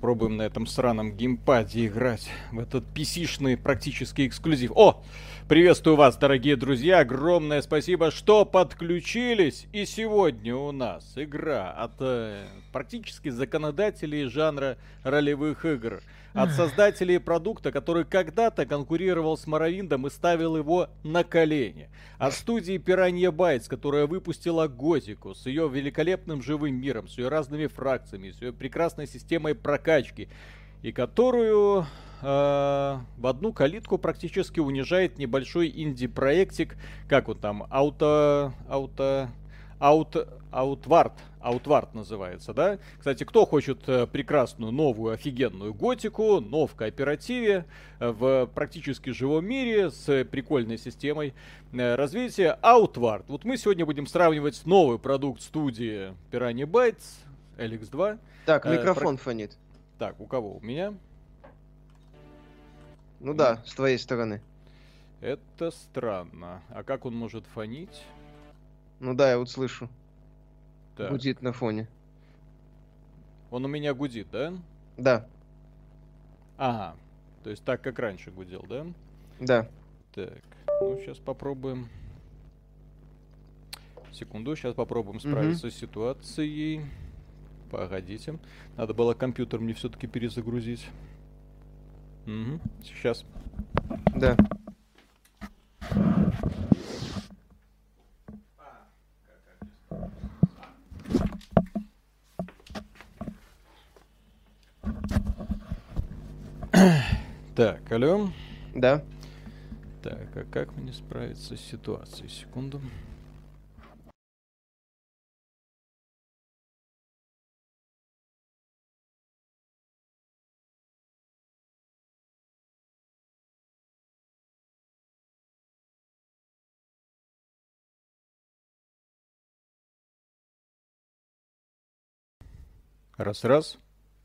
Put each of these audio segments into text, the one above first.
попробуем на этом сраном геймпаде играть в этот PC-шный практически эксклюзив. О! Приветствую вас, дорогие друзья. Огромное спасибо, что подключились. И сегодня у нас игра от практически законодателей жанра ролевых игр. От создателей продукта, который когда-то конкурировал с Моровиндом и ставил его на колени. От студии Piranha Bytes, которая выпустила Готику с ее великолепным живым миром, с ее разными фракциями, с ее прекрасной системой прокачки. И которую в одну калитку практически унижает небольшой инди-проектик, как он там, Outward называется, да? Кстати, кто хочет прекрасную, новую, офигенную готику, но в кооперативе, в практически живом мире, с прикольной системой развития, Outward. Вот мы сегодня будем сравнивать новый продукт студии Piranha Bytes, LX2. Так, микрофон фонит. Так, у кого? У меня? Ну да, с твоей стороны. Это странно. А как он может фонить? Ну да, я вот слышу. Так. Гудит на фоне. Он у меня гудит, да? Да. Ага. То есть так, как раньше гудел, да? Да. Так. Ну, сейчас попробуем. Секунду, сейчас попробуем справиться с ситуацией. Погодите. Надо было компьютер мне все-таки перезагрузить. Угу. Сейчас. Да. Так, алло. Да. Так, а как мне справиться с ситуацией? Секунду. Раз.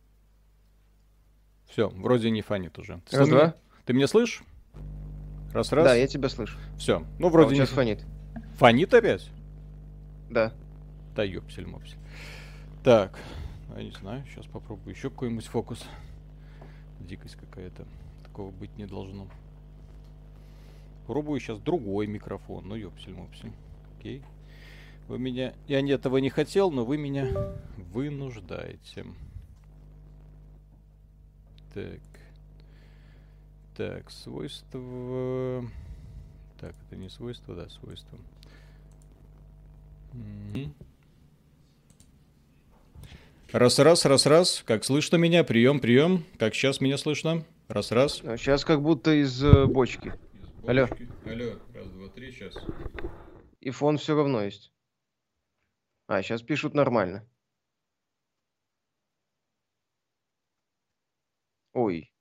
Все, вроде не фонит уже. Раз-два. Ты меня слышишь? Раз. Да, я тебя слышу. Все, ну вроде сейчас фонит. Фонит опять? Да. Да ёпсель-мопсель. Так, я не знаю, сейчас попробую еще какой-нибудь фокус. Дикость какая-то. Такого быть не должно. Пробую сейчас другой микрофон. Ну ёпсель-мопсель. Окей. Вы меня... Я этого не хотел, но вы меня вынуждаете. Так. Так, свойства... Так, это не свойства, да, свойства. Раз. Как слышно меня? Прием. Как сейчас меня слышно? Раз. Сейчас как будто из бочки. Алло. Алло. Раз, два, три, сейчас. И фон все равно есть. А, сейчас пишут нормально. Ой.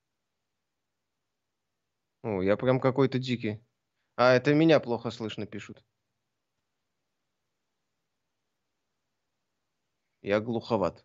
О, я прям какой-то дикий. А, это меня плохо слышно пишут. Я глуховат.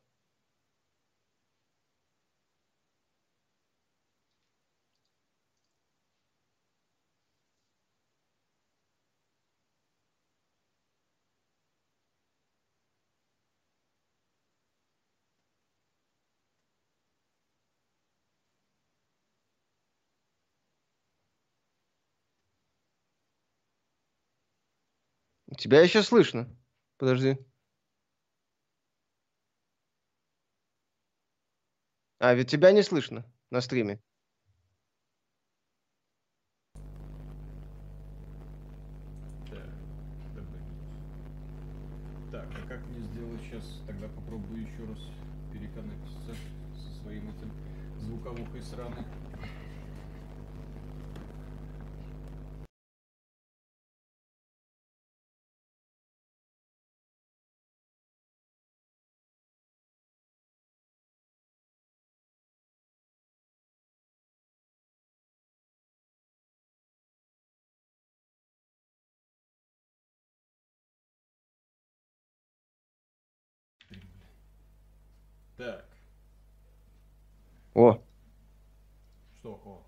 Тебя еще слышно. Подожди. А, ведь тебя не слышно на стриме. Так, а как мне сделать сейчас? Тогда попробую еще раз переконнектиться со своим этим звуковухой сраной. Так. О. Что, о?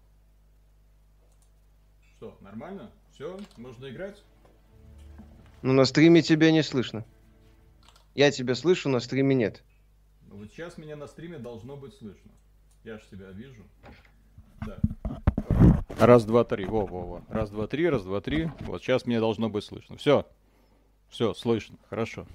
Что, нормально? Все, можно играть? Ну, на стриме тебя не слышно. Я тебя слышу, на стриме нет. Ну вот сейчас меня на стриме должно быть слышно. Я ж тебя вижу. Да. Раз, два, три. Во. Раз, два, три, раз, два, три. Вот сейчас мне должно быть слышно. Все. Все, слышно. Хорошо.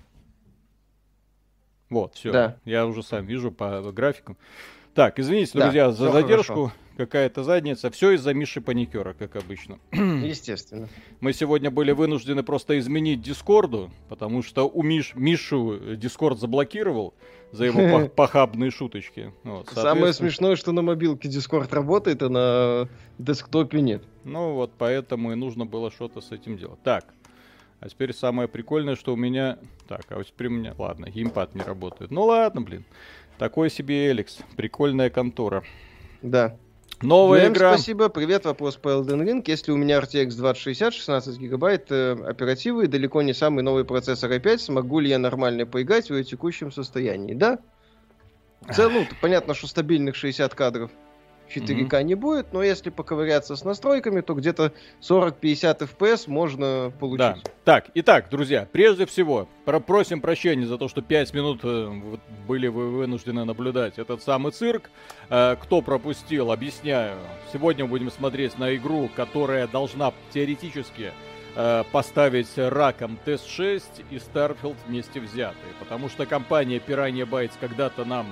Вот, все. Да. Я уже сам вижу по графикам. Так, извините, Да, друзья, за всё задержку. хорошо. Какая-то задница. Все из-за Миши Паникера, как обычно. Естественно. Мы сегодня были вынуждены просто изменить Дискорду, потому что у Мишу Дискорд заблокировал за его похабные шуточки. Вот, Самое соответственно, смешное, что на мобилке Discord работает, а на десктопе нет. ну вот поэтому и нужно было что-то с этим делать. Так, а теперь самое прикольное, что у меня... Так, а вот теперь у меня... Ладно, геймпад не работает. Ну ладно, блин. Такой себе Эликс. Прикольная контора. Да. Новая Юэм, игра. спасибо. Привет, вопрос по Elden Ring. Если у меня RTX 2060, 16 гигабайт оперативы и далеко не самый новый процессор i5, смогу ли я нормально поиграть в ее текущем состоянии? Да. В целом, ну, понятно, что стабильных 60 кадров 4К не будет, но если поковыряться с настройками, то где-то 40-50 FPS можно получить. Да. Так, итак, друзья, прежде всего, просим прощения за то, что 5 минут были вы вынуждены наблюдать этот самый цирк. Кто пропустил, объясняю. Сегодня мы будем смотреть на игру, которая должна теоретически поставить раком Тест 6 и Starfield вместе взятые. Потому что компания Piranha Bytes когда-то нам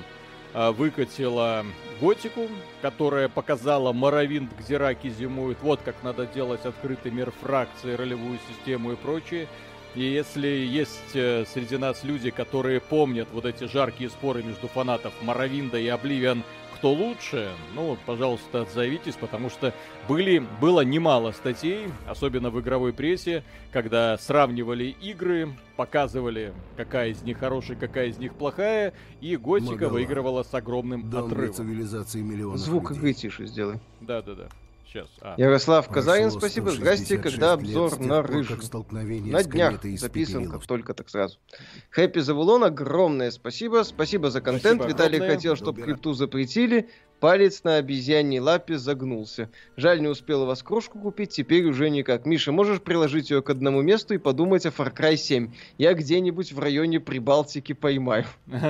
выкатила Готику, которая показала Моровинд, где раки зимуют. Вот как надо делать открытый мир фракции, ролевую систему и прочее. И если есть среди нас люди, которые помнят вот эти жаркие споры между фанатов Моровинда и Обливион, кто лучше, ну, пожалуйста, отзовитесь, потому что было немало статей, особенно в игровой прессе, когда сравнивали игры, показывали, какая из них хорошая, какая из них плохая, и Готика Магала. выигрывала с огромным Дом для отрывом. цивилизации миллионов Звук людей. игры тише сделай. Да. Сейчас. Ярослав Прошло Казарин, спасибо. Здрасте, 166 когда лет обзор с тех на пор, Рыжую? как столкновение На с днях кометой записан, испепелило как только так сразу. Хэппи Завулон, огромное спасибо. Спасибо за контент. Спасибо Виталий огромное. хотел, чтобы Добера. крипту запретили. Палец на обезьяньей лапе загнулся. Жаль, не успел у вас кружку купить, теперь уже никак. Миша, можешь приложить ее к одному месту и подумать о Far Cry 7? Я где-нибудь в районе Прибалтики поймаю.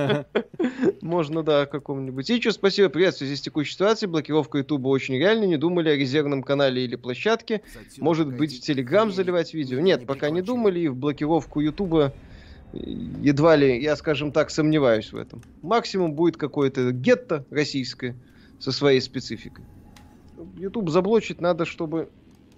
Можно, да, каком-нибудь. И что, спасибо, привет. В связи с текущей ситуацией блокировка Ютуба очень реально. Не думали о резервном канале или площадке? Может быть, в Телеграм заливать видео? Нет, пока не думали. И в блокировку Ютуба едва ли, я, скажем так, сомневаюсь в этом. Максимум будет какое-то гетто российское со своей спецификой. Ютуб заблочить надо, чтобы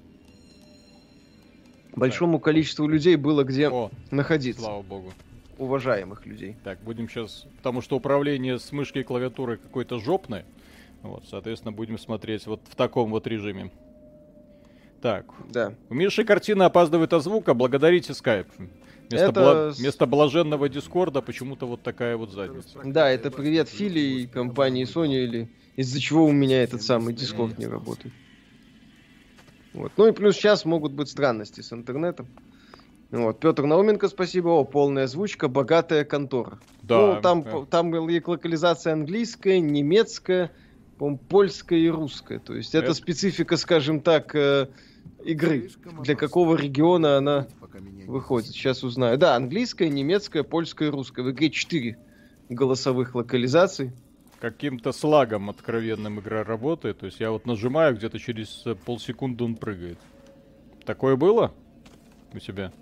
большому количеству людей было где О, находиться. слава богу. Уважаемых людей. Так, будем сейчас... Потому что управление с мышкой и клавиатурой какое-то жопное. Вот, соответственно, будем смотреть вот в таком вот режиме. Так, Да. у Миши картина опаздывает от звука, благодарите скайп. Вместо блаженного Дискорда почему-то вот такая вот задница. Да, это привет Фили и компании Sony, или из-за чего у меня этот самый Discord не работает. Вот. Ну и плюс сейчас могут быть странности с интернетом. Вот. Петр Науменко, спасибо. О, полная озвучка, богатая контора. Да. Ну, там локализация английская, немецкая, по-моему, польская и русская. То есть это специфика, скажем так, игры. Для какого региона она выходит. Сейчас узнаю. Да, английская, немецкая, польская и русская. В игре 4 голосовых локализаций. Каким-то слагом откровенным игра работает. То есть я вот нажимаю, где-то через полсекунды он прыгает. Такое было у тебя?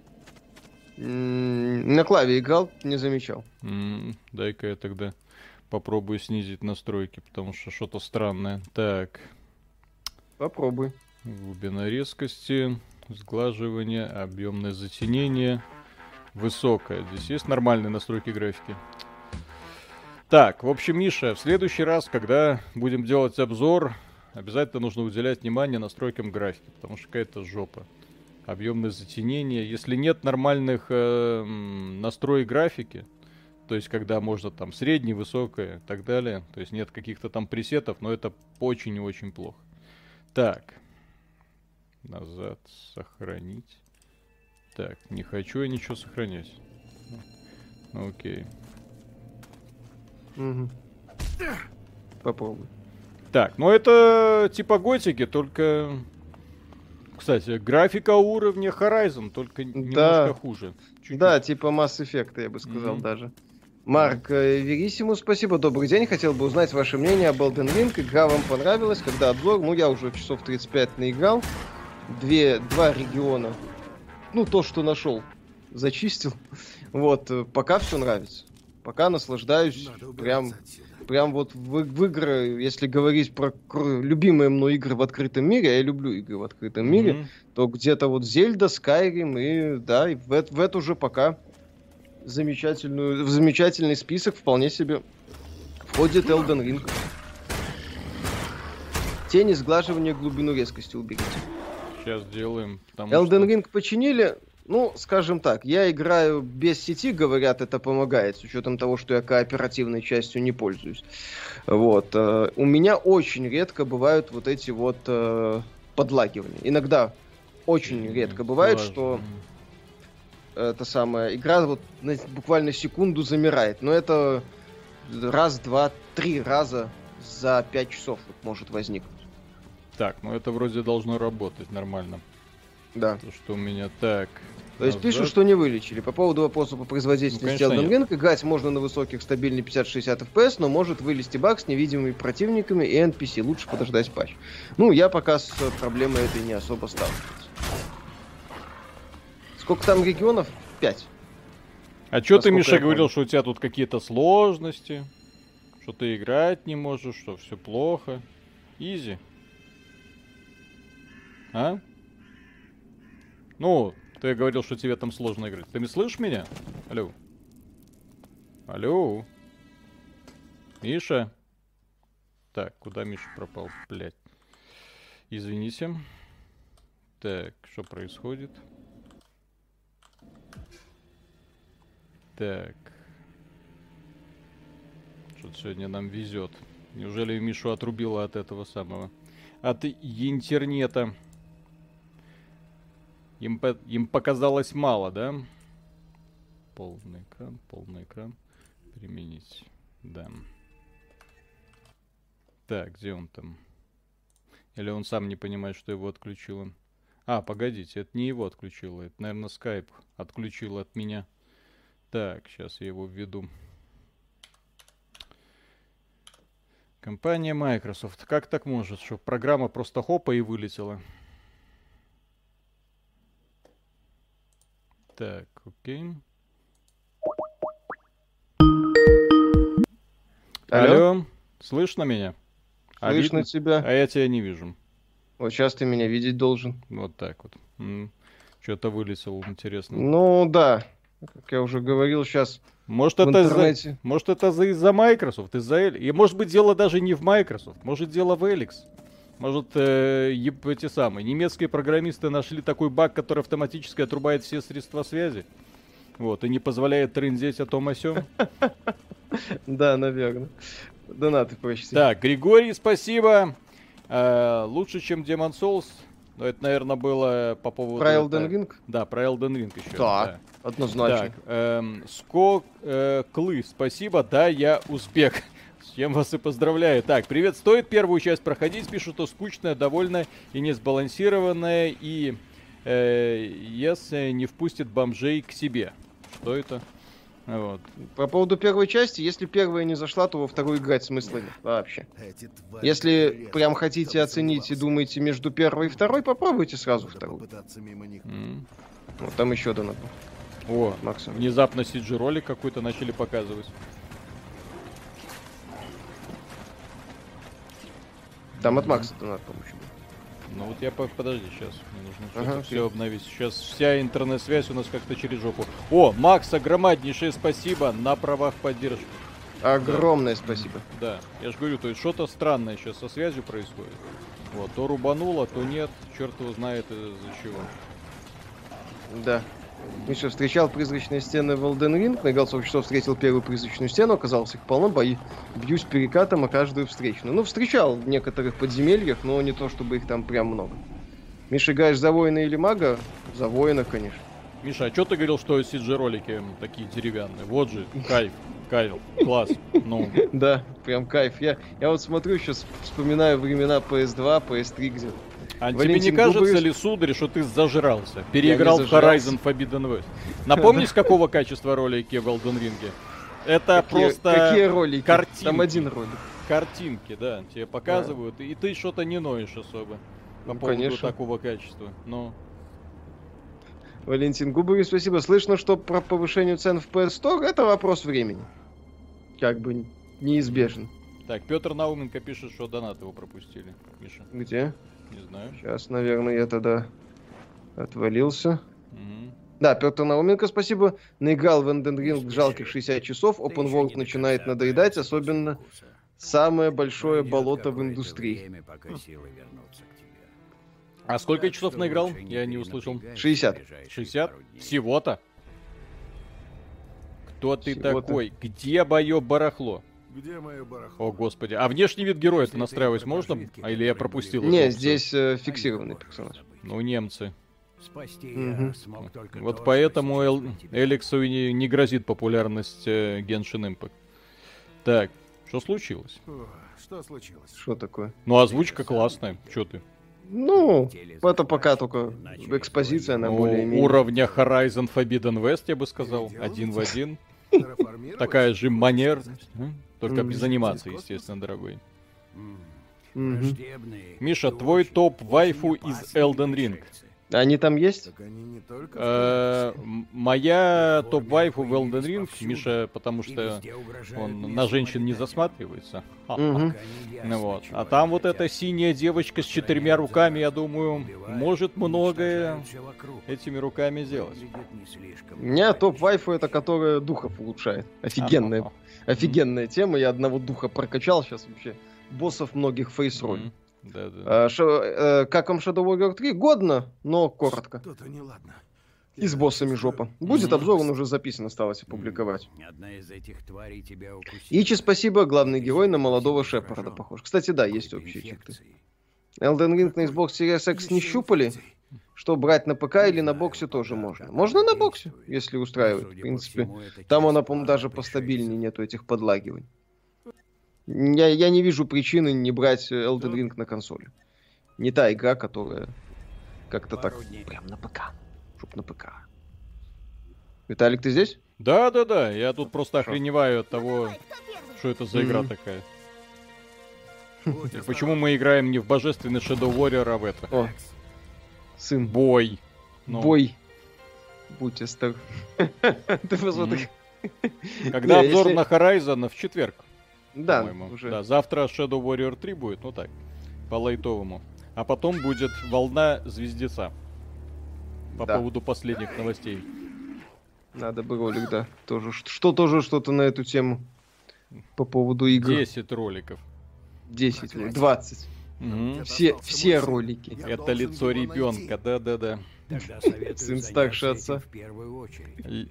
На клаве играл, не замечал. Дай-ка я тогда попробую снизить настройки, потому что что-то странное. Так. Попробуй. Глубина резкости, сглаживание, объемное затенение, высокое. Здесь есть нормальные настройки графики. Так, в общем, Миша, в следующий раз, когда будем делать обзор, обязательно нужно уделять внимание настройкам графики, потому что какая-то жопа. Объемное затенение. Если нет нормальных настроек графики, то есть когда можно там среднее, высокое и так далее, то есть нет каких-то там пресетов, но это очень и очень плохо. Так. Назад сохранить. Так, не хочу я ничего сохранять. Окей. Угу. Попробуй. Так, ну это типа Готики, только... Кстати, графика уровня Horizon, только немножко хуже. Чуть-чуть. Да, типа Mass Effect, я бы сказал даже. Марк Верисиму, спасибо, добрый день. Хотел бы узнать ваше мнение об Elden Ring. Игра вам понравилась? Когда обзор? Ну, я уже часов 35 наиграл. Два региона. Ну, то, что нашел, зачистил. Вот, пока все нравится. Пока наслаждаюсь. Прям вот в игры, если говорить про любимые мной игры в открытом мире, а я люблю игры в открытом мире, то где-то вот Зельда, Скайрим и, да, и в эту же пока в замечательный список вполне себе входит Elden Ring. Тени, сглаживание, глубину резкости уберите. Сейчас делаем. Elden Ring починили. Ну, скажем так, я играю без сети, говорят, это помогает, с учетом того, что я кооперативной частью не пользуюсь. Вот. У меня очень редко бывают вот эти вот подлагивания. Иногда очень редко бывает, что эта самая игра вот буквально секунду замирает. Но это раз, два, 3 раза за 5 часов вот может возникнуть. Так, ну это вроде должно работать нормально. Да. То, что у меня так... То есть пишут, что не вылечили. По поводу вопроса по производительности Elden Ring, играть можно на высоких стабильных 50-60 FPS, но может вылезти баг с невидимыми противниками и NPC. Лучше подождать патч. Ну, я пока с проблемой этой не особо сталкиваюсь. Сколько там регионов? 5. А чё ты, Миша, говорил, что у тебя тут какие-то сложности? Что ты играть не можешь, что все плохо? Изи. А? Ну, ты говорил, что тебе там сложно играть. Ты не слышишь меня? Алло. Алло. Миша. Так, куда Миша пропал? Блять. Извините. Так, что происходит? Так. Что-то сегодня нам везет. Неужели Мишу отрубило от этого самого? От интернета. Им показалось мало, да? Полный экран. Применить. Да. Так, где он там? Или он сам не понимает, что его отключило? А, погодите, это не его отключило. Это, наверное, Skype отключил от меня. Так, сейчас я его введу. Компания Microsoft. Как так может, что программа просто хопа и вылетела? Так, окей. Алло, слышно меня? Слышно тебя. А я тебя не вижу. Вот сейчас ты меня видеть должен. Вот так вот. Что-то вылетело, интересно. Ну да, как я уже говорил, сейчас может, это из-за Microsoft, и может быть дело даже не в Microsoft, может дело в Elix. Может, эти самые немецкие программисты нашли такой баг, который автоматически отрубает все средства связи. Вот, и не позволяет трындеть о том о сём. Да, наверное. Донаты почти. Так, Григорий, спасибо. Лучше, чем Demon's Souls. Но это, наверное, было по поводу... Про Elden Ring? Да, про Elden Ring еще. Да, однозначно. Так, Клы, спасибо, да, я узбек. С чем вас и поздравляю. Так, привет, стоит первую часть проходить, пишут, что скучная, довольно и несбалансированная, и если не впустит бомжей к себе. Что это? Вот. По поводу первой части, если первая не зашла, то во вторую играть смысла нет вообще. Если прям хотите оценить и думаете между первой и второй, попробуйте сразу вторую. Вот там еще донат. О, Максим. Внезапно CG-ролик какой-то начали показывать. Там от Макса донат, по-моему. Ну вот я подожди, сейчас мне нужно все обновить. Сейчас вся интернет-связь у нас как-то через жопу. О, Макс, огромнейшее спасибо на правах поддержки. Огромное спасибо. Да, я же говорю, то есть что-то странное сейчас со связью происходит. Вот, то рубануло, то нет, черт его знает из-за чего. Да. Миша встречал призрачные стены в Elden Ring, наиграл 40 часов, встретил первую призрачную стену, оказалось их полно, бьюсь перекатом о каждую встречную. Ну, встречал в некоторых подземельях, но не то, чтобы их там прям много. Миша, играешь за воина или мага? За воина, конечно. Миша, а что ты говорил, что CG-ролики такие деревянные? Вот же, кайф, класс. Ну. Да, прям кайф. Я вот смотрю, сейчас вспоминаю времена PS2, PS3, где... А тебе не кажется ли, сударь, что ты зажрался? Переиграл в Horizon Forbidden West. Напомни, с какого качества ролики в Elden Ring? Это просто Какие ролики? картинки. Там один ролик. Картинки, да, тебе показывают, и ты что-то не ноешь особо по Ну, поводу конечно. такого качества. Ну, Валентин Губарев, спасибо. Слышно, что про повышение цен в PS Store это вопрос времени. Как бы неизбежен. так, Петр Науменко пишет, что донат его пропустили. Миша, Где? не знаю. Сейчас, наверное, я тогда отвалился. Мгм. Да, Петр Науменко, спасибо. Наиграл в Elden Ring жалких 60 часов. Open World начинает надоедать, особенно самое большое болото в индустрии. А сколько часов наиграл? Я не услышал. 60. 60? Всего-то? Кто ты Всего-то. такой? Где мое барахло? Где мое барахло? О, господи. А внешний вид героя-то настраивать можно? А или я пропустил? эту Не, опцию? здесь фиксированный персонаж. Ну, немцы. Мгм. Вот поэтому Эликсу и не грозит популярность Genshin Impact. Так, что случилось? Фу, что случилось? Что такое? Ну, озвучка классная. Чё ты? Ну, это пока только экспозиция, она Ну, более-менее. уровня Horizon Forbidden West, я бы сказал. Один в один. Терраформировать? Такая же манерность. Только Мгм. без анимации, естественно, дорогой. Мгм. Миша, твой топ-вайфу из Elden Ring. Они там есть? Так они не только Моя топ-вайфу в Elden Ring, Миша, потому что он на женщин не засматривается. Мгм. Ну вот. А там вот эта синяя девочка с 4 руками, я думаю, может многое этими руками сделать. У меня топ-вайфу это которая духов улучшает. Офигенная, Ага. офигенная тема. Я одного духа прокачал сейчас вообще. Боссов многих фейс-роль. Мгм. Да-да. Как вам Shadow Warrior 3? Годно, но коротко. что-то неладно. И с боссами жопа. Будет Мгм. обзор, он уже записан, осталось опубликовать. Одна из этих тварей тебя укусила. Ичи, спасибо, главный герой на молодого Шепарда похож. Кстати, да, есть общие черты. Elden Ring на Xbox Series X не щупали? Что, брать на ПК или на боксе тоже можно? Можно на боксе, если устраивает. В принципе, там она, по-моему, даже постабильнее, нету этих подлагиваний. Я не вижу причины не брать Elden Ring на консоли. Не та игра, которая как-то так прям на ПК. Чтоб на ПК. Виталик, ты здесь? Да-да-да, я тут просто охреневаю от того, что это за игра Мгм. такая. И почему мы играем не в божественный Shadow Warrior, а в это? О, сын. Бой. Ну, Бой. Будь остр. Ты посмотри. Когда Не, обзор если- на Horizon в четверг, Да, по-моему. уже. Да, завтра Shadow Warrior 3 будет, ну так, по лайтовому. А потом будет волна звездеца. По Да. поводу последних новостей. Надо бы ролик, да. Тоже, тоже что-то на эту тему. По поводу игр. 10 роликов. 10, 20. Мгм. Все ролики. Это лицо ребенка, да-да-да. Тогда советую Сын заняться старше этим отца. в первую очередь. И-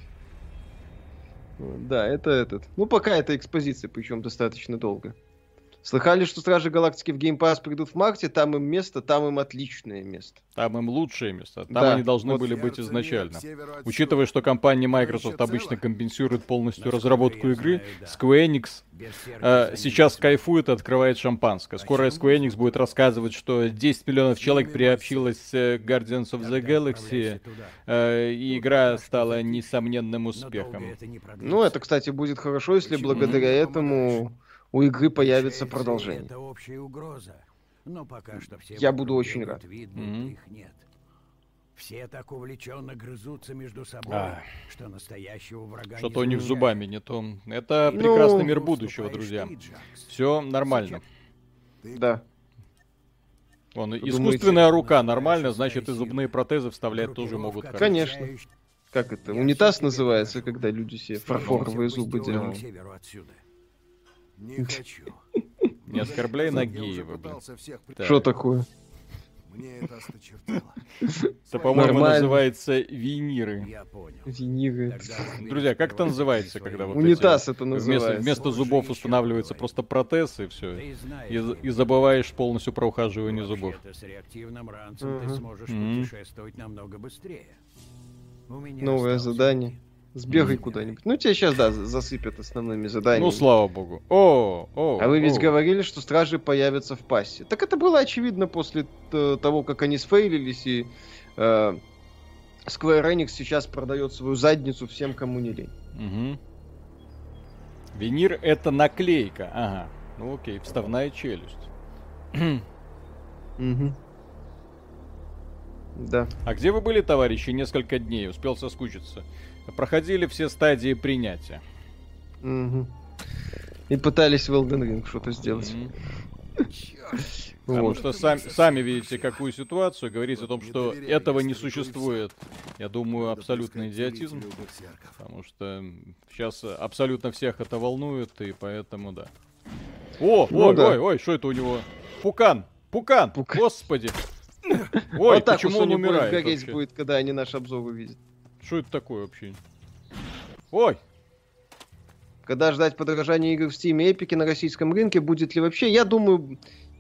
Да, это этот. Ну, пока это экспозиция, причем достаточно долго. Слыхали, что Стражи Галактики в Game Pass придут в марте? Там им место, там им отличное место. Там им лучшие места. Там Да, они должны вот были быть Сердце изначально. мира к северу отсюда. Учитывая, что компания Microsoft Еще обычно цело? компенсирует полностью Насколько разработку я игры, знаю, да. Square Enix Без сердца сейчас заняться. кайфует и открывает шампанское. Скоро Почему? Square Enix будет рассказывать, что 10 миллионов человек Сильный приобщилось к Guardians of the Тогда Galaxy, отправляйся туда. и игра пока что стала запись. несомненным Но успехом. долго это не продлится. Ну, это, кстати, будет хорошо, если Почему? благодаря этому у игры появится Пришельцы — продолжение. Это общая угроза. Но пока что все Я вокруг буду очень делают рад. вид, будто Мгм. их нет. Все так увлеченно грызутся между собой, А. что настоящего врага Что-то не у них с замечают. зубами не то. Это Ну, прекрасный мир Тут будущего, вступаешь друзья. ты, Джакс. Все нормально. Да. Вон, Думаете? искусственная рука нормально, значит и зубные протезы вставлять тоже могут. Группировка, Конечно. отвечающая- Как это? Я Унитаз всё тебе называется, расскажу. когда люди себе Стремимся фарфоровые пусть зубы его делают. к северу отсюда. Не хочу. Не оскорбляй Я Нагиева, уже блин. пытался всех Так. Что такое? Мне это осточертело. Это, по-моему, Нормально. называется виниры. Я понял. Виниры. Тогда Друзья, как это называется, когда вот Унитаз это вместо, называется. вместо зубов устанавливается просто протез и все. Ты знаешь, И где забываешь полностью про ухаживание зубов. Вообще-то с реактивным ранцем ты Мгм. сможешь Мгм. путешествовать намного быстрее. У меня Новое остался задание. один. Сбегай Мгм. куда-нибудь. Ну, тебя сейчас, да, засыпят основными заданиями. Ну, слава богу. О. А вы ведь о. говорили, что стражи появятся в пассе. Так это было очевидно после того, как они сфейлились, и Square Enix сейчас продает свою задницу всем, кому не лень. Мгм. Винир — это наклейка. Ага. Ну окей, вставная челюсть. Мгм. Да. А где вы были, товарищи, несколько дней? Успел соскучиться. Проходили все стадии принятия. Мгм. И пытались в Elden Ring что-то сделать. Потому Вот. что сами видите, какую ситуацию. Говорить о том, что этого не существует, я думаю, абсолютный идиотизм. Потому что сейчас абсолютно всех это волнует, и поэтому да. О, Ну ой, да. ой, что это у него? Пукан! Пукан! Господи! Ой, Вот так почему у он Sony умирает гореть вообще? будет, когда они наш обзор увидят. Что это такое вообще? Ой! Когда ждать подорожания игр в Steam и Epic на российском рынке, будет ли вообще? Я думаю,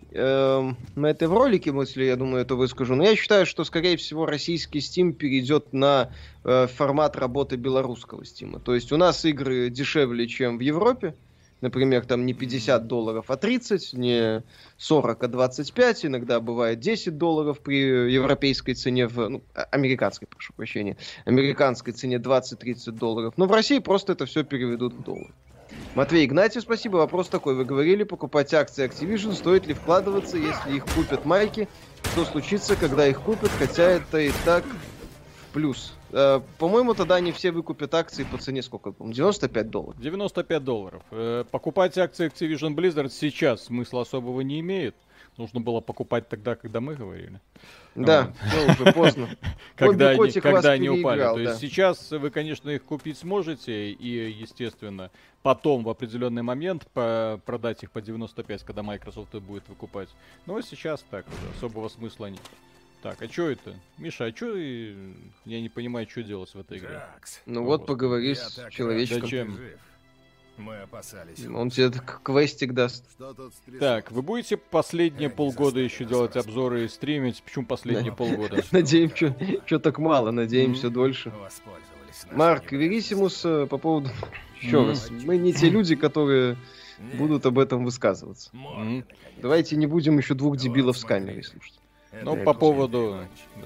на это в ролике мысли, я думаю, это выскажу. Но я считаю, что, скорее всего, российский Steam перейдет на формат работы белорусского Steam. То есть у нас игры дешевле, чем в Европе. Например, там не $50, а 30, не 40, а 25. Иногда бывает $10 при европейской цене, американской, прошу прощения, американской цене $20-30. Но в России просто это все переведут в доллар. Матвей Игнатьев, спасибо. Вопрос такой. Вы говорили, покупать акции Activision, стоит ли вкладываться, если их купят майки? Что случится, когда их купят, хотя это и так в плюс? По-моему, тогда они все выкупят акции по цене сколько? $95. $95. Покупать акции Activision Blizzard сейчас смысла особого не имеет. Нужно было покупать тогда, когда мы говорили. Да, но уже поздно. Когда Хобби-котик вас они упали. переиграл, То есть да. сейчас вы, конечно, их купить сможете. И, естественно, потом в определенный момент продать их по 95, когда Microsoft их будет выкупать. Но сейчас так уже особого смысла нет. Так, а что это? Миша, а что я не понимаю, что делать в этой игре? Джакс, Ну О, вот, Господи. поговори я с так рад, человечком. что ты Зачем? жив. Мы опасались. Он тебе квестик даст. Что тут стряслось? Так, вы будете последние полгода еще делать обзоры и стримить? Почему последние Да. полгода? Надеемся, что так мало, надеемся дольше. Воспользовались нашей Марк некоторой Верисимус, по поводу... Еще раз, мы не те люди, которые будут об этом высказываться. Мгм. Давайте не будем еще двух дебилов с камерой слушать. Ну, по поводу...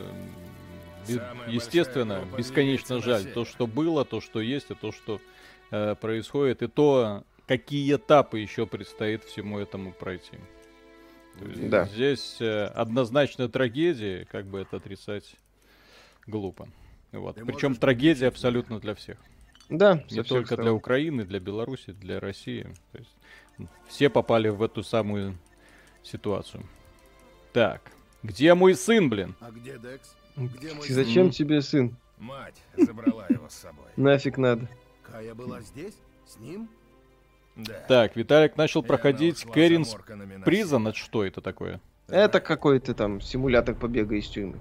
Естественно, бесконечно жаль то, что было, то, что есть, и то, что происходит, и то, какие этапы еще предстоит всему этому пройти. То есть Да. Здесь однозначно трагедия, как бы это отрицать глупо. Вот. Ты Причем можешь трагедия абсолютно для всех. Да, Не только для Украины, для Беларуси, для России. То есть все попали в эту самую ситуацию. Так, где мой сын, блин? А где Декс? Где мой Зачем М. тебе сын? Мать забрала его с собой. Нафиг надо. Кая была здесь? С ним? Да. Так, Виталик начал И она проходить ушла за Кэринс Морканами на Призон. север. Это что это такое? Это какой-то там симулятор побега из тюрьмы.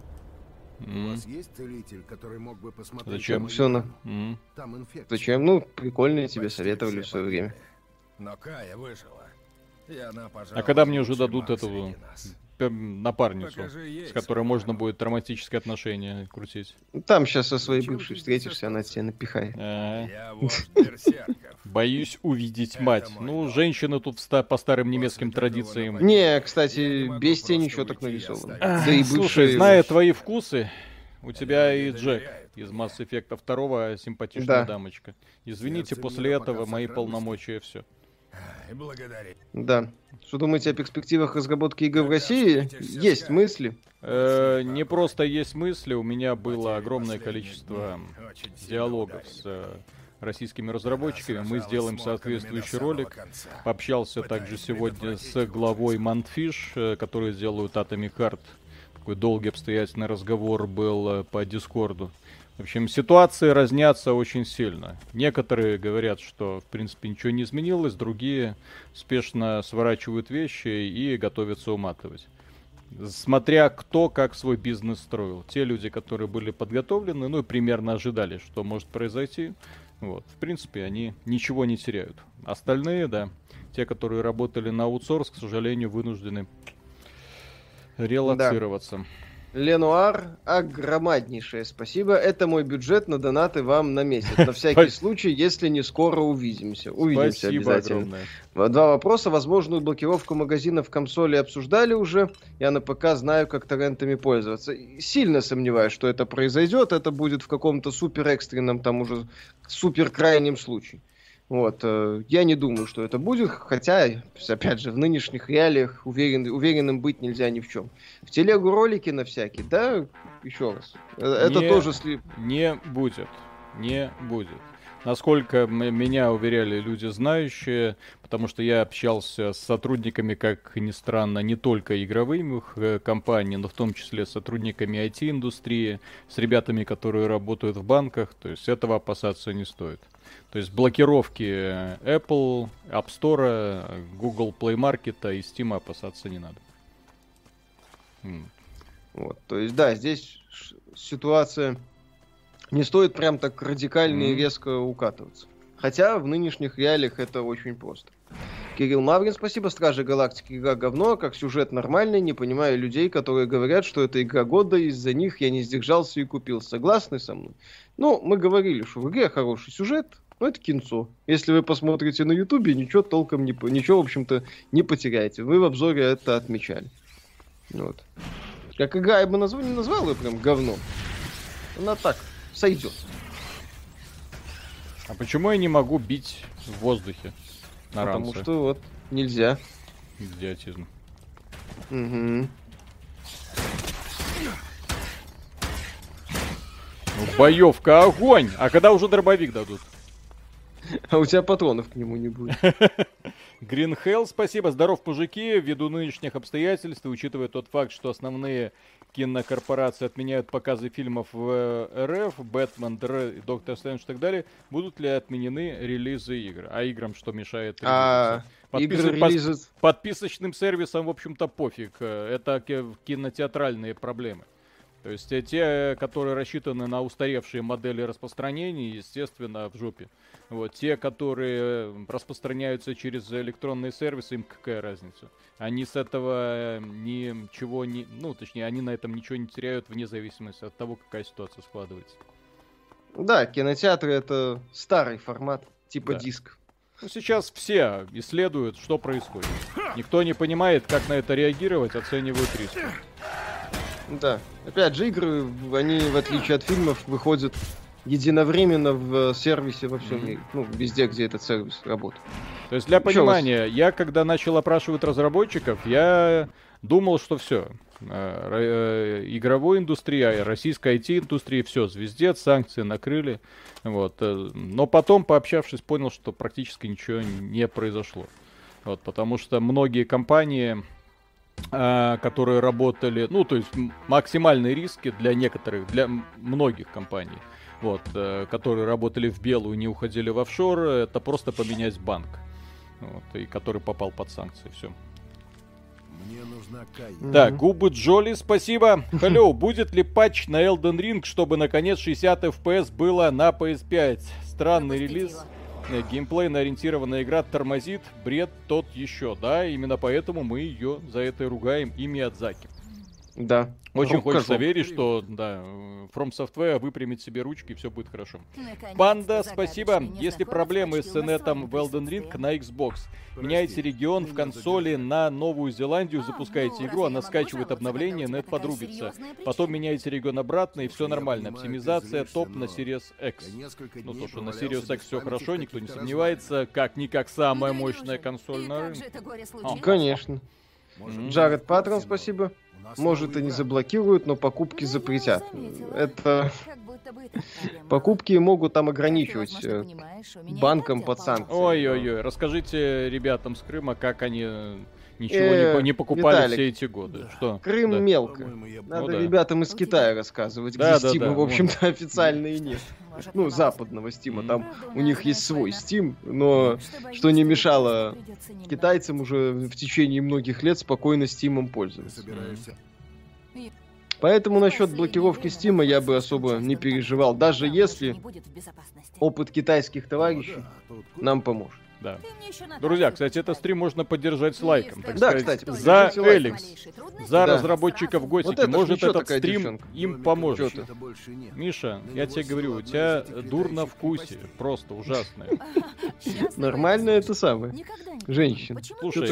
У М, вас есть целитель, который мог бы посмотреть? Зачем? мою Всё на- рану? м. Там инфекция. Зачем? Ну, прикольно тебе Почти советовали все в свое погибли. время. Но Кая выжила. И она, А пожалуй, когда мне уже лучший дадут маг эту среди нас. напарницу, Покажи ей с которой свою можно рану. будет романтические отношения крутить? Там сейчас со своей Зачем бывшей ты встретишься, здесь она остался? тебя напихает. Ага. Я вождь берсерков. Боюсь увидеть Это мать. мой Ну, дом. женщины тут по старым немецким такого традициям. нападения. Не, Я кстати, не могу бестия просто ничего так уйти и нарисовано. оставить. Да и Слушай, бывшие... зная твои вкусы, у тебя Люди и Джек доверяют из мне. Mass Effect 2 симпатичная Да. дамочка. Извините, Сердце после мира этого пока в мои сохранности. полномочия все. И благодари. Да. Что думаете о перспективах разработки игр в России? встретишься с Есть Кай. мысли. Не просто есть мысли, у меня было огромное количество Очень сильно диалогов ударили. с российскими разработчиками. Мы Сражалась сделаем с Морканами соответствующий до самого ролик. конца. Пообщался Пытаясь также сегодня предотвратить с его главой исход. Mantfish, которые делают Atomic Heart. Такой долгий обстоятельный разговор был по Дискорду. В общем, ситуации разнятся очень сильно. Некоторые говорят, что в принципе ничего не изменилось, другие спешно сворачивают вещи и готовятся уматывать. Смотря кто как свой бизнес строил. Те люди, которые были подготовлены, ну и примерно ожидали, что может произойти, вот, в принципе, они ничего не теряют. Остальные, да, те, которые работали на аутсорс, к сожалению, вынуждены релоцироваться. Ленуар, огромнейшее спасибо. Это мой бюджет на донаты вам на месяц. На всякий случай, если не скоро увидимся. Увидимся Спасибо обязательно. огромное. Два вопроса. Возможную блокировку магазинов в консоли обсуждали уже. Я на ПК знаю, как торрентами пользоваться. И сильно сомневаюсь, что это произойдет. Это будет в каком-то супер экстренном, там уже супер крайнем случае. Вот, я не думаю, что это будет, хотя, опять же, в нынешних реалиях уверенным быть нельзя ни в чем. В телегу ролики на всякие, да, еще раз, это тоже... Не будет, не будет. Насколько меня уверяли люди знающие, потому что я общался с сотрудниками, как ни странно, не только игровых компаний, но в том числе с сотрудниками IT-индустрии, с ребятами, которые работают в банках, то есть этого опасаться не стоит. То есть блокировки Apple, App Store, Google Play Market и Steam опасаться не надо. Вот, то есть, да, здесь ситуация... Не стоит прям так радикально и резко укатываться. Хотя в нынешних реалиях это очень просто. Кирилл Маврин, спасибо. Стражи Галактики игра говно, как сюжет нормальный. Не понимаю людей, которые говорят, что это игра года, из-за них я не сдержался и купил. Согласны со мной? Ну, мы говорили, что в игре хороший сюжет, но это кинцо. Если вы посмотрите на Ютубе, ничего толком ничего, в общем-то, не потеряете. Вы в обзоре это отмечали. Вот. Как игра я бы не назвал ее прям говном. Она так... сойдет. А почему я не могу бить в воздухе на ранце? Потому что вот нельзя. Идиотизм. Угу. Ну, боевка, огонь! А когда уже дробовик дадут? А у тебя патронов к нему не будет. Green Hell, спасибо. Здоров, мужики. Ввиду нынешних обстоятельств и учитывая тот факт, что основные кинокорпорации отменяют показы фильмов в РФ, Бэтмен, Доктор Стрэндж и так далее, будут ли отменены релизы игр? А играм что мешает релизиться? Подписочным сервисам, в общем-то, пофиг. Это кинотеатральные проблемы. То есть те, которые рассчитаны на устаревшие модели распространения, естественно, в жопе. Вот. Те, которые распространяются через электронные сервисы, им какая разница? Они с этого ничего не... Ну, точнее, они на этом ничего не теряют вне зависимости от того, какая ситуация складывается. Да, кинотеатры — это старый формат, типа диск. Ну, сейчас все исследуют, что происходит. Никто не понимает, как на это реагировать, оценивают риски. Да. Опять же, игры, они, в отличие от фильмов, выходят единовременно в сервисе во всем мире. Ну, везде, где этот сервис работает. То есть, для понимания, я когда начал опрашивать разработчиков, я думал, что все. Игровой индустрия, российская IT-индустрия, все, звездец, санкции накрыли. Вот. Но потом, пообщавшись, понял, что практически ничего не произошло. Вот, потому что многие компании... которые работали, ну, то есть максимальные риски для некоторых, для многих компаний, вот, которые работали в белую, не уходили в офшор, это просто поменять банк, вот, и который попал под санкции, все. Мне нужна Кай. Так, губы Джоли, спасибо. Hello, будет ли патч на Elden Ring, чтобы наконец 60 FPS было на PS5? Странный релиз. Геймплейно ориентированная игра тормозит, бред тот еще, да, именно поэтому мы ее за это и ругаем, и Миядзаки. Да. Очень хочется верить, что, да, From Software выпрямит себе ручки и все будет хорошо. Панда, спасибо. Если проблемы с инетом в Elden Ring на Xbox, меняете регион в консоли на Новую Зеландию, запускаете игру, она скачивает обновление, нет подрубится. Потом меняете регион обратно и все нормально. Оптимизация топ на Series X. Ну то, что на Series X все хорошо, никто не сомневается. Как-никак самая мощная консоль на рынке. Конечно. Джаред Патрон, спасибо. Может, и не заблокируют, но покупки запретят. Это... Покупки могут там ограничивать банкам под санкции. Ой-ой-ой, расскажите ребятам с Крыма, как они ничего не покупали Виталик, все эти годы. Что? Крым мелко. Надо ребятам из Китая рассказывать, где Стима, в общем-то, официально и нет. Ну, западного Стима. Там у них есть свой Steam, но что не мешало китайцам уже в течение многих лет спокойно Стимом пользоваться. Поэтому насчет блокировки Стима я бы особо не переживал, даже если опыт китайских товарищей нам поможет. Да. Друзья, кстати, этот стрим можно поддержать с лайком. Так да, сказать, кстати, за Эликс, за разработчиков Готики. Вот может, этот стрим девчонка им поможет. Миша, я тебе говорю, у тебя дур на вкусе. Просто ужасное. Нормально это самое. Женщина. Слушай,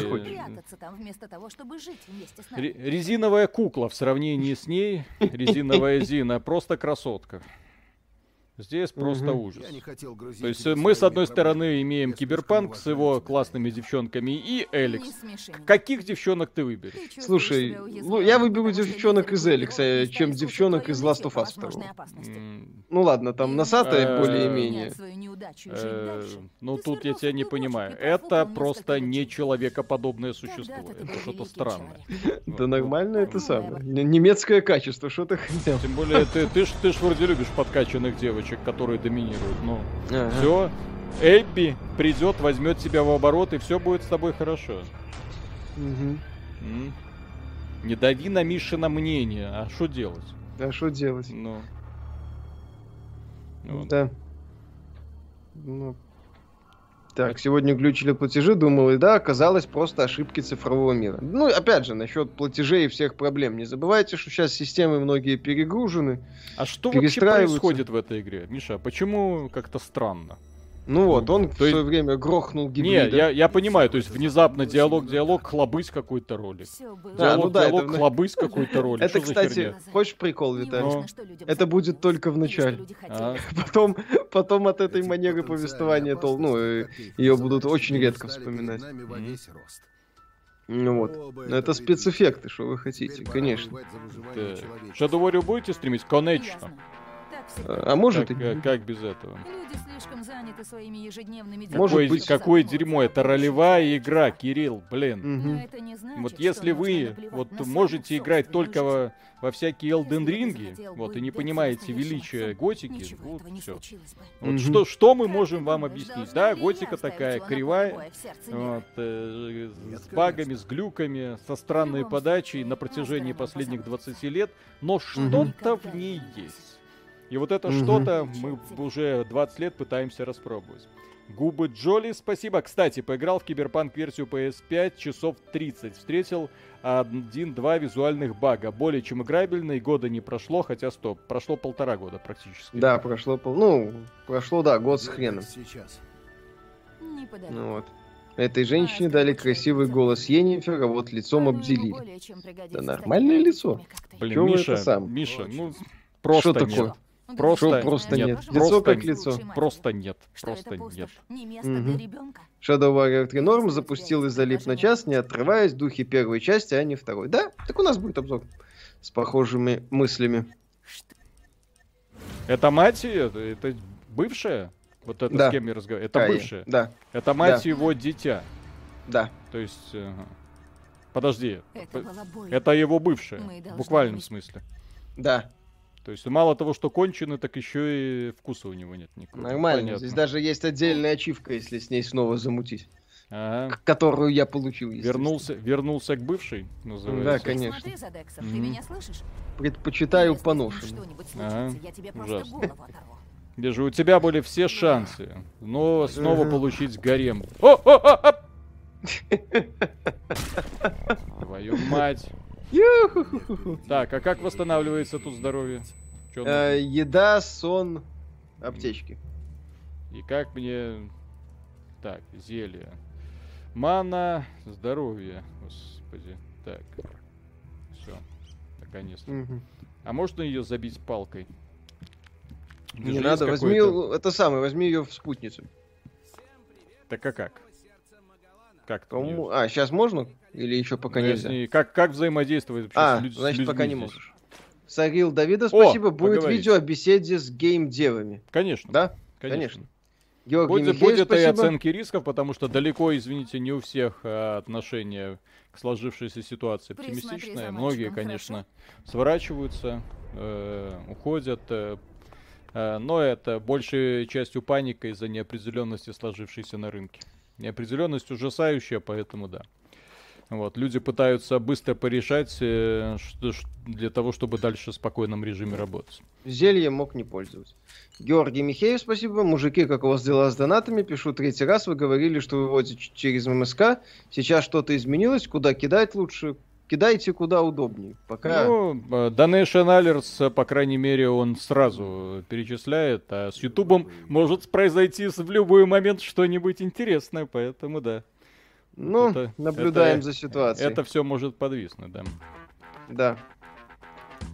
резиновая кукла в сравнении с ней, резиновая Зина, просто красотка. Здесь просто Мгм. ужас. Я не хотел грузить То есть тебя мы, с своими одной стороны, проблемами. имеем Я Киберпанк с слишком его уважаю тебя. классными девчонками и Эликс. Не смеши меня. Каких девчонок ты выберешь? Ты чувствуешь Слушай, себя ну уязвленным, я выберу потому что девчонок лидеры из Эликса, группировок не чем стали девчонок слушать из твоё Last of нытье по Us 2. возможной опасности. Ну ладно, там И носатая вместо того, чтобы более-менее. принять свою неудачу и жить дальше, Ну ты тут я свернулся тебя не в клубочек понимаю. и Это профукал просто несколько не лет. человекоподобное существо. Когда-то ты Это был что-то великим странное. человеком. Да нормально это Нормально. самое. Немецкое качество, что ты хотел? Тем более ты ж вроде любишь подкачанных девочек, которые доминируют. Ну, Ага. все. Эбби придет, возьмет тебя в оборот, и все будет с тобой хорошо. Мгм. М? Не дави на Мишина мнение, а что делать? А что делать? Ну. Вот. Да. Ну. Так, сегодня глючили платежи, думал, и да, оказалось просто ошибки цифрового мира. Ну, опять же, насчет платежей и всех проблем. Не забывайте, что сейчас системы многие перегружены. А что вообще Перестраиваются. происходит в этой игре? Миша, почему как-то странно? Ну вот, он в то есть- свое время грохнул Не, гибрида. я понимаю, то есть внезапно диалог, хлобысь какой-то роли. Всё было. Да, ну да, Диалог, это- хлобысь какой-то роли. Это, Что за кстати, херня? хочешь прикол, Не Виталий? важно, что людям Это будет запомнилось, только в или что начале. люди хотели. А. Потом от этой Эти манеры потенциальные повествования, опасности, ее как ты их будут называешь, очень редко встали перед вспоминать. нами во весь рост. Ну вот. Оба Но это этого видели. спецэффекты, что вы хотите, Теперь пора конечно. воевать за выживание Так. человечества. Shadow Warrior будете стримить? Конечно. Ясно. Так всегда. А может Как, и... как без этого? Люди слишком заняты своими ежедневными делами. Может Какое, быть, чтобы какое задуматься дерьмо, о это будущем ролевая человечества. игра, Кирилл, блин. Мгм. Но это не значит, Вот что если нужно вы наплевать вот на саму можете играть собственную только жизнь. во всякие Elden Если бы ты Ring, захотел вот, и быть не Дексом понимаете настоящим величия отцом, готики, ничего вот этого не все. случилось бы. Вот Мгм. что мы Как можем ты вам думаешь, объяснить? должна Да, ли я готика оставить такая его на кривая, поле боя в сердце мира? вот, Нет, с конечно. багами, с глюками, со странной любом подачей случае, на протяжении Монстры нам последних позаботятся. 20 лет, но что-то в ней есть. И вот это Мгм. что-то мы уже 20 лет пытаемся распробовать. Губы Джоли, спасибо. Кстати, поиграл в Киберпанк версию PS5 часов 30. Встретил 1-2 визуальных бага. Более чем играбельно, и года не прошло, хотя стоп, прошло 1,5 года практически. Да, прошло да, год с Я хреном. сейчас. Неподалеку. Ну вот. Этой женщине дали красивый голос Йеннифер, а вот лицом Оно ему обделили. более чем пригодится Да в нормальное таких лицо. практиках, как ты. Блин, Чё вы Миша, это сам? Миша, ну Что просто такое? нет. Просто Что просто нет. нет? Просто Лицо как нет. лицо. Просто нет. Что Просто это пустошь? нет. Не место Мгм. для ребенка. Shadow Warrior 3 норм запустил из-за лип на час, не отрываясь, в духе первой части, а не второй. Да, так у нас будет обзор с похожими мыслями. Это мать ее? Это бывшая? Вот это Да. с кем я разговариваю? Это Кая. бывшая? Да, Это мать Да. его дитя. да. То есть... Подожди. Это была боль. Это его бывшая. Мы В должны буквальном быть- смысле. Да, То есть мало того, что конченый, так еще и вкуса у него нет никакого. нормально. Понятно. Здесь даже есть отдельная ачивка, если с ней снова замутить. Ага. Которую я получил, естественно. Вернулся к бывшей, называется. Да, конечно. Смотри за Дексом, ты Мгм. меня слышишь? Предпочитаю Если с ним поношенную. что-нибудь Ага, случится, я тебе просто ужасно. голову оторву. Вижу, у тебя были все шансы, но снова Ага. получить гарем. О! Твою мать. Ю-ху-ху-ху. Так, а как восстанавливается тут здоровье? Чё Еда, сон, аптечки. И как мне... Так, зелье. Мана, здоровье. Господи. Так. Все. Наконец-то. Мгм. А можно ее забить палкой? Не Даже надо, есть возьми, какой-то- это самое, возьми ее в спутницу. Так а как? Как там По-моему- её- сейчас можно? Или еще пока Ну, я нельзя? с ней- Как взаимодействовать вообще с с Значит, людьми пока не здесь? можешь. Сарил Давида, спасибо. Будет поговорить. видео о беседе с гейм-девами. Конечно. Да? Конечно. Георгий Будет, Михеев, будет и спасибо. оценки рисков, потому что далеко, извините, не у всех отношение к сложившейся ситуации Присмотри за оптимистичное. мальчиком, Многие, хорошо? конечно, сворачиваются, уходят. Но это большей частью паника из-за неопределенности, сложившейся на рынке. Неопределенность ужасающая, поэтому да. Вот, люди пытаются быстро порешать для того, чтобы дальше в спокойном режиме работать. Зелье мог не пользоваться. Георгий Михеев, спасибо. Мужики, как у вас дела с донатами? Пишу третий раз. Вы говорили, что выводите через МСК. Сейчас что-то изменилось. Куда кидать лучше? Кидайте куда удобнее. Пока... Ну, Donation Alerts, по крайней мере, он сразу перечисляет, а с Ютубом может произойти в любой момент что-нибудь интересное, поэтому да. Ну, это- наблюдаем это- за ситуацией. Это все может подвиснуть, да. Да.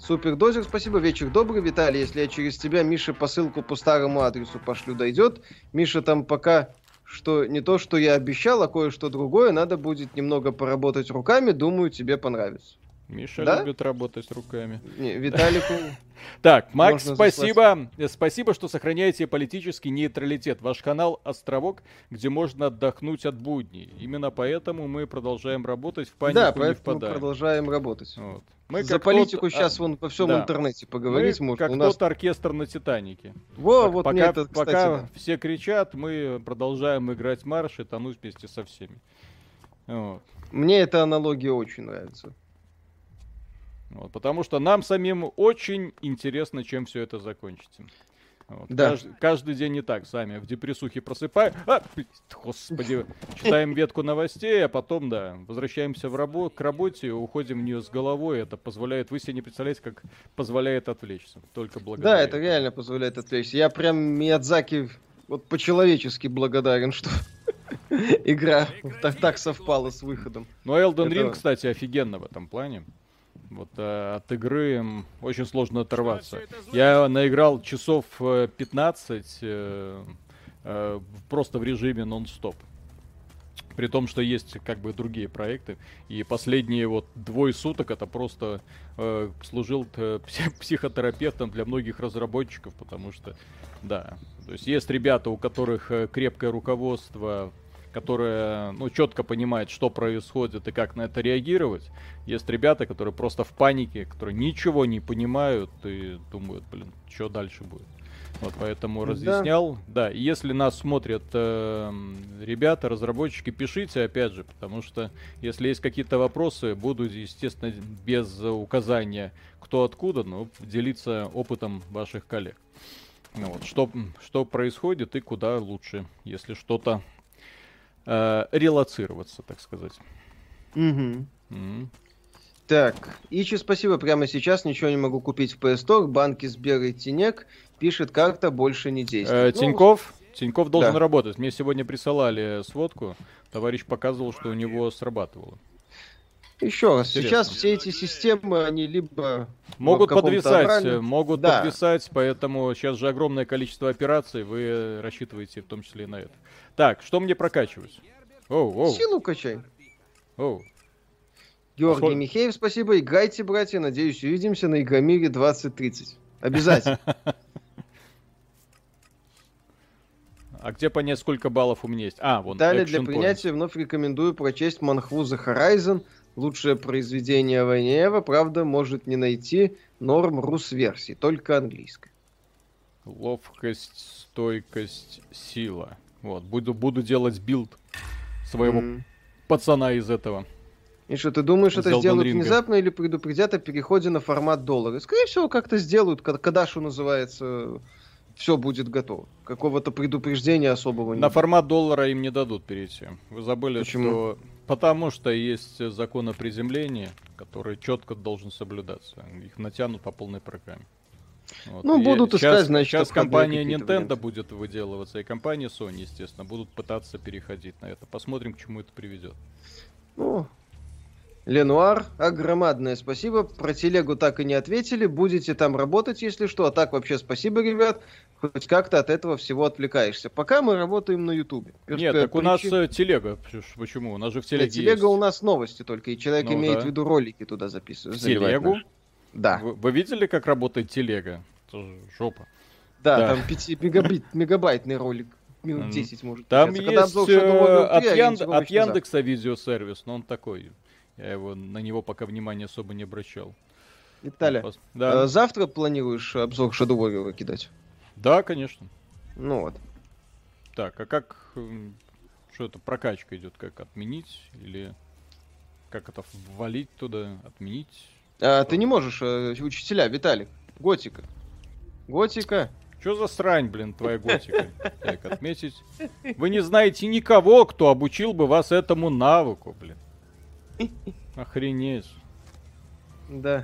Супердозер, спасибо, вечер добрый. Виталий, если я через тебя Мише посылку по старому адресу пошлю, дойдет? Миша, там пока что не то, что я обещал, а кое-что другое. Надо будет немного поработать руками, думаю, тебе понравится. Миша Да? любит работать руками. Не, Виталику... Так, Макс, Можно спасибо. Спасибо, что сохраняете политический нейтралитет. Ваш канал «Островок», где можно отдохнуть от будней. Именно поэтому мы продолжаем работать, в панику Да, не поэтому впадаем. продолжаем работать. Вот. Мы За как политику тот, сейчас вон по всем да. интернете поговорить мы можно. как У нас... тот оркестр на «Титанике». Во, вот мне пока это, кстати, пока да. все кричат, мы продолжаем играть марш и тонуть вместе со всеми. Вот. Мне эта аналогия очень нравится. Вот, потому что нам самим очень интересно, чем все это закончится. Вот. Да. Каждый день не так, сами в депрессухе просыпаем. Господи, читаем ветку новостей, а потом, да, возвращаемся к работе, уходим в нее с головой. Это позволяет, вы себе не представляете, как позволяет отвлечься. Только благодаря Да, это реально позволяет отвлечься. Я прям Миядзаки вот по-человечески благодарен, что игра так совпала с выходом. Но Elden Это- Ring, кстати, офигенно в этом плане. Вот от игры очень сложно оторваться. Я наиграл часов 15 просто в режиме нон-стоп. При том, что есть как бы другие проекты. И последние вот 2 суток это просто служил психотерапевтом для многих разработчиков, потому что, да, то есть ребята, у которых крепкое руководство, которое, ну, четко понимает, что происходит и как на это реагировать. Есть ребята, которые просто в панике, которые ничего не понимают и думают, блин, что дальше будет. Вот поэтому разъяснял. Да, и если нас смотрят ребята, разработчики, пишите, опять же, потому что если есть какие-то вопросы, буду, естественно, без указания кто откуда, но делиться опытом ваших коллег. Ну, вот, что происходит и куда лучше, если что-то релоцироваться, так сказать. Мгм. М. Так, Ичи, спасибо, прямо сейчас ничего не могу купить в PS Store, банки Сбер и Тинек, пишет, карта больше не действует. Ну, Тиньков должен да. работать. Мне сегодня присылали сводку, товарищ показывал, что у него срабатывало. Еще раз, Интересно. сейчас все эти системы, они либо Могут в каком-то подвисать, аврале- Да. подвисать, поэтому сейчас же огромное количество операций, вы рассчитываете в том числе и на это. Так, что мне прокачивать? Оу. Силу качай. Георгий Сколько? Михеев, спасибо. Играйте, братья. Надеюсь, увидимся на Игромире 2030. Обязательно. А где понять, сколько баллов у меня есть? А, вон, Далее Action для Points. принятия вновь рекомендую прочесть манхву The Horizon. Лучшее произведение о войне Эва, правда, может не найти норм рус-версии, только английской. Ловкость, стойкость, сила. Вот, буду делать билд своего пацана из этого. И что, ты думаешь, Из это Elden сделают Ring. внезапно или предупредят о переходе на формат доллара? Скорее всего, как-то сделают, когда, что называется, все будет готово. Какого-то предупреждения особого На нет. формат доллара им не дадут перейти. Вы забыли, Почему? что... Потому что есть закон о приземлении, который четко должен соблюдаться. Их натянут по полной программе. Вот. Ну, И будут искать, значит, сейчас обходные компания какие-то Nintendo варианты. будет выделываться, и компания Sony, естественно, будут пытаться переходить на это. Посмотрим, к чему это приведет. Ну, Ленуар, огромадное спасибо. Про телегу так и не ответили. Будете там работать, если что. А так вообще спасибо, ребят. Хоть как-то от этого всего отвлекаешься. Пока мы работаем на Ютубе. Нет, так у нас телега. Почему? У нас же в телеге телега есть. у нас новости только, и человек Ну имеет да. в виду ролики туда записывать. В телегу? Да. Вы видели, как работает телега? Это же жопа. Да, Да. там 5-мегабайтный ролик. Минут 10 может. Там получаться. Когда есть обзор Shadow Warrior 3 от ориентировочно за. Яндекса видеосервис, но он такой. Я на него пока внимания особо не обращал. Виталя, Да. завтра планируешь обзор Shadow Warrior кидать? Да, конечно. Ну вот. Так, а как... Что это, прокачка идет? Как отменить? Или как это ввалить туда? Отменить? Ты не можешь, учителя, Виталик. Готика. Готика. Что за срань, блин, твоя готика? Так, отметить. Вы не знаете никого, кто обучил бы вас этому навыку, блин. Охренеть. Да.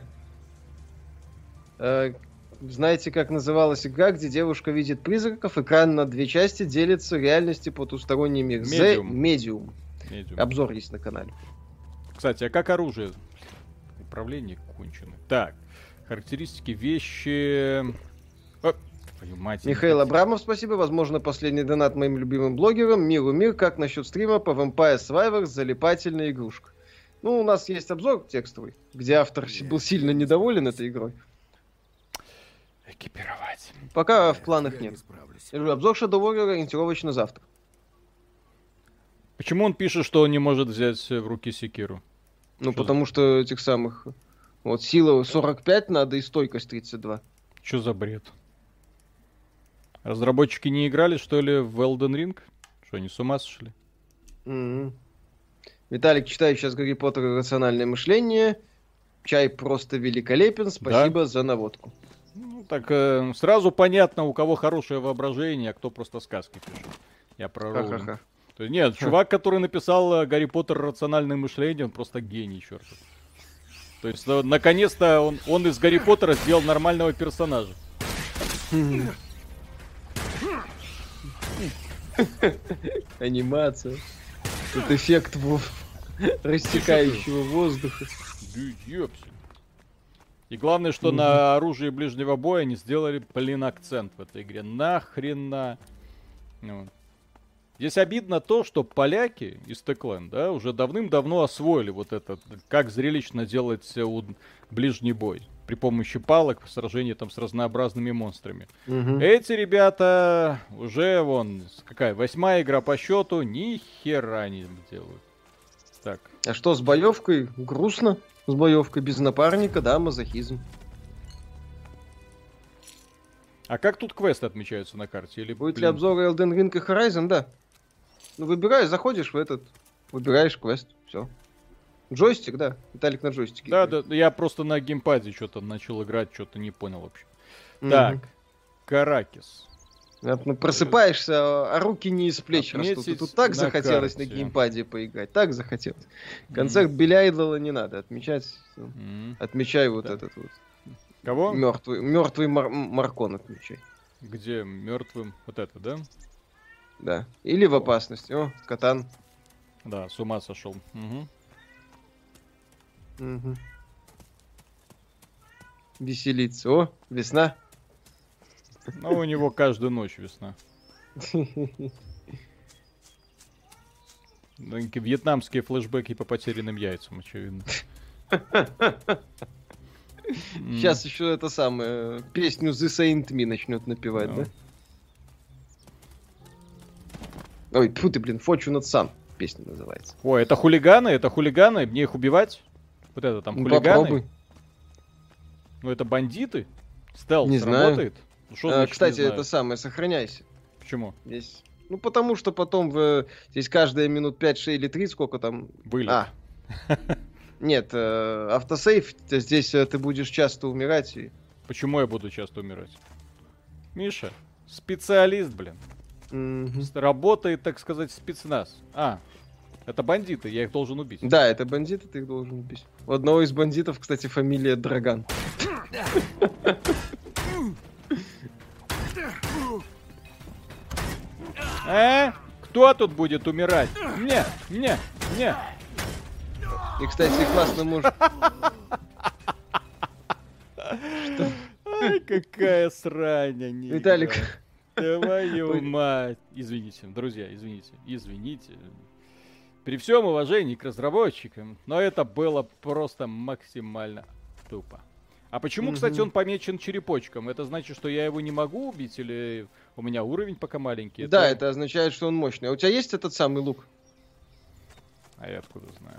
Знаете, как называлась игра, где девушка видит призраков, экран на 2 части делится реальности потусторонний мир. The Medium. Medium. Обзор есть на канале. Кстати, а как оружие? Управление кончено. Так. Характеристики, вещи... О, твою мать. Михаил Абрамов, спасибо. Возможно, последний донат моим любимым блогерам. Миру мир, как насчет стрима по Vampire Survivors залипательная игрушка? Ну, у нас есть обзор текстовый, где автор был сильно недоволен этой игрой. Экипировать. Пока в планах Я не нет. справлюсь. Я говорю, обзор Shadow Warrior ориентировочно завтра. Почему он пишет, что он не может взять в руки секиру? Ну, Что потому что этих самых... Вот сила 45 надо и стойкость 32. Что за бред? Разработчики не играли, что ли, в Elden Ring? Что, они с ума сошли? Мгм. Виталик, читаю сейчас Гарри Поттер и рациональное мышление. Чай просто великолепен. Спасибо за наводку. Ну, так сразу понятно, у кого хорошее воображение, а кто просто сказки пишет. Я про Роулинг. Ха-ха-ха. То есть, нет, чувак, который написал Гарри Поттер рациональное мышление, он просто гений, чертов. То есть, наконец-то он из Гарри Поттера сделал нормального персонажа. Анимация. Тут эффект рассекающего воздуха. Да ёпсель. И главное, что на оружии ближнего боя они сделали, блин, акцент в этой игре. Нахрена. Ну. Здесь обидно то, что поляки из Techland, да, уже давным-давно освоили вот это, как зрелищно делать ближний бой. При помощи палок в сражении там с разнообразными монстрами. Мгм. Эти ребята уже, вон, какая, 8-я игра по счету, ни хера не делают. Так, А что с боевкой? Грустно. С боевкой без напарника, да, мазохизм. а как тут квесты отмечаются на карте? Или, Будет ли блин, обзор Elden Ring и Horizon? Да. Ну, выбираешь, заходишь в этот, выбираешь квест, все. Джойстик, да. Виталик на джойстике. Да, играет. да, я просто на геймпаде что-то начал играть, что-то не понял вообще. Мгм. Так, Каракис. Ну, просыпаешься, а руки не из плеч растут. И Отметить тут так на захотелось карте. на геймпаде поиграть. Так захотелось. Концерт Билли Айдола не надо отмечать. Отмечай вот Да. этот вот. Кого? Мертвый Маркон отмечай. Где мертвым? Вот это, да? Да. Или в опасности. О, Катан. Да, с ума сошел. Мгм. Мгм. Веселиться. О, весна. Ну, у него каждую ночь весна. Ну, и вьетнамские флешбеки по потерянным яйцам, очевидно. Сейчас еще это самое, песню The Saint Me начнет напевать, Ну. да? Ой, тьфу ты, блин, Fortunate Son песня называется. Ой, это хулиганы? Это хулиганы? Мне их убивать? Вот это там Ну, хулиганы? попробуй. Ну, это бандиты? Стелс Не знаю. работает? Ну, что значит, Кстати, не знаю? это самое, сохраняйся. Почему? Здесь. Ну, потому что потом здесь каждые минут 5, 6 или 3, сколько там... Были. Нет, автосейв, здесь ты будешь часто умирать. И... Почему я буду часто умирать? Миша, специалист, блин. Мгм. Работает, так сказать, спецназ. Это бандиты, я их должен убить. Да, это бандиты, ты их должен убить. У одного из бандитов, кстати, фамилия Драган. Кто тут будет умирать? Не. И, кстати, классно может... Ай, какая срань, они Виталик. играют. Твою мать. Извините, друзья, извините. При всем уважении к разработчикам, но это было просто максимально тупо. А почему, кстати, он помечен черепочком? Это значит, что я его не могу убить, или у меня уровень пока маленький? Да, это означает, что он мощный. А у тебя есть этот самый лук? А я откуда знаю?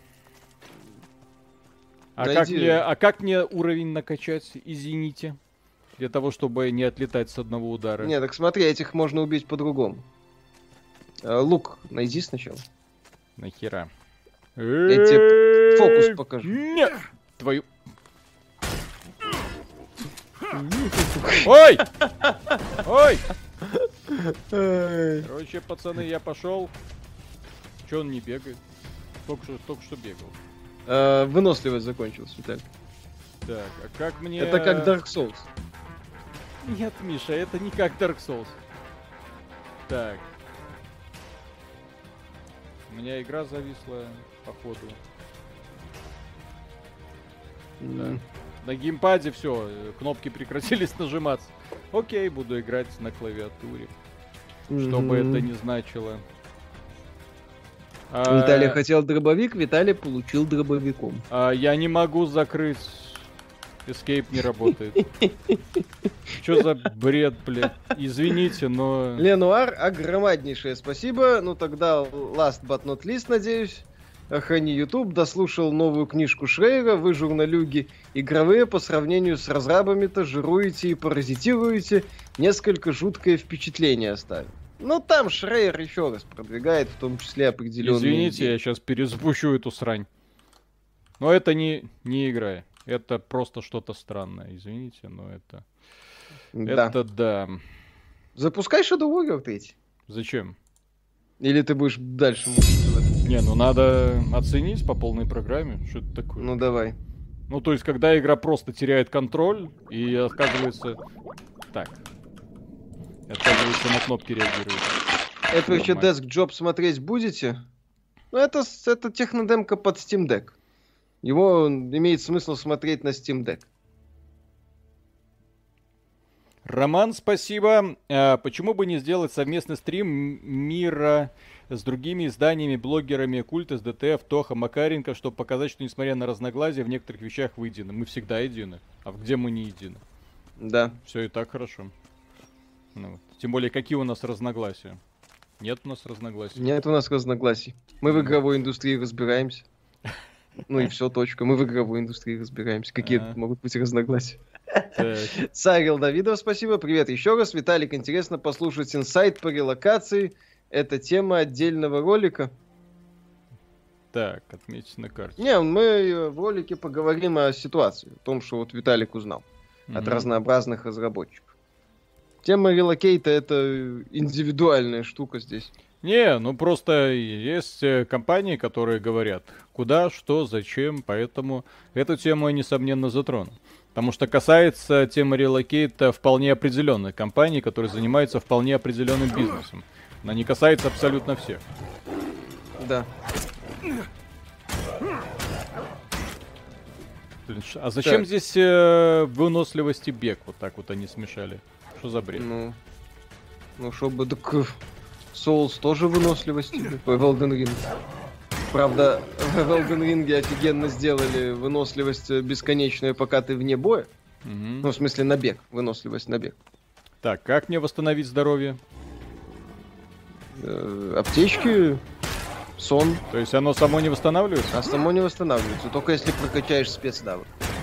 Найди. Как мне уровень накачать, извините? Для того, чтобы не отлетать с одного удара. Не, так смотри, этих можно убить по-другому. Лук найди сначала. Нахера? Я тебе фокус покажу. Нет! Твою... Ой! Ой! Короче, пацаны, я пошел. Че он не бегает? Только что бегал. Выносливость закончилась, Виталий. Так, а как мне... Это как Dark Souls. Нет, Миша, это не как Dark Souls. Так. У меня игра зависла, походу. Да. На геймпаде все, кнопки прекратились нажиматься. Окей, буду играть на клавиатуре. Что бы это ни значило. Виталий хотел дробовик, Виталий получил дробовиком. Я не могу закрыть. Escape не работает. Что за бред, блядь? Извините, но... Ленуар, огромнейшее спасибо. Ну тогда last but not least, надеюсь. Охрани YouTube, дослушал новую книжку Шрейера. Вы, журналюги, игровые по сравнению с разрабами-то жируете и паразитируете. Несколько жуткое впечатление оставил. Ну там Шрейер еще раз продвигает, в том числе определенные Извините, идеи. я сейчас перезапущу эту срань. Но это не игра. Это просто что-то странное. Извините, но это... Да. Это да. Запускай Shadow Warrior 3. Зачем? Или ты будешь дальше мучиться в этом? Не, ну надо оценить по полной программе. Что это такое? Ну давай. Ну, то есть, когда игра просто теряет контроль и оказывается... Так. Оказывается, на кнопки реагирует. Это вообще Нормально. Desk Job смотреть будете? Ну, это технодемка под Steam Deck. Его имеет смысл смотреть на Steam Deck. Роман, спасибо. Почему бы не сделать совместный стрим мира с другими изданиями, блогерами, Культ, СДТ, Тоха, Макаренко, чтобы показать, что несмотря на разногласия, в некоторых вещах вы едины. Мы всегда едины. А где мы не едины? Да. Все и так хорошо. Ну, вот. Тем более, какие у нас разногласия? Нет у нас разногласий. Нет у нас разногласий. Мы в игровой индустрии разбираемся. Ну и все, точка. Мы в игровой индустрии разбираемся. Какие тут могут быть разногласия? Так. Сарил Давидов, спасибо. Привет еще раз. Виталик, интересно послушать инсайт по релокации. Это тема отдельного ролика. Так, отметить на карте. Не, мы в ролике поговорим о ситуации. О том, что вот Виталик узнал от Мгм. разнообразных разработчиков. Тема релокейта — это индивидуальная штука здесь. Не, ну просто есть компании, которые говорят, куда, что, зачем, поэтому эту тему я, несомненно, затрону. Потому что касается темы релокейта вполне определенной компании, которая занимается вполне определенным бизнесом. Она не касается абсолютно всех. Да. Блин, а зачем Так. здесь выносливость и бег? Вот так вот они смешали. Что за бред? Ну, чтобы... Так, Souls тоже выносливость тебе. Ой, в Elden Ring. Правда, в Elden Ring офигенно сделали выносливость бесконечную, пока ты вне боя. Мгм. Ну, в смысле, на бег. Выносливость на бег. Так, как мне восстановить здоровье? Аптечки, сон. То есть оно само не восстанавливается? А само не восстанавливается, только если прокачаешь спецнавык.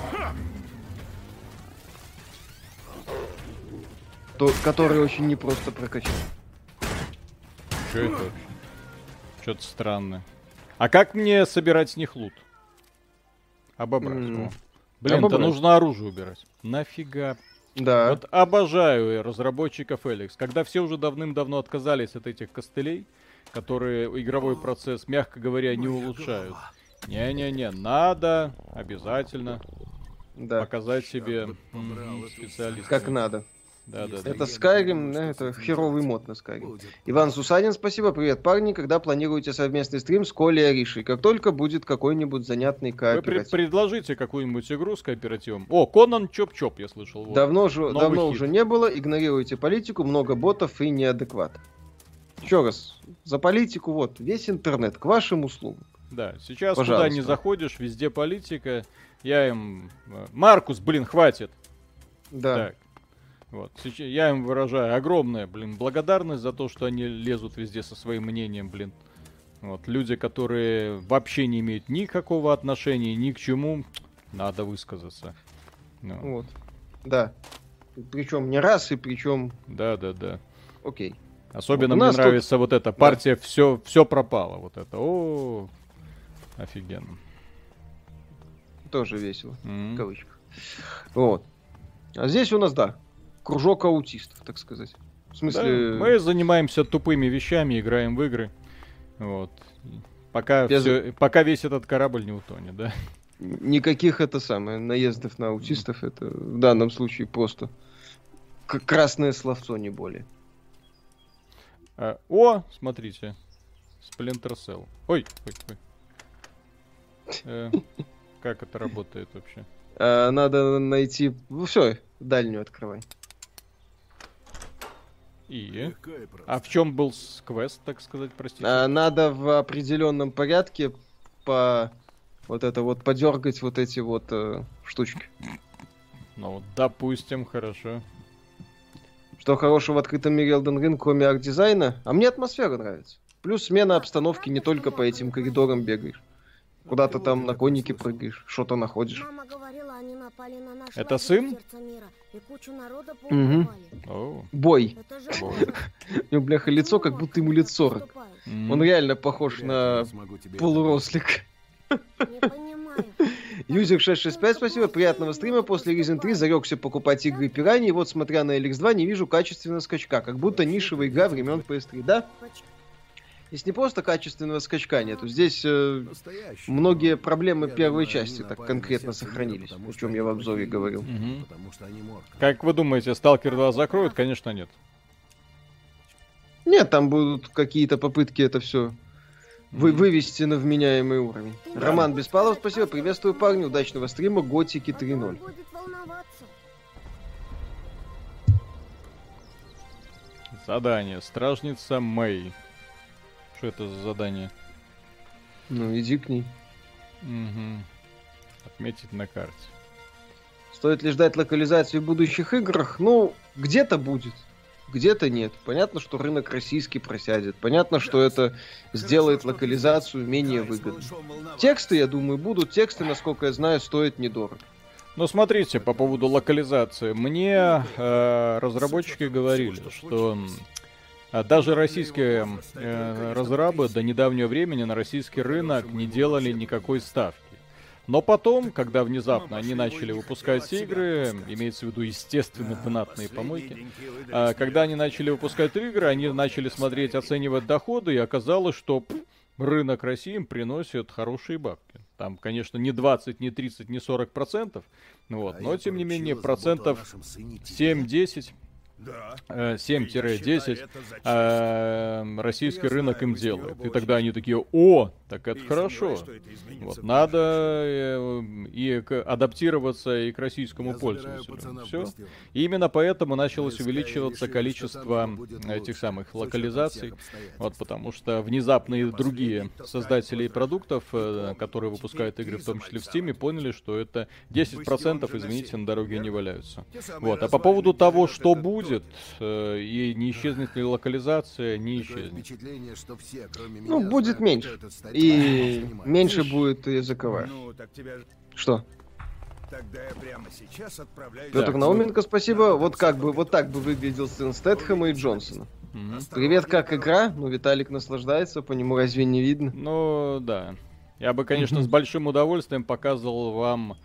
Который очень непросто прокачать. Что это вообще? Что-то странное. А как мне собирать с них лут? Обобрать. О. Блин, Обобрать. это нужно оружие убирать. Нафига? Да. Вот обожаю разработчиков Эликс. Когда все уже давным-давно отказались от этих костылей, которые игровой процесс, мягко говоря, не улучшают. Не-не-не, надо обязательно Да. показать себе специалиста. Как надо. Да-да-да. Это Skyrim, да, это херовый мод на Skyrim. Иван Сусанин, спасибо. Привет, парни. Когда планируете совместный стрим с Колей и Аришей? Как только будет какой-нибудь занятный Вы кооператив. предложите какую-нибудь игру с кооперативом. О, Конан Чоп-Чоп, я слышал. Вот. Давно Новый хит. уже не было. Игнорируйте политику, много ботов и неадекват. Еще раз, за политику вот, весь интернет к вашим услугам. Да, сейчас Пожалуйста. куда не заходишь, везде политика. Я им... Маркус, блин, хватит. Да. Так. Вот. Сейчас я им выражаю огромное, блин, благодарность за то, что они лезут везде со своим мнением, блин. Вот. Люди, которые вообще не имеют никакого отношения ни к чему, надо высказаться. Ну. Вот. Да. Причем не раз, и причем... Да. Окей. Особенно У мне нас нравится вот эта партия все пропало. Вот это. О, офигенно. Тоже весело. М. В кавычках. Вот. А здесь у нас, да, кружок аутистов, так сказать. В Да, смысле... мы занимаемся тупыми вещами, играем в игры. Вот. Пока, Без- пока весь этот корабль не утонет, да? Никаких наездов на аутистов, это в данном случае просто красное словцо, не более. О, смотрите. Splinter Cell. Ой. Как это работает вообще? Надо найти... Ну все, дальнюю открывай. И? Легко и просто. А в чем был квест, так сказать, простите? Надо в определенном порядке по... Вот это вот подергать вот эти вот штучки. Ну, допустим, хорошо. Что хорошего в открытом мире Elden Ring, кроме арт-дизайна? А мне атмосфера нравится. Плюс смена обстановки, не только по этим коридорам бегаешь. Куда-то там на коннике прыгаешь, что-то находишь. Мама говорила, они напали на наш Это лагерь сын? в сердце мира, и кучу народа Мгм. поубивали. О, Бой. Это же Ой. ужас. У него, бляха, лицо, как будто ему лет 40. м. Он реально похож Вряд ли на я смогу тебе полурослик. Не понимаю. Юзер 665, спасибо, приятного стрима. После Resident 3 зарекся покупать игры Пираньи. Вот, смотря на LX2, не вижу качественного скачка. Как будто нишевая игра времен PS3, да? Здесь не просто качественного скачка нету. Здесь настоящий. многие проблемы Я первой думаю, части они так напали конкретно на сердце мира, сохранились. потому О что чем они я в обзоре очень говорил. Мгм. Потому что они морг. Как вы думаете, Сталкер 2 закроют? Конечно, нет. Нет, там будут какие-то попытки это все Мгм. вывести на вменяемый уровень. Роман Беспалов, спасибо. Приветствую, парни. Удачного стрима. Готики 3.0. Он будет волноваться. Задание. Стражница Мэй. Что это за задание? Ну, иди к ней. Мгм. Отметить на карте. Стоит ли ждать локализации в будущих играх? Ну, где-то будет, где-то нет. Понятно, что рынок российский просядет. Понятно, что это сделает локализацию менее выгодной. Тексты, я думаю, будут. Тексты, насколько я знаю, стоят недорого. Ну, смотрите, по поводу локализации. Мне разработчики говорили, что даже российские разрабы до недавнего времени на российский рынок не делали никакой ставки. Но потом, когда внезапно они начали выпускать игры, имеется в виду, естественно, донатные помойки, когда они начали выпускать игры, они начали смотреть, оценивать доходы, и оказалось, что рынок России им приносит хорошие бабки. Там, конечно, не 20, не 30, не 40%, вот, но, тем не менее, процентов 7-10, 7-10 российский рынок им делает. И тогда они такие: о, так это хорошо. Вот, надо адаптироваться и к российскому пользователю. Все. И именно поэтому началось увеличиваться количество этих самых локализаций. Вот, потому что внезапно и другие создатели продуктов, которые выпускают игры, в том числе в Steam, поняли, что это 10%, извините, на дороге не валяются. Вот. А по поводу того, что будет, и не исчезнет ли локализация, не исчезнет. Ну, будет меньше. И меньше будет языковая. Ну, так тебя... Что? Тогда я прямо сейчас отправляюсь... Петр Так, Науменко, спасибо. Вот как бы, вот так бы выглядел сын Стэтхэма и Джонсона. Мгм. Привет, как игра? Ну, Виталик наслаждается, по нему разве не видно? Ну, да. Я бы, конечно, с большим удовольствием показывал вам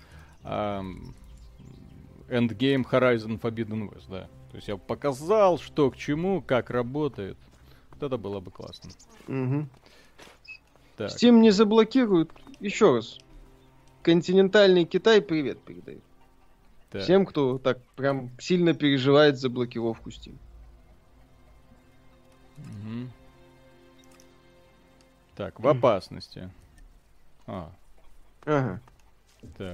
Endgame Horizon Forbidden West, да. То есть я бы показал, что к чему, как работает. Вот это было бы классно. Мгм. Так. Steam не заблокируют. Еще раз. Континентальный Китай привет передает. Так. Всем, кто так прям сильно переживает за блокировку Steam. Мгм. Так, в опасности. Ага. Так.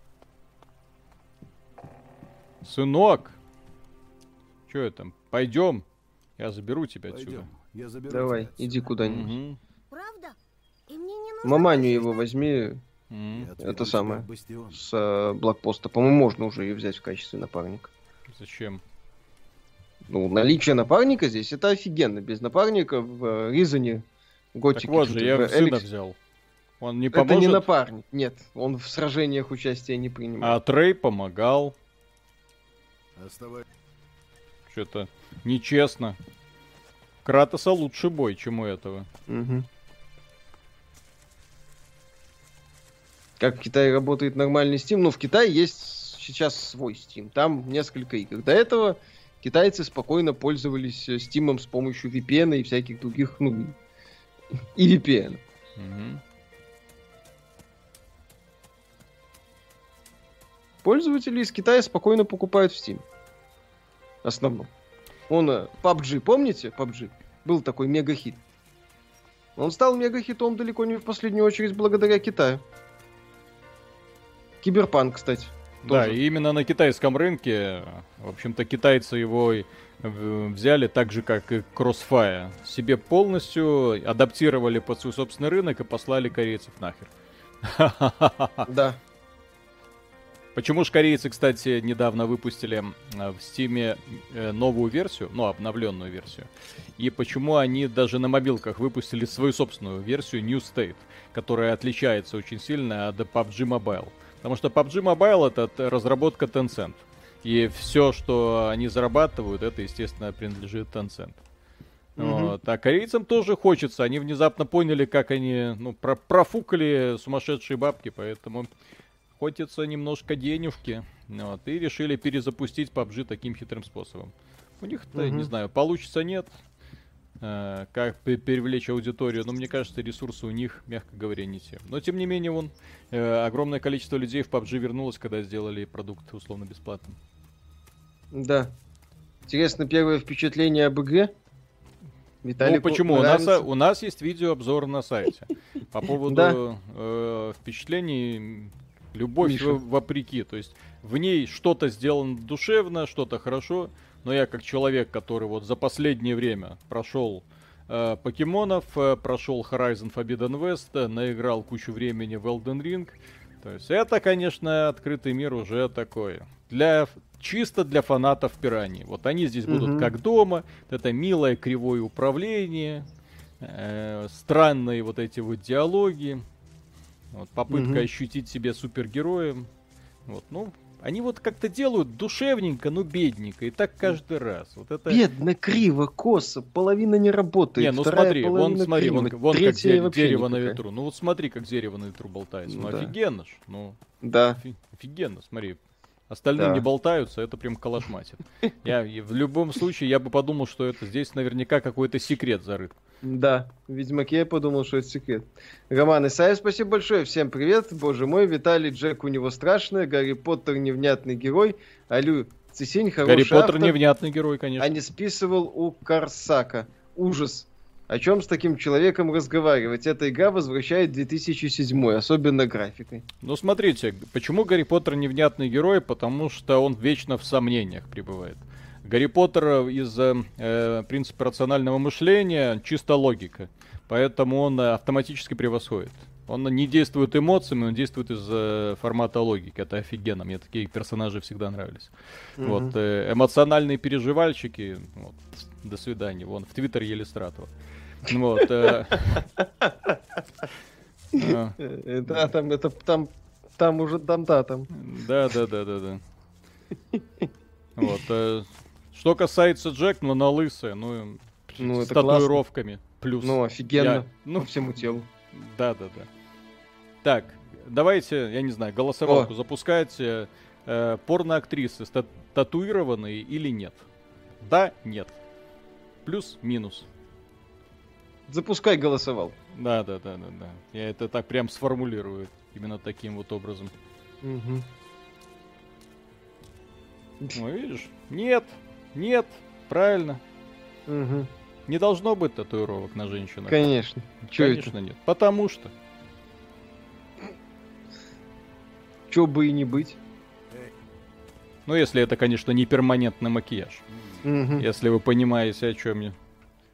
Сынок! Чё это? Пойдем. Я заберу тебя отсюда. Пойдем, я заберу Давай, тебя отсюда. иди куда-нибудь. Мгм. Правда? И мне не нужно... Маманю больше его ждать. возьми Мгм. Я отведу это тебя самое. в бастион. с блокпоста. По-моему, можно уже ее взять в качестве напарника. Зачем? Ну, наличие напарника здесь это офигенно. Без напарника в Ризане, Готике, Так вот же, я в сына Эликс- взял. Он не Это не поможет? напарник, нет. Он в сражениях участия не А принимает. Трей помогал. Оставай. Что-то нечестно. Кратоса лучше бой, чем у этого. Мгм. Как в Китае работает нормальный Steam? Ну, в Китае есть сейчас свой Steam. Там несколько игр. До этого китайцы спокойно пользовались Steam с помощью VPN и всяких других, ну, и VPN. Мгм. Пользователи из Китая спокойно покупают в Steam. В основном. PUBG, помните? PUBG. Был такой мега-хит. Он стал мега-хитом далеко не в последнюю очередь благодаря Китаю. Киберпанк, кстати. Да, Тоже. и именно на китайском рынке, в общем-то, китайцы его взяли так же, как и Crossfire. Себе полностью адаптировали под свой собственный рынок и послали корейцев нахер. Да. Почему же корейцы, кстати, недавно выпустили в Steam новую версию, ну, обновленную версию, и почему они даже на мобилках выпустили свою собственную версию New State, которая отличается очень сильно от PUBG Mobile. Потому что PUBG Mobile это разработка Tencent. И все, что они зарабатывают, это, естественно, принадлежит Tencent. Вот. А корейцам тоже хочется. Они внезапно поняли, как они профукали сумасшедшие бабки, поэтому хочется немножко денежки. Вот, и решили перезапустить PUBG таким хитрым способом. У них-то, не знаю, получится, нет. Как привлечь аудиторию. Но мне кажется, ресурсы у них, мягко говоря, не те. Но тем не менее, огромное количество людей в PUBG вернулось, когда сделали продукт условно бесплатным. Да. Интересно, первое впечатление об игре? Виталику почему? нравится? У нас есть видеообзор на сайте. По поводу впечатлений, любовь Миша. вопреки. То есть в ней что-то сделано душевно, что-то хорошо. Но я как человек, который вот за последнее время прошел покемонов, прошел Horizon Forbidden West, наиграл кучу времени в Elden Ring. То есть это, конечно, открытый мир уже такой. Чисто для фанатов пираний. Вот они здесь будут как дома. Это милое кривое управление, странные вот эти вот диалоги, вот, попытка ощутить себя супергероем. Вот, ну, они вот как-то делают душевненько, но бедненько. И так каждый раз. Вот это... Бедно, криво, косо, половина не работает. Не, ну вторая смотри, половина вон криво, как третья вообще дерево на никакая. ветру. Ну вот смотри, как дерево на ветру болтается. Ну Да. офигенно ж. Ну, Да. офигенно, смотри. Остальные Да. не болтаются, это прям калашматит. В любом случае, я бы подумал, что это здесь наверняка какой-то секрет зарыт. Да, в Ведьмаке я подумал, что это секрет. Роман Исаев, спасибо большое. Всем привет. Боже мой, Виталий Джек у него страшное. Гарри Поттер невнятный герой. Алю Цисень хороший Гарри Поттер автор, невнятный герой, конечно. а не списывал у Корсака. Ужас. О чем с таким человеком разговаривать? Эта игра возвращает 2007, особенно графикой. Ну смотрите, почему Гарри Поттер невнятный герой? Потому что он вечно в сомнениях пребывает. Гарри Поттер из-за принципа рационального мышления чисто логика. Поэтому он автоматически превосходит. Он не действует эмоциями, он действует из формата логики. Это офигенно. Мне такие персонажи всегда нравились. Вот, эмоциональные переживальщики. Вот, до свидания. Вон, в Твиттере Елистратова. Вот. Да, там, там уже, там. Да. Вот. Что касается Джекмана, лысая, Ну, с это татуировками. Плюс. Ну, офигенно. Ну, По всему телу. да. Так, давайте, я не знаю, голосовалку запускать. Порноактрисы татуированные или нет? Да, нет. Плюс, минус. Запускай голосовал. Да. Я это так прям сформулирую. Именно таким вот образом. Угу. Ну, видишь? Нет, правильно. Угу. Не должно быть татуировок на женщинах. Конечно. Чё Конечно, нет. Потому что. Чё бы и не быть. Ну, если это, конечно, не перманентный макияж. Угу. Если вы понимаете, о чем я.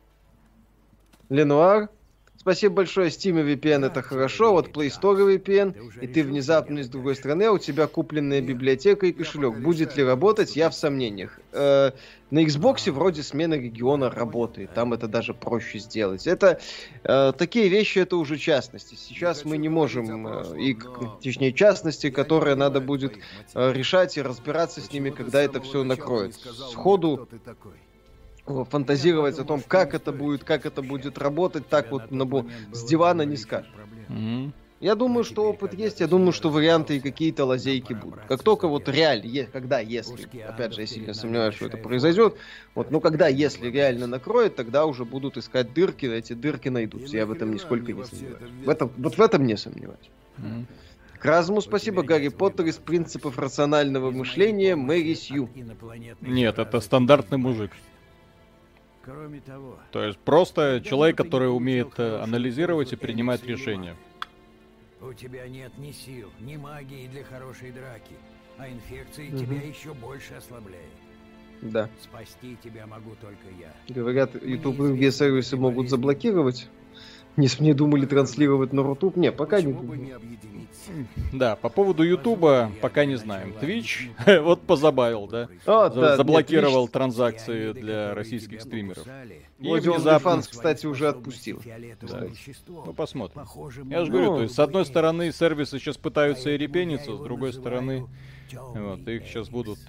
Ленуар. Спасибо большое. Steam VPN это хорошо, вот Play Store VPN, и ты внезапно из другой страны, а у тебя купленная библиотека и кошелек. Будет ли работать, я в сомнениях. На Xbox вроде смена региона работает, там это даже проще сделать. Это такие вещи, это уже частности. Сейчас мы не можем, точнее частности, которые надо будет решать и разбираться с ними, когда это все накроет. Сходу фантазировать о том, как это будет работать, так вот с дивана не скажешь. Мгм. Я думаю, что опыт есть, я думаю, что варианты и какие-то лазейки будут. Как только вот реально, если, опять же, я сильно сомневаюсь, что это произойдет, вот, ну когда, если реально накроет, тогда уже будут искать дырки, эти дырки найдутся, я в этом нисколько не сомневаюсь. В этом не сомневаюсь. Мгм. Кразму спасибо, Гарри Поттер из принципов рационального мышления, Мэри Сью. Нет, это стандартный мужик. Кроме того, То есть просто человек, который умеет анализировать и принимать решения. у тебя нет ни сил, ни магии для хорошей драки. А инфекция тебя еще больше ослабляет. Да. Спасти тебя могу только я. Говорят, YouTube другие сервисы могут заблокировать. Не думали транслировать на Рутуб. Не, пока не Почему бы думаю. не объединиться? Да, по поводу Ютуба пока не знаем. Twitch вот позабавил, да? А, да, Заблокировал нет, транзакции для российских стримеров. И Вроде он внезапно... OnlyFans, кстати, уже отпустил. Да. Ну, посмотрим. Похоже, Я же говорю, Ну, то есть, с одной стороны, сервисы сейчас пытаются и репениться, с другой стороны, вот, их сейчас будут,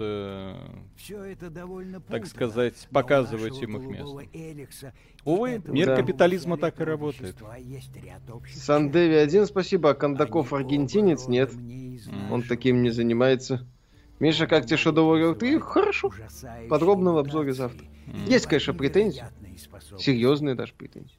так сказать, показывать им их место. Увы, мир Да. капитализма так и работает. Сандеви 1, спасибо, а Кондаков аргентинец? Нет, он таким не занимается. Миша, как тебе Shadow Warrior 3? Хорошо. Подробно в обзоре завтра. Есть, конечно, претензии. Серьезные даже претензии.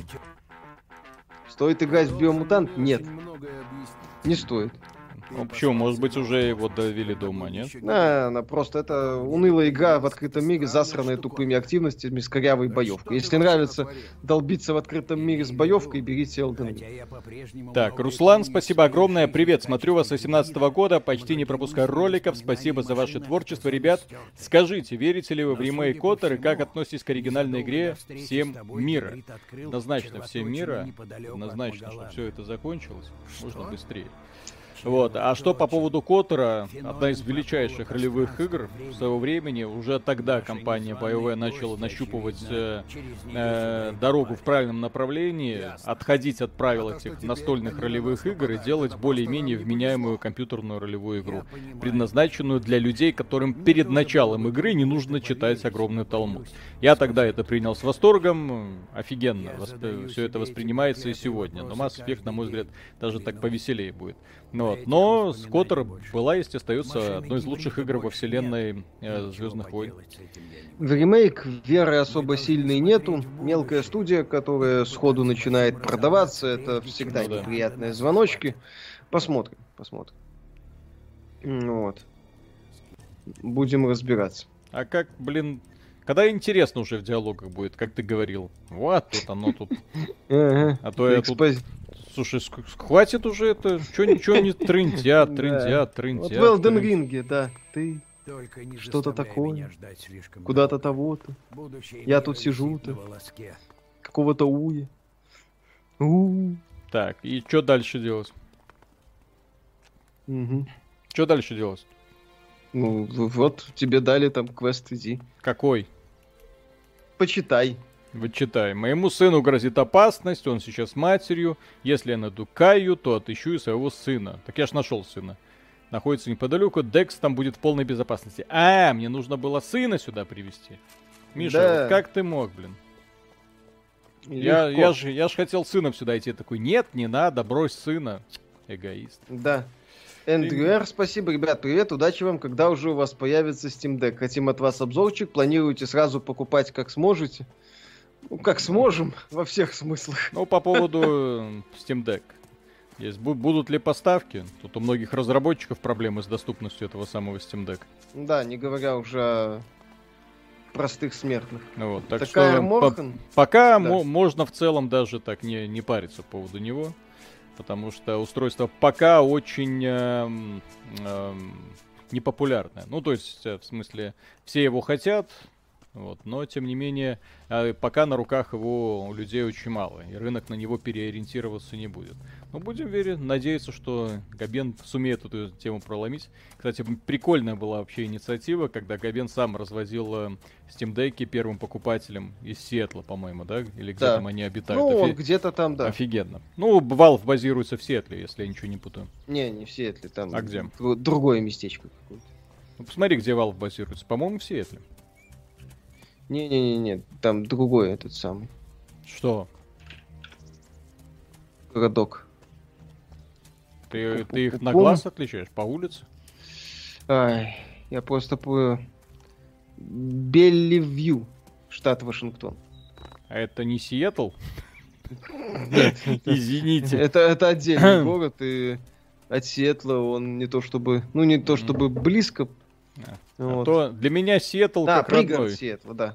Стоит играть в Биомутант? Нет, Очень многое объяснит. не стоит. Ну, почему? Может быть, уже его довели до ума, нет? Она просто это унылая игра в открытом мире, засранная тупыми активностями с корявой боевкой. Если нравится долбиться в открытом мире с боевкой, берите Elden Ring. Так, Руслан, спасибо огромное. Привет, смотрю вас с 18 года, почти не пропускаю роликов. Спасибо за ваше творчество, ребят. Скажите, верите ли вы в ремейк Котор и как относитесь к оригинальной игре «Всем мира»? Однозначно «Всем мира». Однозначно, что все это закончилось. Можно быстрее. Вот. А что по поводу Котора, одна из величайших ролевых игр своего времени, уже тогда компания BioWare начала нащупывать дорогу в правильном направлении, отходить от правил этих настольных ролевых игр и делать более-менее вменяемую компьютерную ролевую игру, предназначенную для людей, которым перед началом игры не нужно читать огромный талмуд. Я тогда это принял с восторгом, офигенно все это воспринимается и сегодня, но Mass Effect, на мой взгляд, даже так повеселее будет. Вот. Но Котор была и остается одной из лучших игр во вселенной Звездных войн. В ремейк веры особо сильной нету. Мелкая студия, которая сходу начинает продаваться, это всегда Ну да. неприятные звоночки. Посмотрим. Вот. Будем разбираться. А как, блин, когда интересно уже в диалогах будет, как ты говорил. Вот тут оно тут. Ага. А то я тут... Экспози- Слушай, хватит уже это. Чё ничего не трындят. Вот в Elden Ring, да. Ты что-то такое. Куда-то того-то. Я тут сижу-то. Какого-то уя. У. Так, и что дальше делать? Мгм. Что дальше делать? Ну, вот тебе дали там квест, иди. Какой? Почитай. Вычитай. Моему сыну грозит опасность, он сейчас с матерью. Если я найду Каю, то отыщу и своего сына. Так я ж нашел сына. Находится неподалеку, Декс там будет в полной безопасности. А, мне нужно было сына сюда привезти. Миша, Да. вот как ты мог, блин? Легко. Я ж хотел сыном сюда идти. Такой, нет, не надо, брось сына. Эгоист. Да. Эндрю Р, спасибо. Ребят, привет, удачи вам, когда уже у вас появится Steam Deck. Хотим от вас обзорчик, планируете сразу покупать как сможете? Ну, как сможем, во всех смыслах. Ну, по поводу Steam Deck. Есть, будут ли поставки? Тут у многих разработчиков проблемы с доступностью этого самого Steam Deck. Да, не говоря уже о простых смертных. Ну вот, так Такая что Морхан. пока Да. можно в целом даже так не париться по поводу него. Потому что устройство пока очень непопулярное. Ну, то есть, в смысле, все его хотят, вот, но, тем не менее, пока на руках его у людей очень мало, и рынок на него переориентироваться не будет. Но будем надеяться, что Габен сумеет эту тему проломить. Кстати, прикольная была вообще инициатива, когда Габен сам развозил Steam Deck'и первым покупателям из Сиэтла, по-моему, да? Или где Да. там они обитают. Ну, он где-то там, да. Офигенно. Ну, Valve базируется в Сиэтле, если я ничего не путаю. Не в Сиэтле, там А где? другое местечко какое-то. Ну, посмотри, где Valve базируется. По-моему, в Сиэтле. Не, там другой этот самый Что? городок. Ты их на Пу-пу-пу. глаз отличаешь? По улице? Ай, я просто по Белливью, штат Вашингтон. А это не Сиэтл? Извините. Это отдельный город, и от Сиэтла он не то чтобы близко. Вот. То для меня Сиэтл Да, как пригород родной. Сиэтла, да.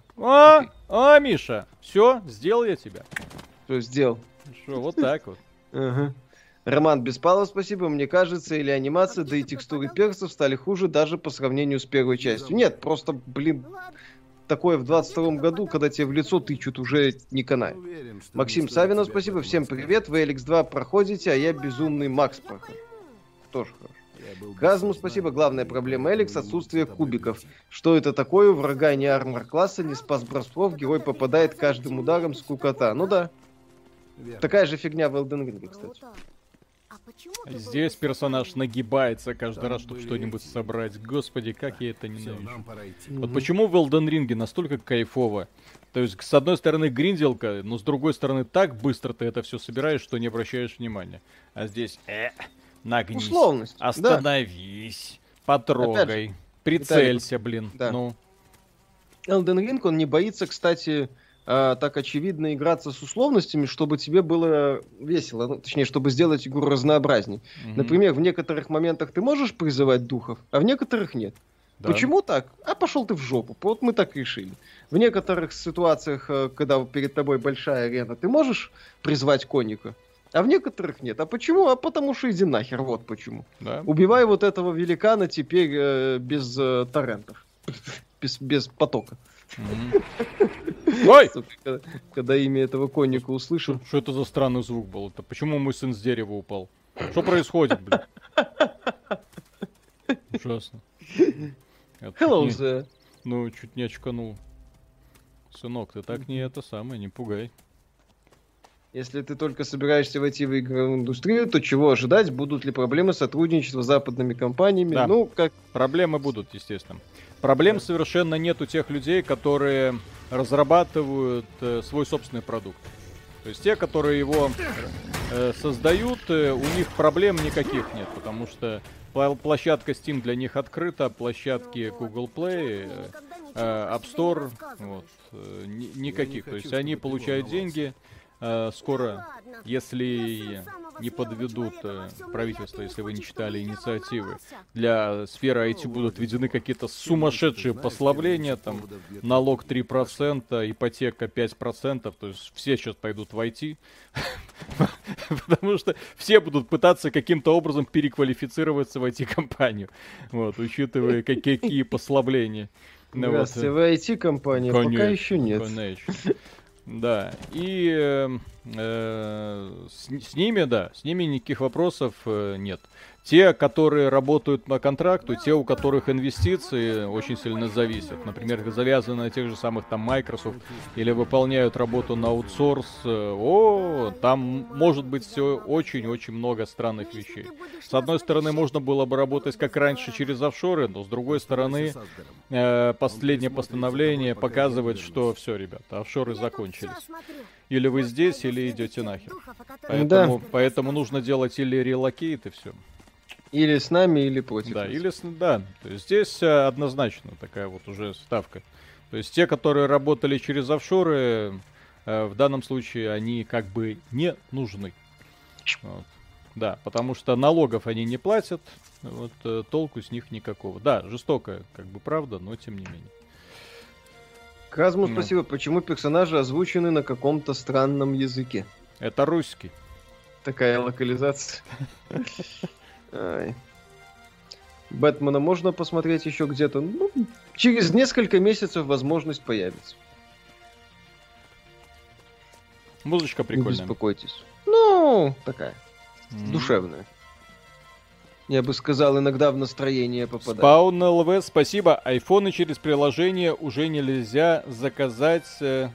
Миша, все, сделал я тебя. Что сделал? Что, вот так вот. Ага. Роман Беспалов, спасибо. Мне кажется, или анимация, да и текстуры персов стали хуже даже по сравнению с первой частью. Нет, просто, блин, такое в 22-м году, когда тебе в лицо тычут, уже не канает. Уверен, что Максим не стоит Савинов, тебя спасибо. подумать. Всем привет. Вы LX2 проходите, а я безумный Макс прохожу. Тоже хорошо. Я был бы Газму сознателен, спасибо. Главная но проблема не Эликс — мог с отсутствие тобой кубиков. выйти. Что это такое? У врага не армор класса, не спас бросков, герой попадает каждым ударом, скукота. Ну да, Верно. такая же фигня в Elden Ring, кстати. Круто. А почему ты был Здесь без персонаж сознания? нагибается каждый Там раз, чтобы были что-нибудь эти- собрать. Господи, как я это Всё, ненавижу. нам пора идти. Вот почему в Elden Ring настолько кайфово. То есть, с одной стороны, гринделка, но с другой стороны, так быстро ты это все собираешь, что не обращаешь внимания. А здесь, нагнись, Условность. Да. остановись, потрогай, прицелься, блин. Да. Ну, Elden Ring, он не боится, кстати, так очевидно играться с условностями, чтобы тебе было весело. Ну, точнее, чтобы сделать игру разнообразней. мгм. Например, в некоторых моментах ты можешь призывать духов, а в некоторых нет. Да. Почему так? А пошел ты в жопу. Вот мы так решили. В некоторых ситуациях, когда перед тобой большая арена, ты можешь призвать конника, а в некоторых нет. А почему? А потому что иди нахер. Вот почему. Да. Убивай вот этого великана теперь без торрентов. Без потока. Мгм. Ой! Сука, когда имя этого конника услышал. Что это за странный звук был? Это почему мой сын с дерева упал? Что происходит, блин? Ужасно. Я чуть Hello не- there. Ну, чуть не очканул. Сынок, ты так не это самое, не пугай. Если ты только собираешься войти в игровую индустрию, то чего ожидать? Будут ли проблемы сотрудничества с западными компаниями? Да. Ну, как Проблемы будут, естественно. Проблем совершенно нет у тех людей, которые разрабатывают свой собственный продукт. То есть те, которые его создают, у них проблем никаких нет, потому что площадка Steam для них открыта, площадки Google Play, App Store, вот, никаких. То есть они получают деньги. Скоро, если не подведут правительство, если вы не читали инициативы, для сферы IT будут введены какие-то сумасшедшие послабления, там налог 3%, ипотека 5%, то есть все сейчас пойдут в IT, потому что все будут пытаться каким-то образом переквалифицироваться в IT-компанию, вот, учитывая какие послабления. Ну, вот, Здравствуйте, вы IT-компания? Пока конечно, еще нет. конечно. Да, и с ними, да, с ними никаких вопросов нет. Те, которые работают по контракту, те, у которых инвестиции очень сильно зависят. Например, завязаны на тех же самых там Microsoft или выполняют работу на аутсорс. Там может быть все очень-очень много странных вещей. С одной стороны, можно было бы работать как раньше через офшоры, но с другой стороны, последнее постановление показывает, что все, ребята, офшоры закончились. Или вы здесь, или идете нахер. Поэтому нужно делать или релокейт, и все. Или с нами, или против Да, нас. или да. То есть здесь однозначно такая вот уже ставка. То есть те, которые работали через офшоры, в данном случае они как бы не нужны. Вот. Да, потому что налогов они не платят, вот, толку с них никакого. Да, жестокая как бы правда, но тем не менее. Казму, Ну. спасибо. Почему персонажи озвучены на каком-то странном языке? Это русский. Такая локализация. Ай. Бэтмена можно посмотреть еще где-то. Ну, через несколько месяцев возможность появится. Музычка Не прикольная. беспокойтесь. Ну, такая, М. душевная. Я бы сказал, иногда в настроение попадает. Спаун ЛВ, спасибо. Айфоны через приложение уже нельзя заказать.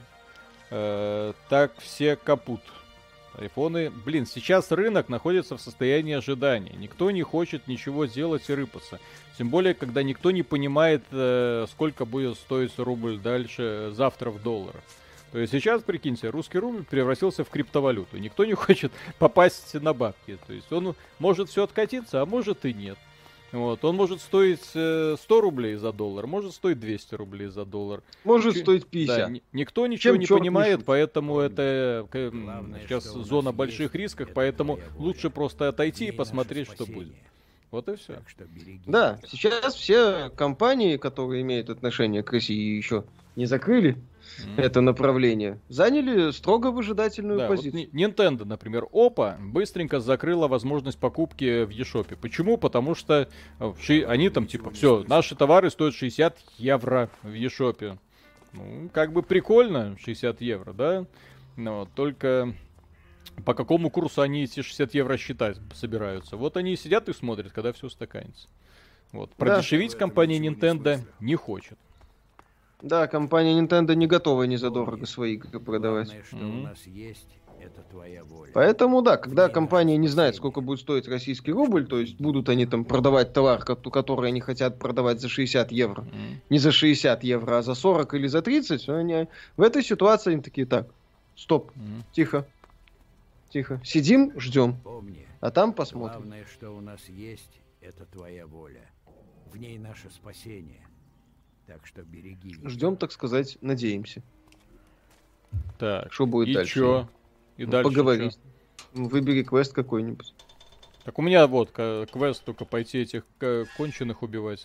Так все капут. Айфоны, блин, сейчас рынок находится в состоянии ожидания. Никто не хочет ничего делать и рыпаться. Тем более, когда никто не понимает, сколько будет стоить рубль дальше завтра в долларах. То есть сейчас, прикиньте, русский рубль превратился в криптовалюту. Никто не хочет попасть на бабки. То есть он может все откатиться, а может и нет. Вот. Он может стоить 100 рублей за доллар, может стоить 200 рублей за доллар. Может Чё- стоить Да, 50. никто ничего Чем не чёрт не понимает, шутит? поэтому это Главное, сейчас что у нас зона есть, больших рисков, это поэтому твоя воля. лучше просто отойти и наше посмотреть, что спасение. будет. Вот и все. Так что береги. Да, сейчас все компании, которые имеют отношение к России и еще не закрыли это направление, заняли строго выжидательную Да, вот позицию. Nintendo, например, Oppo быстренько закрыла возможность покупки в eShop. Почему? Потому что они там типа, все, наши товары стоят 60 евро в eShop. Ну, как бы прикольно, 60 евро, да? Но только по какому курсу они эти 60 евро считать собираются? Вот они сидят и смотрят, когда все устаканится. Вот. Продешевить компания Nintendo не хочет. Да, компания Nintendo не готова ни задорого свои игры продавать. Главное, что у нас есть, это твоя воля. Поэтому, да, когда компания не знает, сколько будет стоить российский рубль, то есть будут они там продавать товар, который они хотят продавать за 60 евро, не за 60 евро, а за 40 или за 30, они в этой ситуации они такие, так, стоп, тихо, сидим, ждем, Помни, а там посмотрим. главное, что у нас есть, это твоя воля. В ней наше спасение. Так что береги. Ждем, так сказать, надеемся. Так, Что будет и дальше? чё? И Ну, дальше поговори. чё? Выбери квест какой-нибудь. Так у меня вот квест только пойти этих конченых убивать.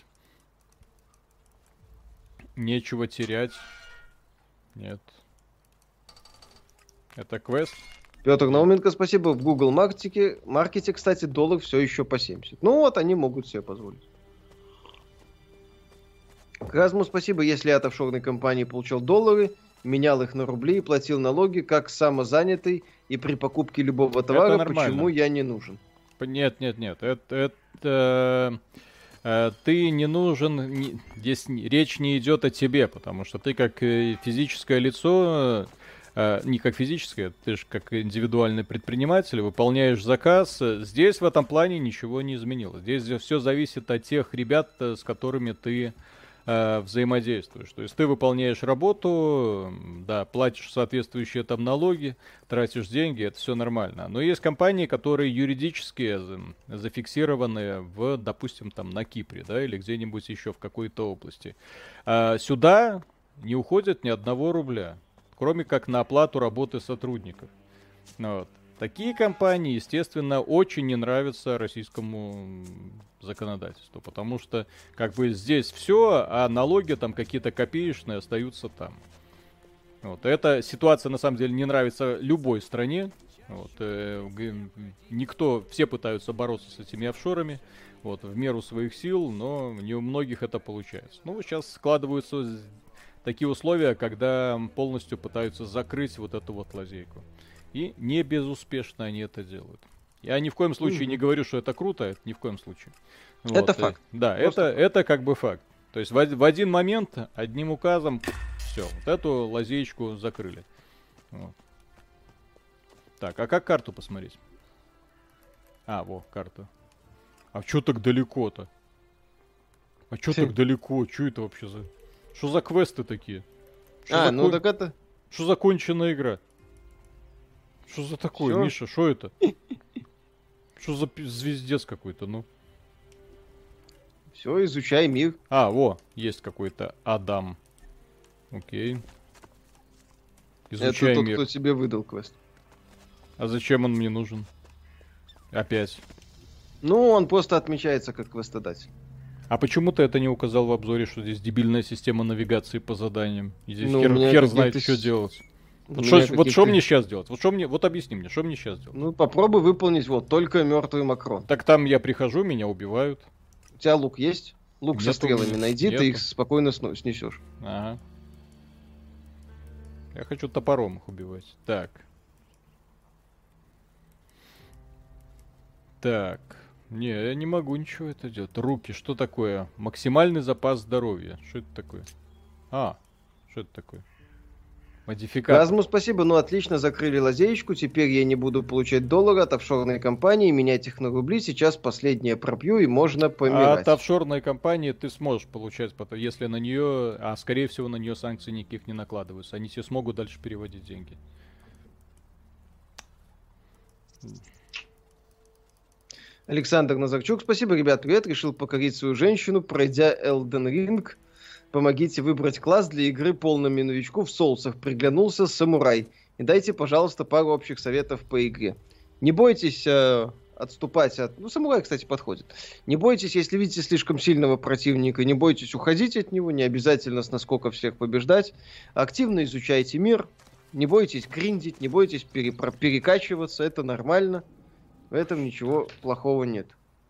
Нечего терять. Нет. Это квест? Петр Науменко, спасибо. В Google маркете, кстати, доллар все еще по 70. Ну вот, они могут себе позволить. Казму спасибо, если я от офшорной компании получал доллары, менял их на рубли и платил налоги, как самозанятый, и при покупке любого товара, нормально. почему я не нужен? Нет. Это ты не нужен. Здесь речь не идет о тебе, потому что ты как физическое лицо, не как физическое, ты же как индивидуальный предприниматель, выполняешь заказ. Здесь в этом плане ничего не изменилось. Здесь все зависит от тех ребят, с которыми ты взаимодействуешь. То есть ты выполняешь работу, да, платишь соответствующие там налоги, тратишь деньги, это все нормально. Но есть компании, которые юридически зафиксированы в, допустим, там на Кипре, да, или где-нибудь еще в какой-то области. Сюда не уходит ни одного рубля, кроме как на оплату работы сотрудников. Вот. Такие компании, естественно, очень не нравятся российскому законодательству, потому что как бы здесь все, а налоги там какие-то копеечные остаются там. Вот. Эта ситуация на самом деле не нравится любой стране. Вот. Все пытаются бороться с этими офшорами, вот, в меру своих сил, но не у многих это получается. Ну, сейчас складываются такие условия, когда полностью пытаются закрыть вот эту вот лазейку. И не безуспешно они это делают. Я ни в коем случае не говорю, что это круто, это ни в коем случае. Это Вот, факт. Да, это как бы факт. То есть в один момент одним указом все, вот эту лазеечку закрыли. Вот. Так, а как карту посмотреть? Во, карта. А чё так далеко-то? А чё так далеко? Чё это вообще за... Что за квесты такие? Ну так это... Что за конченая игра? Что за такое, Всё. Миша? Что это? Что за звездец какой-то, ну? Все, изучай мир. Есть какой-то Адам. Окей. Это Изучай тот, мир. кто тебе выдал квест. А зачем он мне нужен? Опять. Ну, он просто отмечается как квестодатель. А почему ты это не указал в обзоре, что здесь дебильная система навигации по заданиям? И здесь Ну, у меня хер знает, какие-то что делать. У Вот меня что какие-то- мне сейчас делать? Вот объясни мне, что мне сейчас делать? Ну, попробуй выполнить вот только мертвый Макрон. Так там я прихожу, меня убивают. У тебя лук есть? Лук со Нету, стрелами найди, нету. ты их спокойно снесешь. Ага. Я хочу топором их убивать. Так. Не, я не могу ничего это делать. Руки, что такое? Максимальный запас здоровья. Что это такое? Что это такое? Модификатор. Казму спасибо, ну отлично, закрыли лазеечку, теперь я не буду получать доллары от офшорной компании, менять их на рубли, сейчас последнее пробью и можно помирать. От офшорной компании ты сможешь получать, если на нее, скорее всего на нее санкции никаких не накладываются. Они тебе смогут дальше переводить деньги. Александр Назарчук, спасибо, ребят, привет, решил покорить свою женщину, пройдя Elden Ring. Помогите выбрать класс для игры полному новичку в соусах. Приглянулся самурай. И дайте, пожалуйста, пару общих советов по игре. Не бойтесь отступать от... Ну, самурай, кстати, подходит. Не бойтесь, если видите слишком сильного противника, не бойтесь уходить от него, не обязательно с наскока всех побеждать. Активно изучайте мир, не бойтесь гриндить, не бойтесь перекачиваться, это нормально. В этом ничего плохого нет.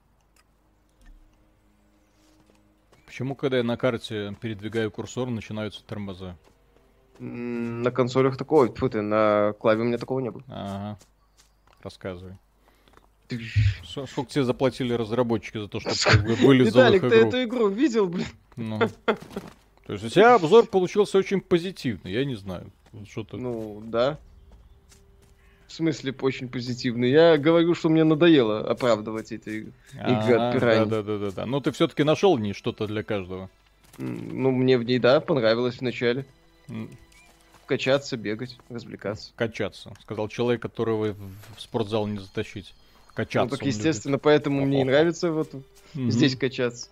Почему, когда я на карте передвигаю курсор, начинаются тормоза? На консолях такого... Фу ты, на клаве у меня такого не было. Ага. Рассказывай. Сколько тебе заплатили разработчики за то, чтобы вылезал их Виталик, ты эту игру видел, блин? Ну. То есть у тебя обзор получился очень позитивный, я не знаю. Что-то... Ну, да. В смысле, очень позитивный. Я говорю, что мне надоело оправдывать эти игры от Пираньи. Да. Ну, ты все-таки нашел в ней что-то для каждого. Ну, мне в ней, да, понравилось вначале. Качаться, бегать, развлекаться. Качаться. Сказал человек, которого в спортзал не затащить. Качаться. Ну, так, естественно, поэтому мне и нравится вот здесь качаться.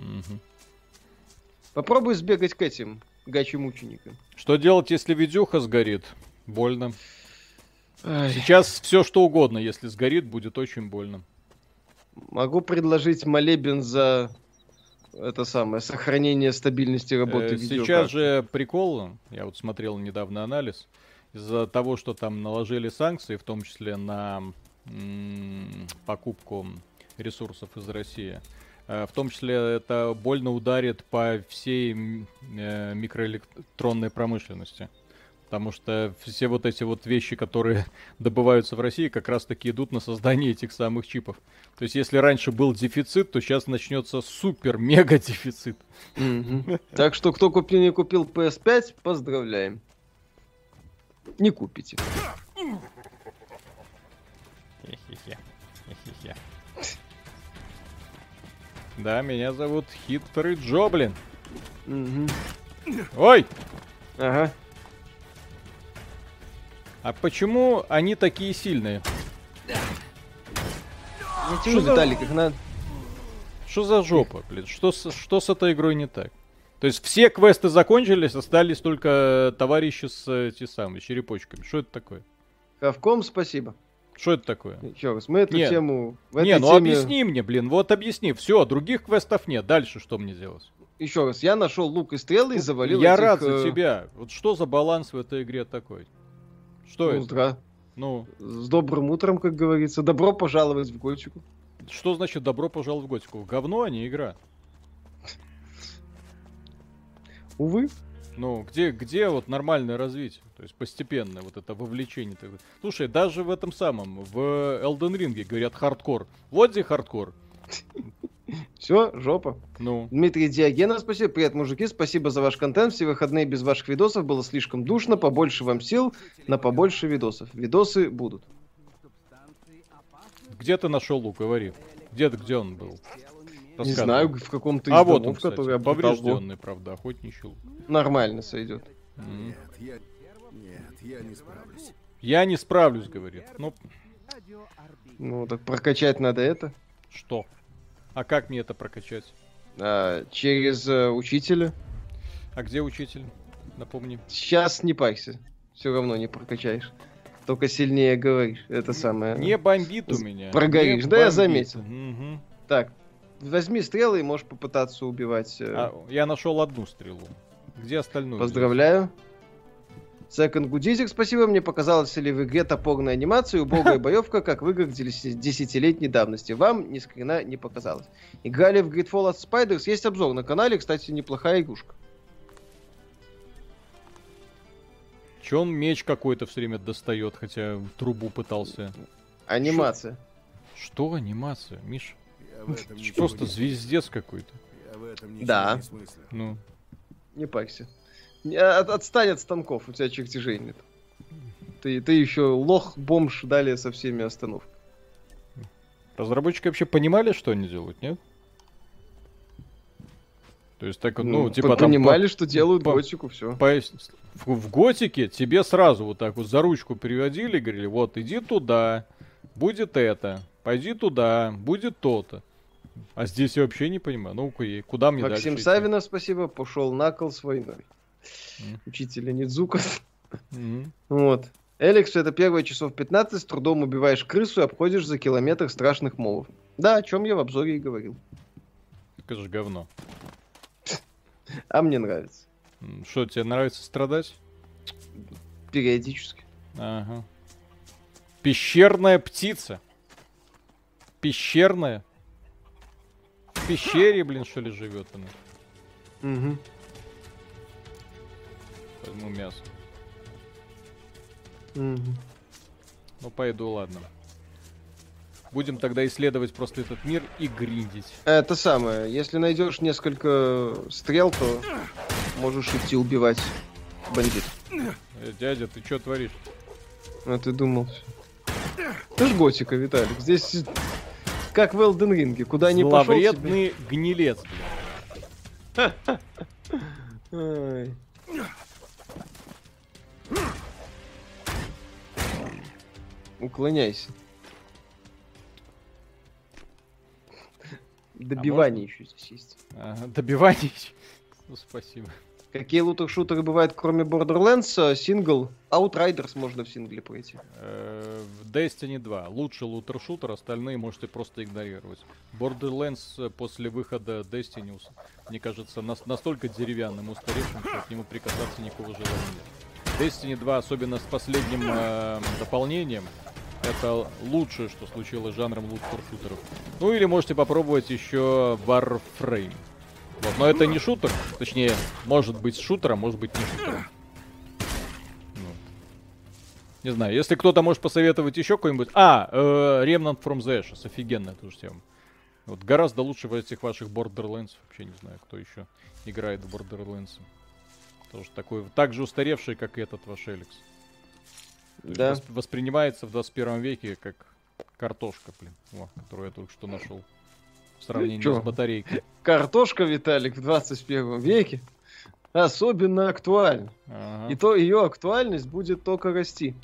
Попробуй сбегать к этим гачи-мученикам. Что делать, если видюха сгорит? Больно. Сейчас все что угодно, если сгорит, будет очень больно. Могу предложить молебен за это самое сохранение стабильности работы видеокарты. Сейчас же прикол, я вот смотрел недавно анализ, из-за того, что там наложили санкции, в том числе на покупку ресурсов из России, в том числе это больно ударит по всей микроэлектронной промышленности. Потому что все вот эти вот вещи, которые добываются в России, как раз таки идут на создание этих самых чипов. То есть, если раньше был дефицит, то сейчас начнется супер-мега дефицит. Так что, кто не купил PS5, поздравляем. Не купите. Да, меня зовут Хитрый Джоблин. Ой! Ага. А почему они такие сильные? Я тяну, Виталик, их надо... Что за жопа, блин? Что с этой игрой не так? То есть все квесты закончились, остались только товарищи с те самые черепочками. Что это такое? Хавком спасибо. Что это такое? Еще раз, мы эту тему... Не, ну объясни мне, блин, вот объясни. Все, других квестов нет. Дальше что мне делать? Еще раз, я нашел лук и стрелы и завалил Я этих, рад за тебя. Вот что за баланс в этой игре такой? Что ну, это? Здра. Ну, с добрым утром, как говорится. Добро пожаловать в Готику. Что значит добро пожаловать в Готику? Говно, а не игра. Увы. Ну, где вот нормальное развитие? То есть постепенное вот это вовлечение. Слушай, даже в этом самом, в Elden Ring говорят хардкор. Вот где хардкор. Все, жопа. Ну. Дмитрий Диогенов, спасибо. Привет, мужики, спасибо за ваш контент. Все выходные без ваших видосов было слишком душно. Побольше вам сил на побольше видосов. Видосы будут. Где ты нашел лук, говори. Где он был? Не знаю, в каком-то из домов, вот он, кстати, который поврежденный, правда, охотничий лук. Нормально сойдет. Нет, я не справлюсь. Я не справлюсь, говорит. Ну, так прокачать надо это. Что? А как мне это прокачать? Через учителя. А где учитель? Напомни. Сейчас не парься. Все равно не прокачаешь. Только сильнее говоришь. Это самое. Не бомбит у меня. Прогоришь. Не Да, я бомбит. заметил. Угу. Так, возьми стрелы и можешь попытаться убивать. Я нашел одну стрелу. Где остальную? Поздравляю. Second Goodizик, спасибо. Мне показалось ли в игре топорная анимация и убогая боевка, как в играх десятилетней давности. Вам ни с хрена не показалось. Играли в Gridfall от Spiders. Есть обзор на канале. Кстати, неплохая игрушка. Че он меч какой-то все время достает, хотя трубу пытался. Анимация. Что анимация, Миша? Я в этом ничего Просто не- звездец какой-то. Я в этом ничего Да. не смыслю. Ну. Не парься. Отстань от станков, у тебя чертежей нет. Ты еще лох, бомж, далее со всеми остановками. Разработчики вообще понимали, что они делают, нет? То есть так, ну, типа там... Понимали, что делают по- готику, все. В Готике тебе сразу вот так вот за ручку приводили и говорили, вот, иди туда, будет это, пойди туда, будет то-то. А здесь я вообще не понимаю. Ну, куда мне дальше Максим идти? Савинов, спасибо, пошел на кол с войной. Мгм. Учителя Нидзука. Мгм. Вот. Эликс, это первые часов 15, с трудом убиваешь крысу и обходишь за километр страшных мобов. Да, о чем я в обзоре и говорил. Это же говно. А мне нравится. Что, тебе нравится страдать? Периодически. Ага. Пещерная птица. Пещерная. В пещере, блин, что ли, живет она? Угу. Возьму мясо. Угу. Ну, пойду, ладно. Будем тогда исследовать просто этот мир и гриндить. Это самое. Если найдешь несколько стрел, то можешь идти убивать бандитов. Дядя, ты что творишь? А ты думал? Ты ж готика, Виталик. Здесь как в Элден Ринге. Куда ни пошел себе... Зловредный гнилец, блин. Ай. Уклоняйся. Добивание еще здесь есть. Ага, добивание. Ну, спасибо. Какие лутер-шутеры бывают, кроме Borderlands? Сингл. Outriders можно в сингле пройти. В Destiny 2 лучший лутер-шутер, остальные можете просто игнорировать. Borderlands после выхода Destiny, мне кажется, настолько деревянным, устаревшим, что к нему прикасаться никакого желания нет. Destiny 2, особенно с последним дополнением, это лучшее, что случилось с жанром лутер-шутеров. Ну или можете попробовать еще Warframe. Вот, но это не шутер, точнее, может быть шутером, может быть не шутером. Вот. Не знаю, если кто-то может посоветовать еще какой-нибудь... Remnant from the Ashes, офигенная тоже тема. Вот, гораздо лучше в этих ваших Borderlands, вообще не знаю, кто еще играет в Borderlands. Тоже такой, так же устаревший, как и этот ваш Эликс. Да. Воспринимается в 21 веке как картошка, блин, которую я только что нашел. В сравнении с батарейкой. Картошка, Виталик, в 21 веке особенно актуальна. Ага. И то ее актуальность будет только расти.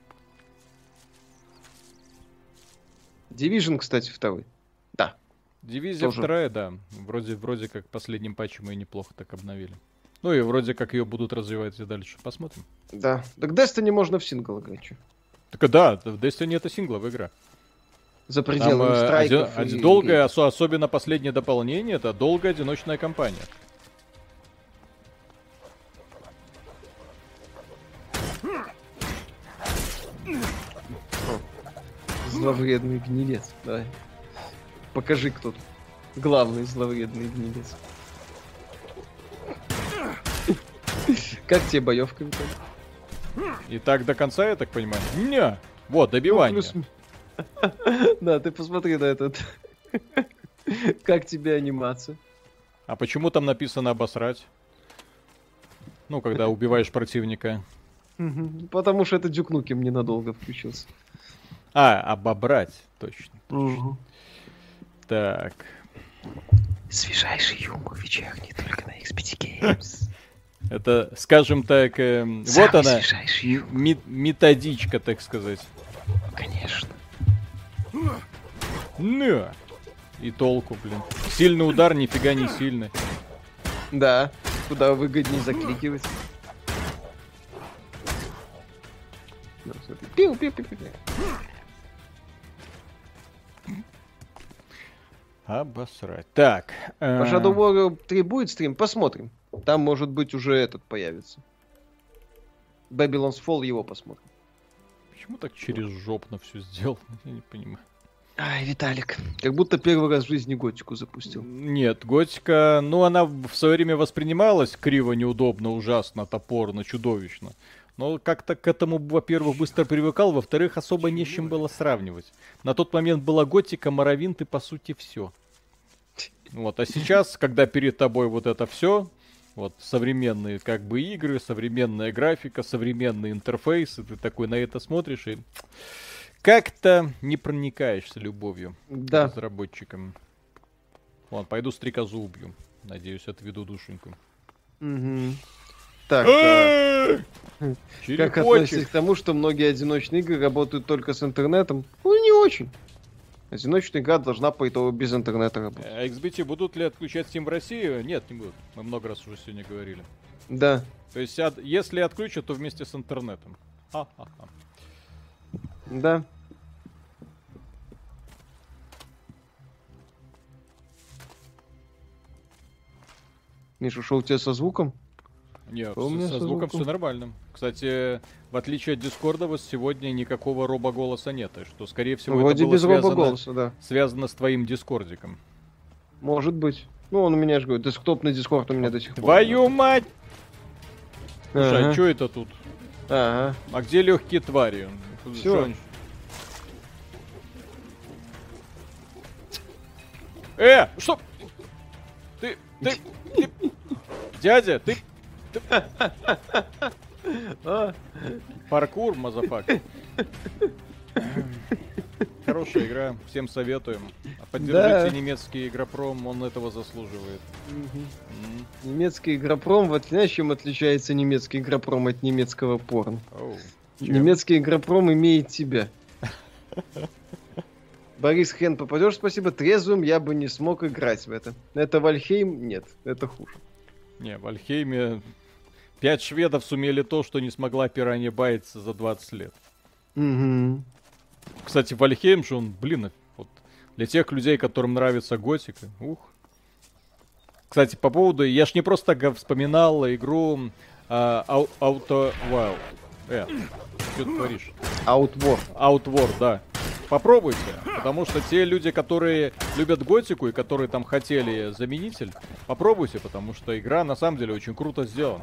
Division, кстати, второй. Да. Дивизия тоже. вторая, да. Вроде как последним патчем ее неплохо так обновили. Ну и вроде как ее будут развивать и дальше. Посмотрим. Да. Так Destiny можно в сингл играть. Чё? Так да, в Destiny это сингловая игра. За пределами страйков. Долгое, особенно последнее дополнение, это долгая одиночная кампания. Зловредный гнилец. Давай. Покажи, кто тут. Главный зловредный гнилец. Как тебе боевка, Виталий? И так до конца, я так понимаю? Не. Вот, добивание. Да, ты посмотри на этот. Как тебе анимация? А почему там написано обосрать? Ну, когда убиваешь противника. Потому что это Дюк Нукем ненадолго включился. Обобрать, точно. Так. Свежайший юмор вечерний только на XBT Games. Это, скажем так, вот она, методичка, так сказать. Конечно. На! И толку, блин. Сильный удар, нифига не сильный. Да, куда выгоднее закликивать. Пиу-пиу-пиу-пиу. Обосрать. Так. По Shadow Warrior 3 будет стрим? Посмотрим. Там, может быть, уже этот появится. Babylon's Fall, его посмотрим. Почему так через жопно все сделано? Я не понимаю. Ай, Виталик, как будто первый раз в жизни готику запустил. Нет, готика, ну она в свое время воспринималась криво, неудобно, ужасно, топорно, чудовищно. Но как-то к этому, во-первых, быстро привыкал, во-вторых, особо не с чем было сравнивать. На тот момент была готика, Моровинт и по сути все. Вот, а сейчас, когда перед тобой вот это все, вот современные как бы игры, современная графика, современный интерфейс, и ты такой на это смотришь и как-то не проникаешься любовью к разработчикам. Ладно, пойду стрекозу убью. Надеюсь, отведу душеньку. Так, как относитесь к тому, что многие одиночные игры работают только с интернетом? Ну, не очень. Одиночная игра должна по итогу без интернета работать. А XBT будут ли отключать Steam в России? Нет, не будут. Мы много раз уже сегодня говорили. Да. То есть, если отключат, то вместе с интернетом. Ха-ха-ха. Да. Миша, что у тебя со звуком? Нет, У меня со со звуком звуком. все нормально. Кстати, в отличие от Дискорда, у вас сегодня никакого робоголоса нет, и что, скорее всего, Вроде это было без робоголоса, да. связано с твоим Дискордиком. Может быть. Ну, он у меня же говорит, десктопный дискорд у меня до сих пор. Твою мать! Слушай, Ага. а что это тут? Ага. А где легкие твари? Тут Всё. чё они- Что? Ты... Дядя, ты... А, Паркур, мазафак. Хорошая игра, всем советуем. Поддержите Да. немецкий игропром, он этого заслуживает. мгм. М. Немецкий игропром, вот знаешь, чем отличается немецкий игропром от немецкого порно? Оу, чем? Немецкий игропром имеет тебя. Борис Хен, попадешь, спасибо. Трезвым я бы не смог играть в это. Это Вальхейм? Нет, это хуже. Не, в Альхейме 5 шведов сумели то, что не смогла Пиранья Байтс за 20 лет. Мгм. Кстати, Вальхейм же он, блин, вот для тех людей, которым нравится готика, ух. Кстати, по поводу, я ж не просто так вспоминал игру Outer Wild. Что ты творишь? Outward. Outward, да. Попробуйте, потому что те люди, которые любят готику и которые там хотели заменитель, попробуйте, потому что игра на самом деле очень круто сделана.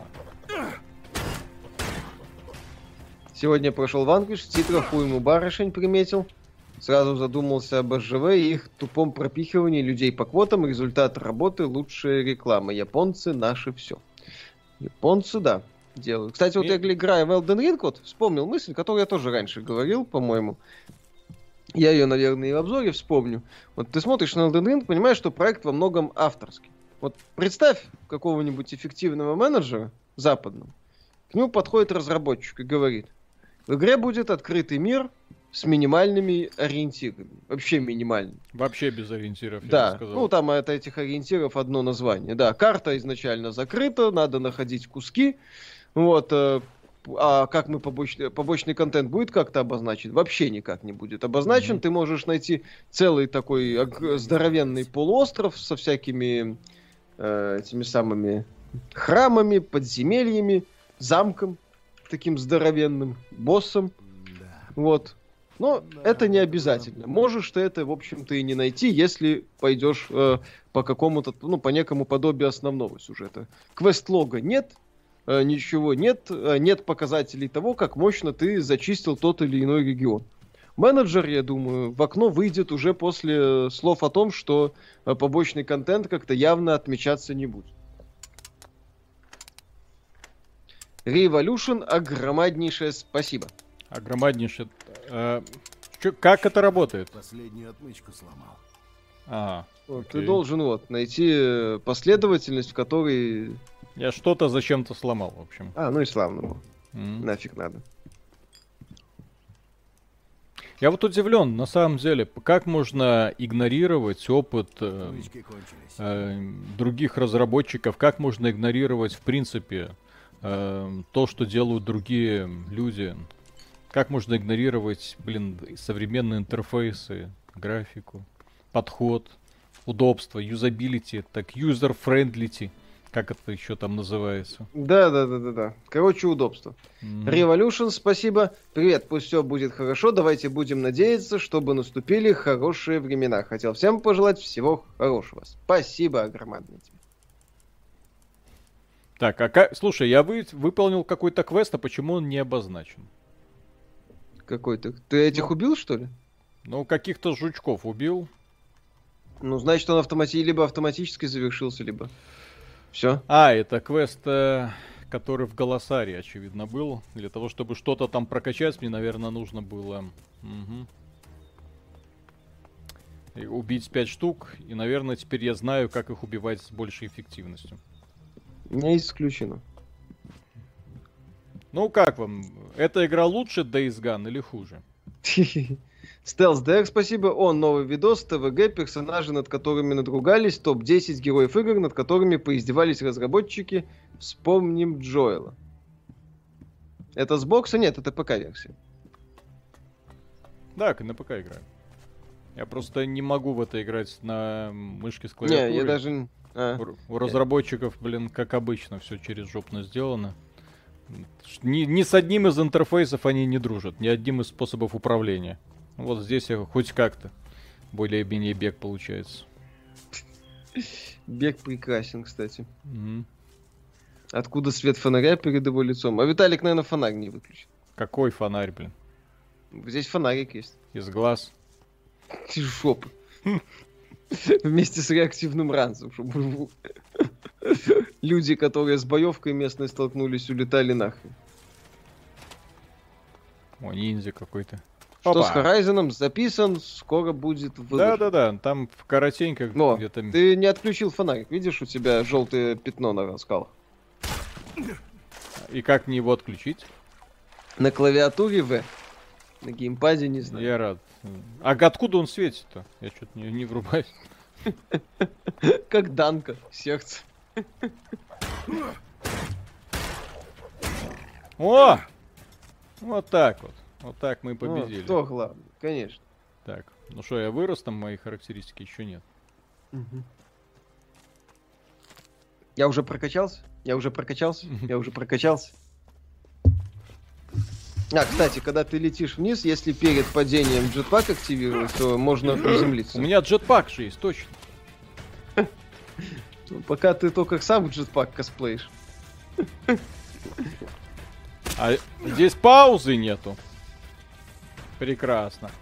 Сегодня прошел Ванквиш, в титрах уйму барышень приметил. Сразу задумался об СЖВ и их тупом пропихивании людей по квотам. Результат работы — лучшая реклама. Японцы — наше все. Японцы, да, делают. Кстати, вот я играю в Elden Ring, вот вспомнил мысль, которую я тоже раньше говорил, по-моему. Я ее, наверное, и в обзоре вспомню. Вот ты смотришь на Elden Ring, понимаешь, что проект во многом авторский. Вот представь какого-нибудь эффективного менеджера западного. К нему подходит разработчик и говорит: в игре будет открытый мир с минимальными ориентирами. Вообще минимальными. Вообще без ориентиров, я Да, бы сказал. ну там от этих ориентиров одно название. Да, карта изначально закрыта, надо находить куски. Вот, а как мы побочный контент будет как-то обозначен? Вообще никак не будет обозначен. Ты можешь найти целый такой здоровенный полуостров со всякими этими самыми храмами, подземельями, замком таким здоровенным, боссом. Вот. Но это не обязательно. Можешь ты это, в общем-то, и не найти, если пойдешь по какому-то, ну, по некому подобию основного сюжета. Квест-лога нет, ничего нет, нет показателей того, как мощно ты зачистил тот или иной регион. Менеджер, я думаю, в окно выйдет уже после слов о том, что побочный контент как-то явно отмечаться не будет. Revolution, огромнейшее спасибо. Огромнейшее. Как это работает? Последнюю отмычку сломал. Ага. Вот, окей. ты должен вот найти последовательность, в которой... Я что-то зачем-то сломал, в общем. Ну и славно было. М. Нафиг надо. Я вот удивлен, на самом деле, как можно игнорировать опыт Отмычки кончились. других разработчиков, как можно игнорировать, в принципе, то, что делают другие люди, как можно игнорировать, современные интерфейсы, графику, подход, удобство, юзабилити, так, user-friendly, как это еще там называется. Да. Короче, удобство. Мгм. Revolution, спасибо. Привет, пусть все будет хорошо. Давайте будем надеяться, чтобы наступили хорошие времена. Хотел всем пожелать всего хорошего. Спасибо огромное тебе. Так, слушай, я выполнил какой-то квест, а почему он не обозначен? Какой ты? Ты этих убил, что ли? Ну, каких-то жучков убил. Ну, значит, он либо автоматически завершился, либо... Все. Это квест, который в Голосаре, очевидно, был. Для того, чтобы что-то там прокачать, мне, наверное, нужно было и убить 5 штук. И, наверное, теперь я знаю, как их убивать с большей эффективностью. Не исключено. Ну, как вам? Эта игра лучше Days Gone или хуже? Стелс ДР, спасибо. Новый видос, ТВГ, персонажи, над которыми надругались, топ-10 героев игр, над которыми поиздевались разработчики. Вспомним Джоэла. Это с бокса? Нет, это ПК-версия. Да, на ПК играю. Я просто не могу в это играть на мышке с Не, клавиатурой. я даже... У разработчиков, блин, как обычно, все через жопно сделано. Ни с одним из интерфейсов они не дружат, ни одним из способов управления. Вот здесь хоть как-то более-менее бег получается. Бег прекрасен, кстати. Мгм. Откуда свет фонаря перед его лицом? А Виталик, наверное, фонарь не выключит. Какой фонарь, блин? Здесь фонарик есть. Из глаз. Ты жопа. Вместе с реактивным ранцем, чтобы люди, которые с боевкой местной столкнулись, улетали нахрен. О, ниндзя какой-то. Что с Опа. Horizon записан, скоро будет выложен. Да-да-да, там в коротенько Но где-то... ты не отключил фонарик. Видишь, у тебя желтое пятно на скалах. И как мне его отключить? На клавиатуре В. На геймпаде не знаю. Я рад. А откуда он светит-то? Я что-то не врубаюсь. Как Данка, сердце. О! Вот так вот. Вот так мы и победили. Кто главный? Конечно. Так, ну что, я вырос, там мои характеристики еще нет. Я уже прокачался? Я уже прокачался? Я уже прокачался? А, кстати, когда ты летишь вниз, если перед падением джетпак активировать, то можно приземлиться. У меня джетпак же есть, точно. Ну, пока ты только сам джетпак косплеишь. А здесь паузы нету. Прекрасно.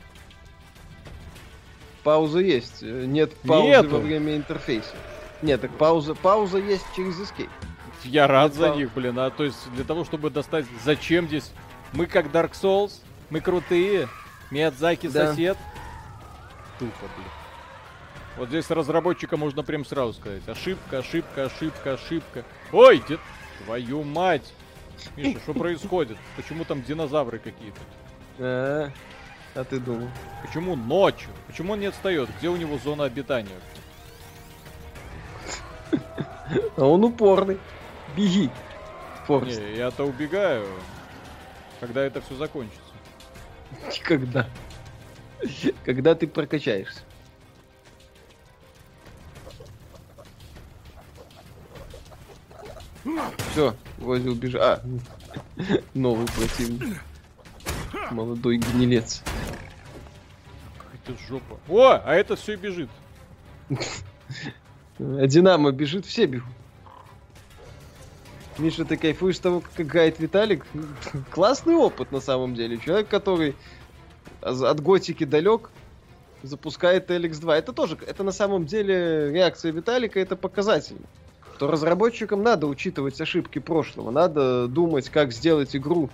Пауза есть. Нет паузы Нету. во время интерфейса. Нет, так пауза есть через Escape. Я рад за Пау- них, блин. А то есть для того, чтобы достать... Зачем здесь? Мы как Dark Souls, мы крутые. Миядзаки Да. сосед. Тупо, блин. Вот здесь разработчика можно прям сразу сказать. Ошибка, ошибка, ошибка, ошибка. Ой, твою мать! Миша, что происходит? Почему там динозавры какие-то? А ты думал? Почему ночью? Почему он не отстает? Где у него зона обитания? А он упорный. Беги. Форест. Не, я-то убегаю, когда это все закончится. Никогда. Когда ты прокачаешься. Все, вроде убежал. Новый противник. Молодой гнилец. Какая-то жопа. О, а это все бежит. А Динамо бежит, все бегут. Миша, ты кайфуешь с того, как играет Виталик? Классный опыт на самом деле. Человек, который от готики далек, запускает LX2. Это тоже, это на самом деле реакция Виталика, это показательно. То разработчикам надо учитывать ошибки прошлого, надо думать, как сделать игру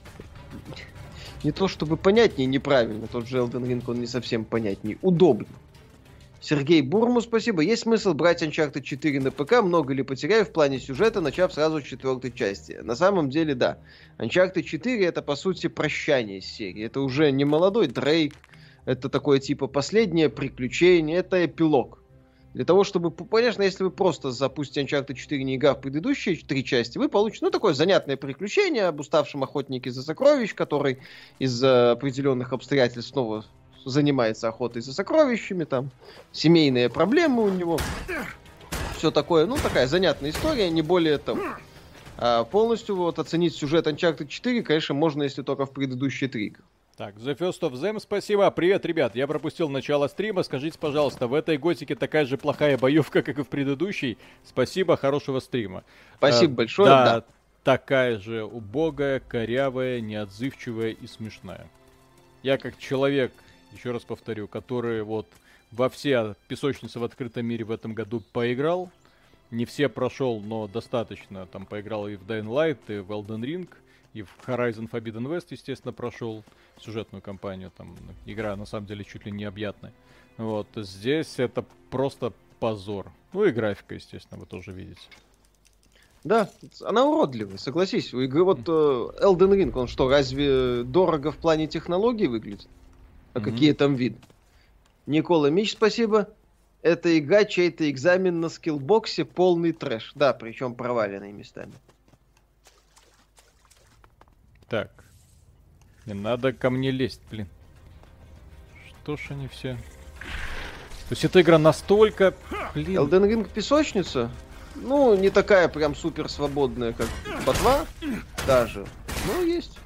не то чтобы понятнее, неправильно, тот же Elden Ring, он не совсем понятнее, удобно. Сергей Бурму, спасибо. Есть смысл брать Uncharted 4 на ПК? Много ли потеряю в плане сюжета, начав сразу с 4 части? На самом деле, да. Uncharted 4 это, по сути, прощание с серией. Это уже не молодой Дрейк, это такое, типа, последнее приключение, это эпилог. Для того, чтобы, конечно, если вы просто запустите Uncharted 4, не играв в предыдущие 3 части, вы получите, такое занятное приключение об уставшем охотнике за сокровищ, который из-за определенных обстоятельств снова занимается охотой за сокровищами, там, семейные проблемы у него. Все такое, такая занятная история, не более того. А полностью вот оценить сюжет Uncharted 4, конечно, можно, если только в предыдущие 3 игры. Так, The First of Them, спасибо. Привет, ребят, я пропустил начало стрима. Скажите, пожалуйста, в этой готике такая же плохая боевка, как и в предыдущей? Спасибо, хорошего стрима. Спасибо большое, да. да. Такая же убогая, корявая, неотзывчивая и смешная. Я как человек, еще раз повторю, который вот во все песочницы в открытом мире в этом году поиграл, не все прошел, но достаточно, там поиграл и в Dying Light, и в Elden Ring, и в Horizon Forbidden West, естественно, прошел сюжетную кампанию, там игра на самом деле чуть ли не объятная. Вот, здесь это просто позор. Ну и графика, естественно, вы тоже видите. Да, она уродливая, согласись. У игры вот Elden Ring, он что, разве дорого в плане технологий выглядит? А какие там виды? Никола Мич, спасибо. Это игра, чей-то экзамен на скиллбоксе, полный трэш. Да, причем проваленный местами. Так. Не надо ко мне лезть, блин. Что ж они все... То есть эта игра настолько... Блин. Elden Ring песочница? Ну, не такая прям супер свободная, как Ботва. Даже. Но есть.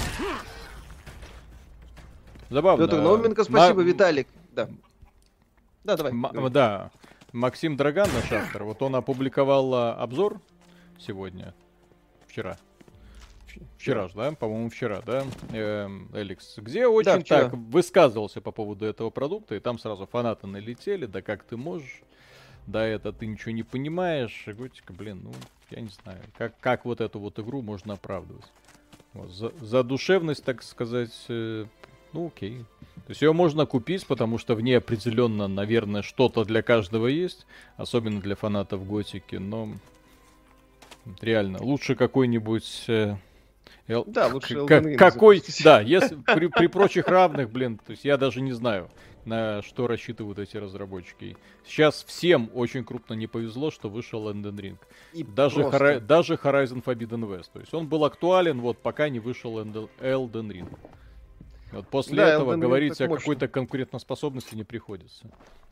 Забавно. Петр Науменко, спасибо, Виталик. Да. Да, давай. Да. Максим Драган, наш автор, вот он опубликовал обзор сегодня. Вчера же, да? По-моему, вчера, да, Эликс? Где очень так высказывался по поводу этого продукта, и там сразу фанаты налетели, да как ты можешь, да это ты ничего не понимаешь, и Готика, блин, ну, я не знаю, как вот эту вот игру можно оправдывать. Вот, за душевность, так сказать, ну окей. То есть ее можно купить, потому что в ней определенно, наверное, что-то для каждого есть, особенно для фанатов Готики, но реально, лучше какой-нибудь... Да, лучше какой, да, если при прочих равных, блин, то есть я даже не знаю, на что рассчитывают эти разработчики. Сейчас всем очень крупно не повезло, что вышел Elden Ring. Даже Horizon Forbidden West. То есть он был актуален, вот пока не вышел Elden Ring. Вот после этого говорить о какой-то конкурентоспособности не приходится.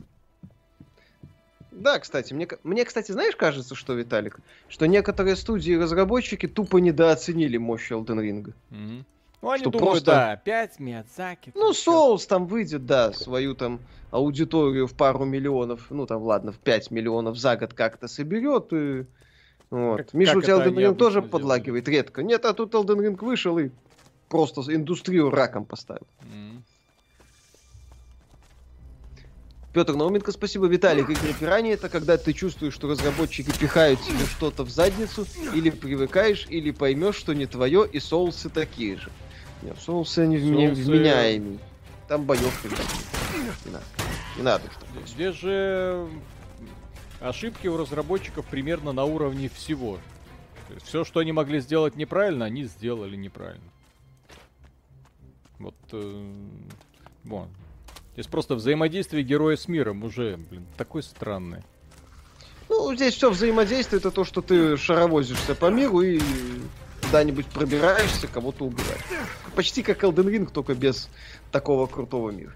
Да, кстати, мне, кстати, знаешь, кажется, что, Виталик, что некоторые студии и разработчики тупо недооценили мощь Elden Ring. Mm-hmm. Ну, они думают, просто... да, опять Миядзаки. Ну, Souls там выйдет, да, свою там аудиторию в пару миллионов, ну, там, ладно, в 5 миллионов за год как-то соберет, и... Вот. Миша, у тебя Elden Ring тоже подлагивает редко. Нет, а тут Elden Ring вышел и просто индустрию раком поставил. Mm-hmm. Петр Науменко, спасибо. Виталик, игры пираньи — это когда ты чувствуешь, что разработчики пихают тебе что-то в задницу, или привыкаешь, или поймешь, что не твое, и соусы такие же. Нет, соусы они вменяемые. Там боевка. Не надо. Здесь же ошибки у разработчиков примерно на уровне всего. Все, что они могли сделать неправильно, они сделали неправильно. Вот. Вот. Здесь просто взаимодействие героя с миром уже, блин, такой странный. Ну, здесь все взаимодействие, это то, что ты шаровозишься по миру и куда-нибудь пробираешься, кого-то убиваешь. Почти как Elden Ring, только без такого крутого мира.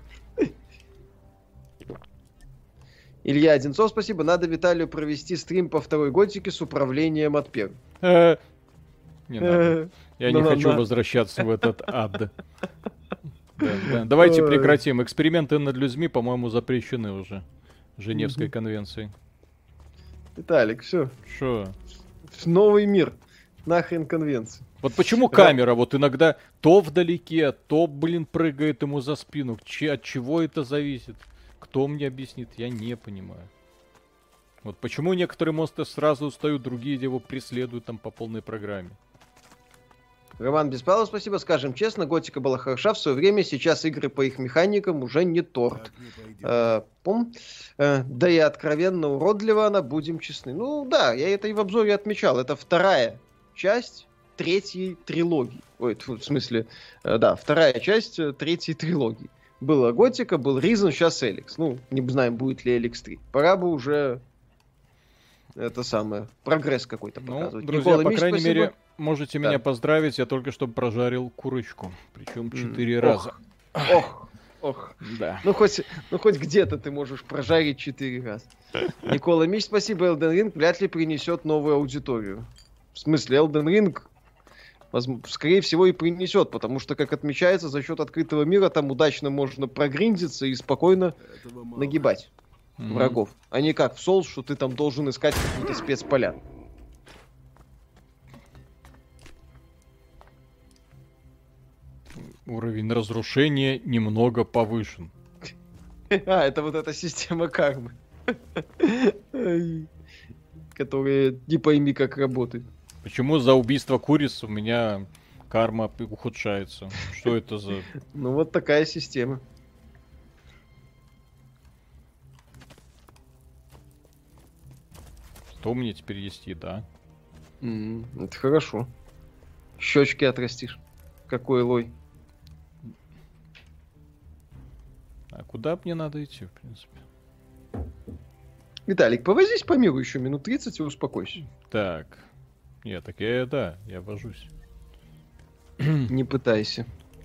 Илья Одинцов, спасибо. Надо Виталию провести стрим по второй Готике с управлением от первой. Не надо. Я не хочу возвращаться в этот ад. Да. Давайте прекратим. Эксперименты над людьми, по-моему, запрещены уже Женевской конвенцией. Виталик, все. Шо? Новый мир. Нахрен конвенции. Вот почему камера вот иногда то вдалеке, то, блин, прыгает ему за спину. От чего это зависит? Кто мне объяснит? Я не понимаю. Вот почему некоторые монстры сразу устают, другие его преследуют там по полной программе. Роман Беспалов, спасибо. Скажем честно, Готика была хороша в свое время, сейчас игры по их механикам уже не торт. Да и откровенно уродлива она, будем честны. Ну да, я это и в обзоре отмечал. Это вторая часть третьей трилогии. Ой, в смысле, да, вторая часть третьей трилогии. Была Готика, был Ризен, сейчас Эликс. Ну, не знаем, будет ли Эликс 3. Пора бы уже это самое, прогресс какой-то показывать. Ну, друзья, по крайней мере, можете меня поздравить, я только что прожарил курочку. Причем 4 раза. Ох. Да. Ну, хоть где-то ты можешь прожарить 4 раза. Никола Мич, спасибо. Elden Ring вряд ли принесет новую аудиторию. В смысле, Elden Ring, скорее всего, и принесет, потому что, как отмечается, за счет открытого мира там удачно можно прогриндиться и спокойно нагибать врагов. А не как в Souls, что ты там должен искать какие-то спецполя. Уровень разрушения немного повышен. Это вот эта система кармы. Которая не пойми как работает. Почему за убийство куриц у меня карма ухудшается? Что это за... Ну вот такая система. Что мне теперь есть еда? Это хорошо. Щечки отрастишь. Какой лой. А куда мне надо идти, в принципе? Виталик, повозись по миру еще минут 30 и успокойся. Так. Нет, так я вожусь. Не пытайся.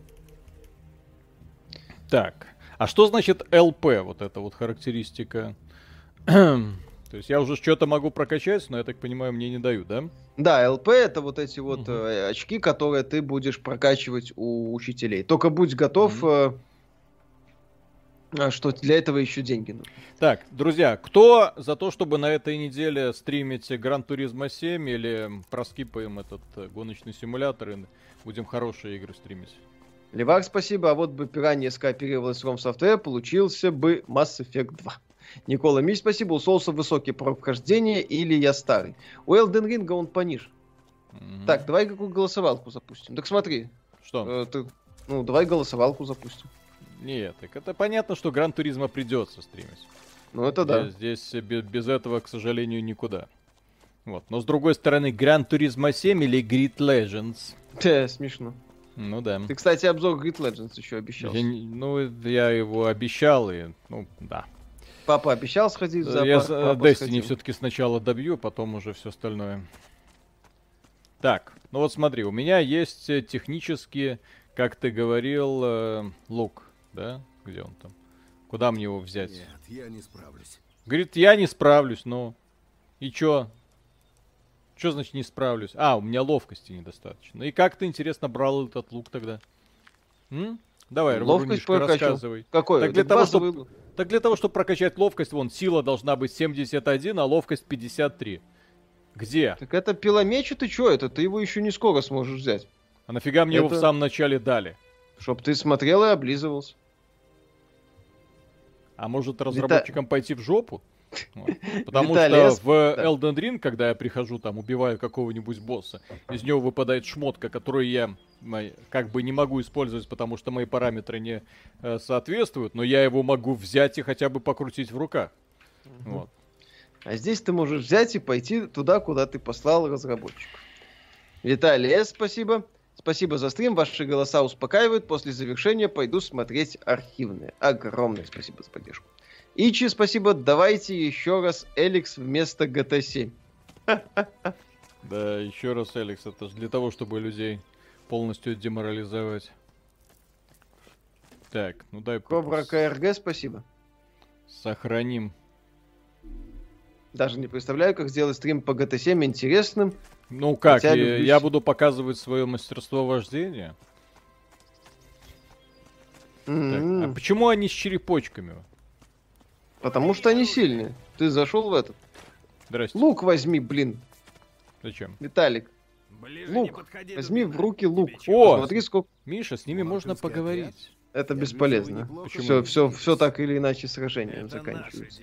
Так, а что значит ЛП, вот эта вот характеристика? То есть я уже что-то могу прокачать, но я так понимаю, мне не дают, да? Да, ЛП это вот эти вот очки, которые ты будешь прокачивать у учителей. Только будь готов, что для этого еще деньги нужны. Так, друзья, кто за то, чтобы на этой неделе стримить Гран Туризмо 7 или проскипаем этот гоночный симулятор и будем хорошие игры стримить? Левак, спасибо, а вот бы Пиранья скооперировалась с From Software, получился бы Mass Effect 2. Никола Мич, спасибо, у Соуса высокий порог вхождения или я старый? У Elden Ring он пониже. Так, давай какую голосовалку запустим. Так смотри. Что? Давай голосовалку запустим. Нет, так это понятно, что Гран Туризмо придется стримить. Ну это да. Здесь без этого, к сожалению, никуда. Вот. Но с другой стороны, Гран Туризмо 7 или Grid Legends? Смешно. Ну да. Ты, кстати, обзор Grid Legends еще обещал. Я его обещал, и, да. Папа обещал сходить за Я Destiny все-таки сначала добью, потом уже все остальное. Так, ну вот смотри, у меня есть технически, как ты говорил, лук, да? Где он там? Куда мне его взять? Нет, я не справлюсь. Говорит, я не справлюсь, ну. И чё? Чё значит не справлюсь? У меня ловкости недостаточно. И как ты, интересно, брал этот лук тогда? Давай, ловкость рассказывай. Какой? Так для того, чтобы прокачать ловкость, вон, сила должна быть 71, а ловкость 53. Где? Так это пиломечу, ты чё это? Ты его еще не скоро сможешь взять. А нафига мне его в самом начале дали? Чтоб ты смотрел и облизывался. А может разработчикам пойти в жопу? Вот. Потому Виталий, что в Elden Ring, когда я прихожу, там, убиваю какого-нибудь босса, из него выпадает шмотка, которую я как бы не могу использовать, потому что мои параметры не соответствуют, но я его могу взять и хотя бы покрутить в руках. Вот. А здесь ты можешь взять и пойти туда, куда ты послал разработчиков. Виталий, спасибо. Спасибо за стрим, ваши голоса успокаивают. После завершения пойду смотреть архивные. Огромное спасибо за поддержку. Ичи, спасибо. Давайте еще раз Эликс вместо GT7. Да, еще раз Эликс. Это же для того, чтобы людей полностью деморализовать. Так, ну дай... Кобра КРГ, спасибо. Сохраним. Даже не представляю, как сделать стрим по GT7 интересным. Ну как, я буду показывать свое мастерство вождения. Так, а почему они с черепочками? Потому что они сильные. Ты зашел в этот. Здрасте. Лук возьми, блин. Зачем? Виталик. Ближе Лук. Возьми в руки лук. О! Посмотри, сколько... Миша, с ними можно поговорить. Это бесполезно. Почему? Все так или иначе сражением заканчивается.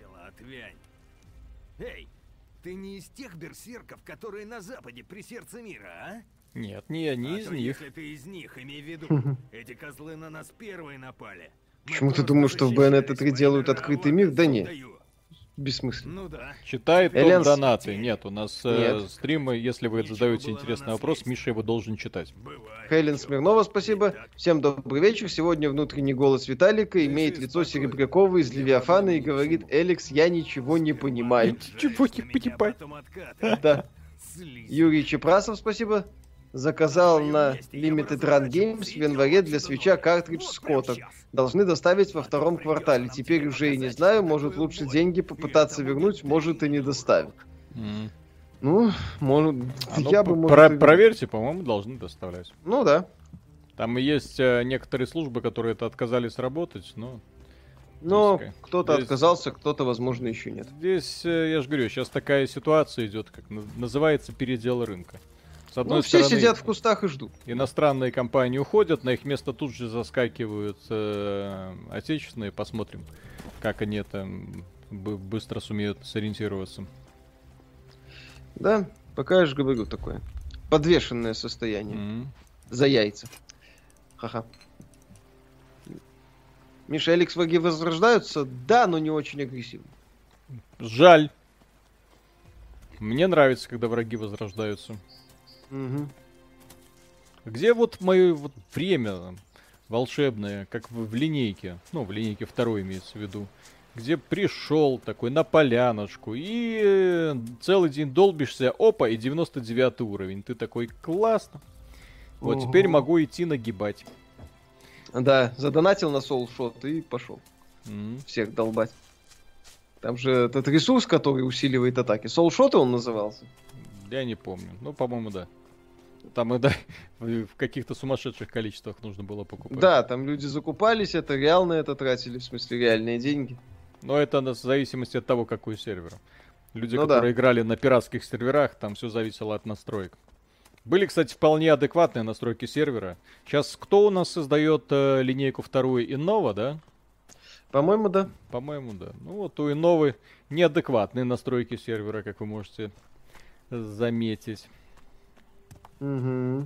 Эй, ты не из тех берсерков, которые на западе при сердце мира, а? Нет, не из них. Если ты из них, имей в виду, эти козлы на нас первые напали. Почему ты думаешь, что в Bayonetta 3 делают открытый мир? Да нет. Бессмысленно. Ну да. Читает Элен... донаты. Нет, у нас Нет. стримы, если вы задаете интересный вопрос, Миша его должен читать. Хелен Смирнова, спасибо. Всем добрый вечер. Сегодня внутренний голос Виталика имеет лицо Серебрякова из Левиафана и говорит: Эликс, я ничего не понимаю. Ничего не понимаю. Да. Юрий Чепрасов, спасибо. Заказал на Limited Run Games в январе для свеча картридж Скотта. Должны доставить во втором квартале. Теперь уже и не знаю, может лучше деньги попытаться вернуть, может и не доставят. Ну, может... я бы, может... Проверьте, по-моему, должны доставлять. Ну да. Там и есть некоторые службы, которые это отказались работать, но... Но кто-то здесь... отказался, кто-то, возможно, еще нет. Здесь, я же говорю, сейчас такая ситуация идет, как называется передел рынка. С одной все стороны, сидят в кустах и ждут. Иностранные компании уходят, на их место тут же заскакивают отечественные. Посмотрим, как они там быстро сумеют сориентироваться. Да, пока я же говорю такое. Подвешенное состояние. За яйца. Ха-ха. Миша, Эликс враги возрождаются? Да, но не очень агрессивно. Жаль. Мне нравится, когда враги возрождаются. Угу. Где вот мое вот время волшебное, как в линейке, ну, в линейке второй имеется в виду, где пришел такой на поляночку и целый день долбишься, опа, и 99 уровень. Ты такой, классно. Вот теперь могу идти нагибать. Да, задонатил на Soulshot и пошел всех долбать. Там же этот ресурс, который усиливает атаки. Soulshot он назывался? Я не помню. Ну, по-моему, да. Там и да, в каких-то сумасшедших количествах нужно было покупать. Да, там люди закупались, это реально это тратили, в смысле реальные деньги. Но это в зависимости от того, какой сервер. Люди, Ну которые играли на пиратских серверах, там все зависело от настроек. Были, кстати, вполне адекватные настройки сервера. Сейчас кто у нас создает линейку вторую? Innova, да? По-моему, да. По-моему, да. Ну вот у Innovы неадекватные настройки сервера, как вы можете заметить. Угу.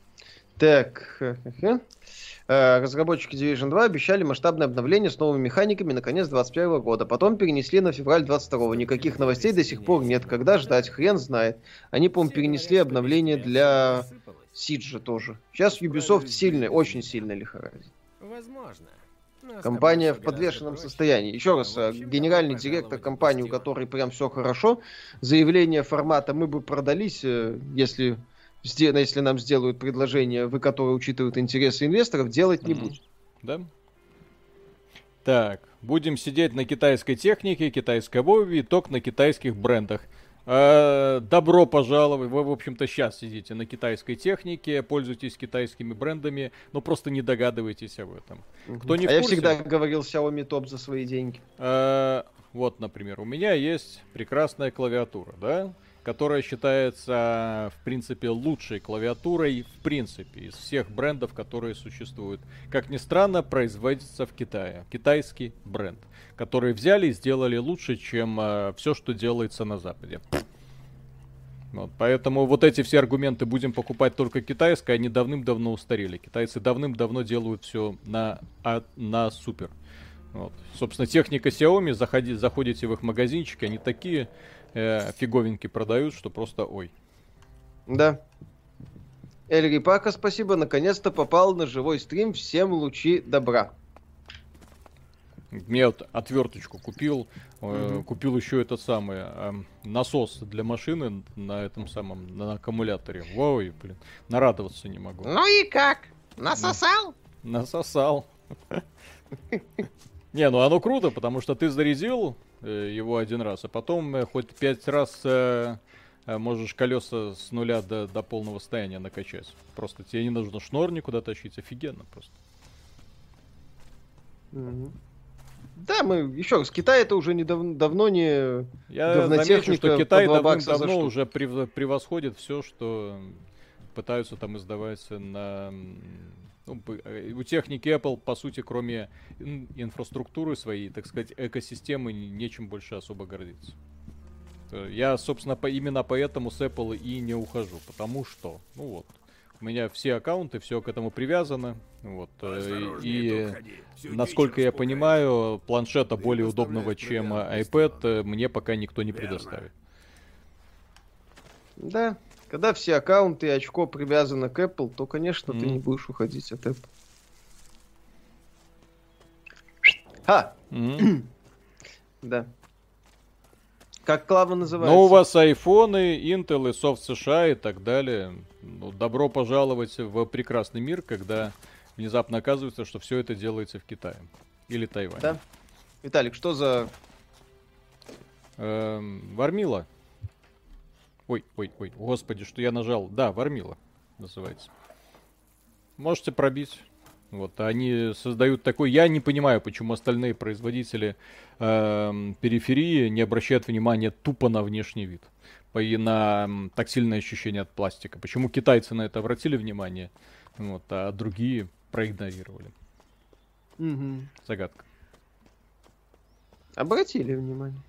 Так. Разработчики Division 2 обещали масштабное обновление с новыми механиками на конец 2021 года. Потом перенесли на февраль 22. Никаких новостей до сих пор нет. Когда ждать? Хрен знает. Они, по-моему, перенесли обновление для Сиджа тоже. Сейчас Ubisoft сильный, очень сильно лихорадит. Возможно. Компания в подвешенном состоянии. Еще раз, генеральный директор компании, у которой прям все хорошо, заявление формата «мы бы продались, если нам сделают предложение, вы, которое учитывают интересы инвесторов, делать не будет». Да? Так, будем сидеть на китайской технике, китайской обуви и только на китайских брендах. Добро пожаловать. Вы, в общем-то, сейчас сидите на китайской технике, пользуетесь китайскими брендами, но просто не догадываетесь об этом. Кто не в курсе, я всегда говорил Xiaomi топ за свои деньги. Вот, например, у меня есть прекрасная клавиатура, да, которая считается, в принципе, лучшей клавиатурой, в принципе, из всех брендов, которые существуют. Как ни странно, производится в Китае. Китайский бренд, который взяли и сделали лучше, чем все, что делается на Западе. Вот, поэтому вот эти все аргументы «будем покупать только китайское», они давным-давно устарели. Китайцы давным-давно делают все на супер. Вот. Собственно, техника Xiaomi, заходите в их магазинчики, они такие фиговинки продают, что просто ой. Да. Эльри Пака, спасибо, наконец-то попал на живой стрим. Всем лучи добра. Мне вот отверточку купил, купил еще этот самый насос для машины на этом самом, на аккумуляторе. Ой, блин, нарадоваться не могу. Ну и как? Насосал? Насосал. Не, ну оно круто, потому что ты зарядил его один раз, а потом хоть 5 раз можешь колеса с нуля до полного состояния накачать. Просто тебе не нужно шнур никуда тащить, офигенно просто. Да, мы еще раз, Китай это уже давно не Я замечу, что Китай давным-давно уже превосходит все, что пытаются там издавать на... у техники Apple, по сути, кроме инфраструктуры своей, так сказать, экосистемы, нечем больше особо гордиться. Я, собственно, именно поэтому с Apple и не ухожу, потому что, ну вот, у меня все аккаунты, все к этому привязано, вот, и насколько я понимаю, планшета более удобного, чем iPad, мне пока никто не предоставит. Да. Когда все аккаунты и очко привязаны к Apple, то, конечно, ты не будешь уходить от Apple. Да. Как клава называется? Но у вас айфоны, Intel и Soft США и так далее. Ну, добро пожаловать в прекрасный мир, когда внезапно оказывается, что все это делается в Китае. Или Тайване. Да. Виталик, что за... Вармила. Ой, господи, что я нажал. Да, Вармила называется. Можете пробить. Вот, они создают такой... Я не понимаю, почему остальные производители периферии не обращают внимания тупо на внешний вид. И на тактильное ощущение от пластика. Почему китайцы на это обратили внимание, вот, а другие проигнорировали. Загадка. Обратили внимание.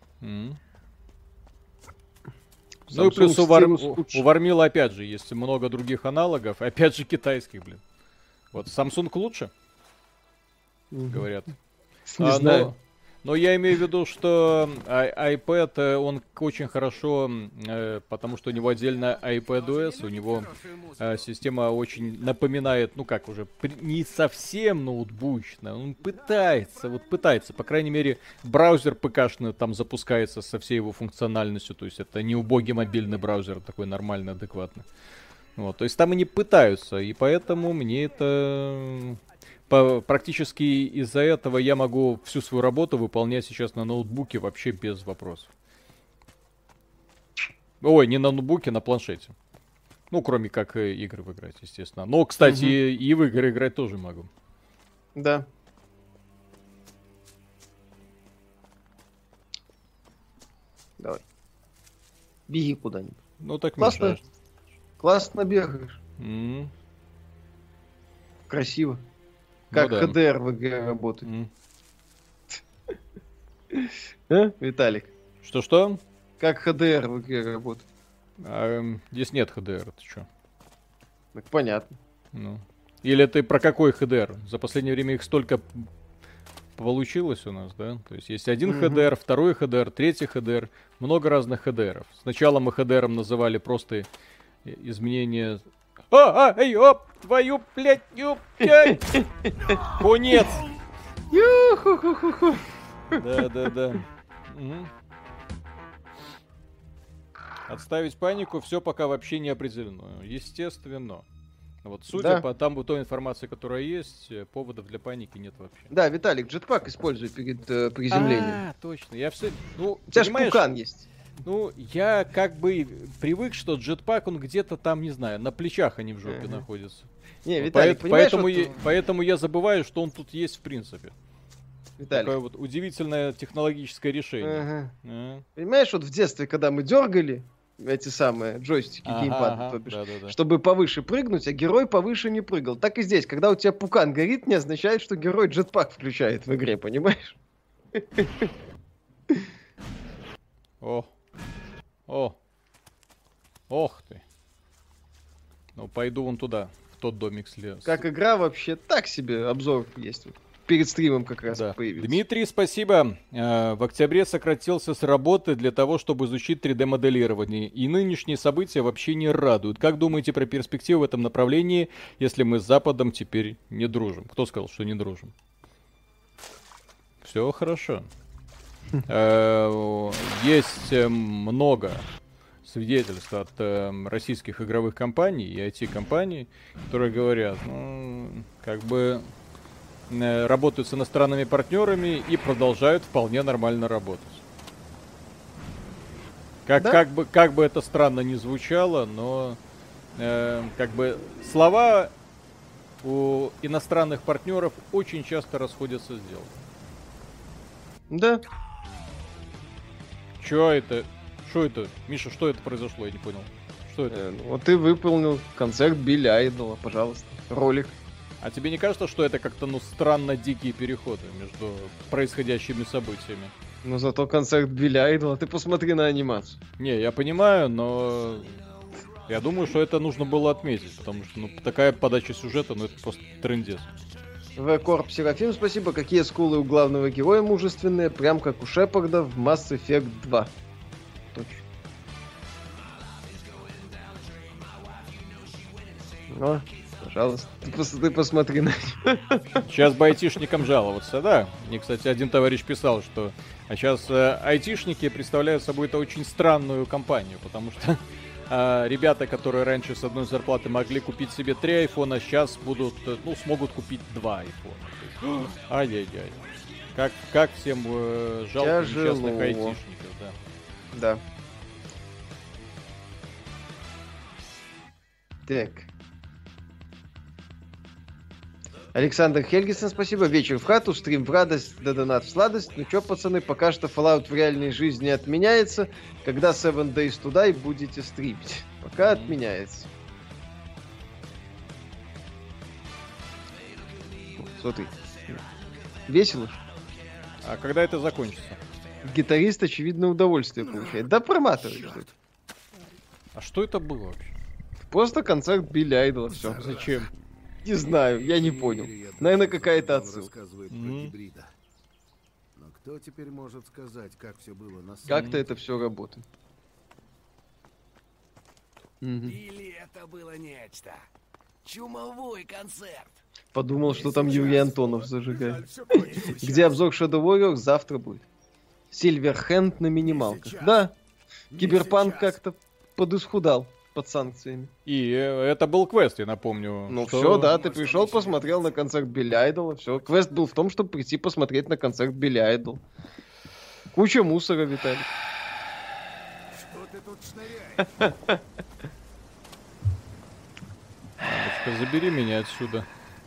Ну и плюс у Вармила, опять же, есть много других аналогов. Опять же, китайских, блин. Вот Samsung лучше, говорят. Не знаю. Но я имею в виду, что iPad, он очень хорошо, потому что у него отдельно iPadOS, у него система очень напоминает, ну как уже, не совсем ноутбучная, он пытается, по крайней мере, браузер ПКшный там запускается со всей его функциональностью, то есть это не убогий мобильный браузер, такой нормальный, адекватный. Вот, то есть там и не пытаются, и поэтому мне это... Практически из-за этого я могу всю свою работу выполнять сейчас на ноутбуке вообще без вопросов. Ой, не на ноутбуке, на планшете. Ну, кроме как игры играть, естественно. Но, кстати, и в игры играть тоже могу. Да. Давай. Беги куда-нибудь. Ну, так Классно. мешаешь. Классно бегаешь. М. Красиво. Ну Как да. HDR в игре работает. М. А, Виталик? Что-что? Как HDR в игре работает? Здесь нет HDR, ты чё? Так понятно. Ну. Или ты про какой HDR? За последнее время их столько получилось у нас, да? То есть есть один HDR, второй HDR, третий HDR, много разных HDR. Сначала мы HDR называли просто изменение... эй, оп, твою, блядь, конец! Ю-ху-ху-ху-ху. Да. Мгм. Отставить панику, все пока вообще не определено. Естественно. Вот судя Да. по той информации, которая есть, поводов для паники нет вообще. Да, Виталик, джетпак используй перед приземлением. А, точно. Я все. Ну, У тебя же понимаешь, пукан есть. ну, я как бы привык, что джетпак, он где-то там, не знаю, на плечах, а не в жопе находится. Не, Виталик, понимаешь, вот, поэтому я забываю, что он тут есть в принципе. Виталик, Такое вот удивительное технологическое решение. ага. А? Понимаешь, вот в детстве, когда мы дергали эти самые джойстики, геймпады, то бишь, да-да-да. чтобы повыше прыгнуть, а герой повыше не прыгал. Так и здесь, когда у тебя пукан горит, не означает, что герой джетпак включает в игре, понимаешь? О. Ох ты. Ну, пойду вон туда, в тот домик слез. Как игра вообще так себе, обзор есть. Вот перед стримом как раз Да. появился. Дмитрий, спасибо. В октябре сократился с работы для того, чтобы изучить 3D-моделирование. И нынешние события вообще не радуют. Как думаете про перспективу в этом направлении, если мы с Западом теперь не дружим? Кто сказал, что не дружим? Все хорошо. Есть много свидетельств от российских игровых компаний и IT-компаний, которые говорят, ну, как бы работают с иностранными партнерами и продолжают вполне нормально работать. Да? Как бы это странно ни звучало, но как бы слова у иностранных партнеров очень часто расходятся с делом. Да. Что это? Миша, что это произошло? Я не понял. Что это? Ну, вот ты выполнил концерт Билли Айдола, пожалуйста. Ролик. А тебе не кажется, что это как-то, ну, странно дикие переходы между происходящими событиями? Но зато концерт Билли Айдола, ты посмотри на анимацию. Не, я понимаю, но я думаю, что это нужно было отметить, потому что, ну, такая подача сюжета, ну, это просто трындец. В-Корп Серафим, спасибо. Какие скулы у главного героя мужественные, прям как у Шепарда в Mass Effect 2. Точно. О, пожалуйста, ты посмотри на Сейчас бы айтишникам жаловаться, да. Мне, кстати, один товарищ писал, что сейчас айтишники представляют собой это очень странную компанию, потому что ребята, которые раньше с одной зарплаты могли купить себе 3 айфона, сейчас будут, ну, смогут купить 2 айфона. Ай-яй-яй. Как всем жалко Тяжело. несчастных айтишников, да. Да. Так. Александр Хельгисон, спасибо. Вечер в хату, стрим в радость, да донат в сладость. Ну чё, пацаны, пока что Fallout в реальной жизни отменяется. Когда 7 Days to Die будете стримить? Пока отменяется. Смотри. Весело ж. А когда это закончится? Гитарист, очевидно, удовольствие получает. Да проматывай, что это. А что это было вообще? Просто концерт Билли Айдола, все. Зачем? Не знаю, я не понял. Наверное, какая-то отсылка. Рассказывает про Мгм. гибрида. Но кто теперь может сказать, как все было на самом Как-то это все работает. Мгм. Или это было нечто. Чумовой концерт. Подумал, что там Юрий Антонов зажигает. Где обзор Shadow Warriors завтра будет. Сильверхенд на минималках. Да, Киберпанк как-то подисхудал. под санкциями. И это был квест, я напомню. Ну что- все, да, ты пришел, посмотрел на концерт Билли Айдола, все. Квест был в том, чтобы прийти посмотреть на концерт Билли Айдол. Куча мусора, Виталий. Что ты тут шныряешь? Мамочка, забери меня отсюда.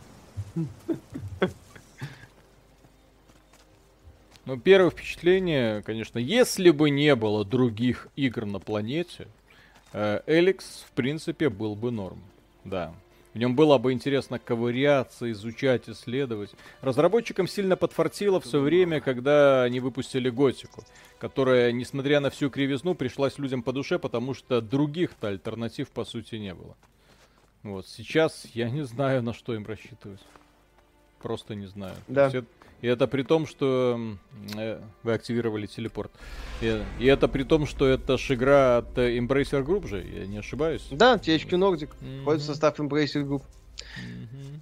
Ну, первое впечатление, конечно, если бы не было других игр на планете, Эликс, в принципе, был бы норм. Да. В нем было бы интересно ковыряться, изучать, исследовать. Разработчикам сильно подфартило в свое время, когда они выпустили Готику, которая, несмотря на всю кривизну, пришлась людям по душе, потому что других-то альтернатив, по сути, не было. Вот, сейчас я не знаю, на что им рассчитывать. Просто не знаю. Да. То есть и это при том, что вы активировали телепорт. И это при том, что это ж игра от Embracer Group же, я не ошибаюсь. Да, THQ Nordic. Мгм. Входит в состав Embracer Group. Мгм.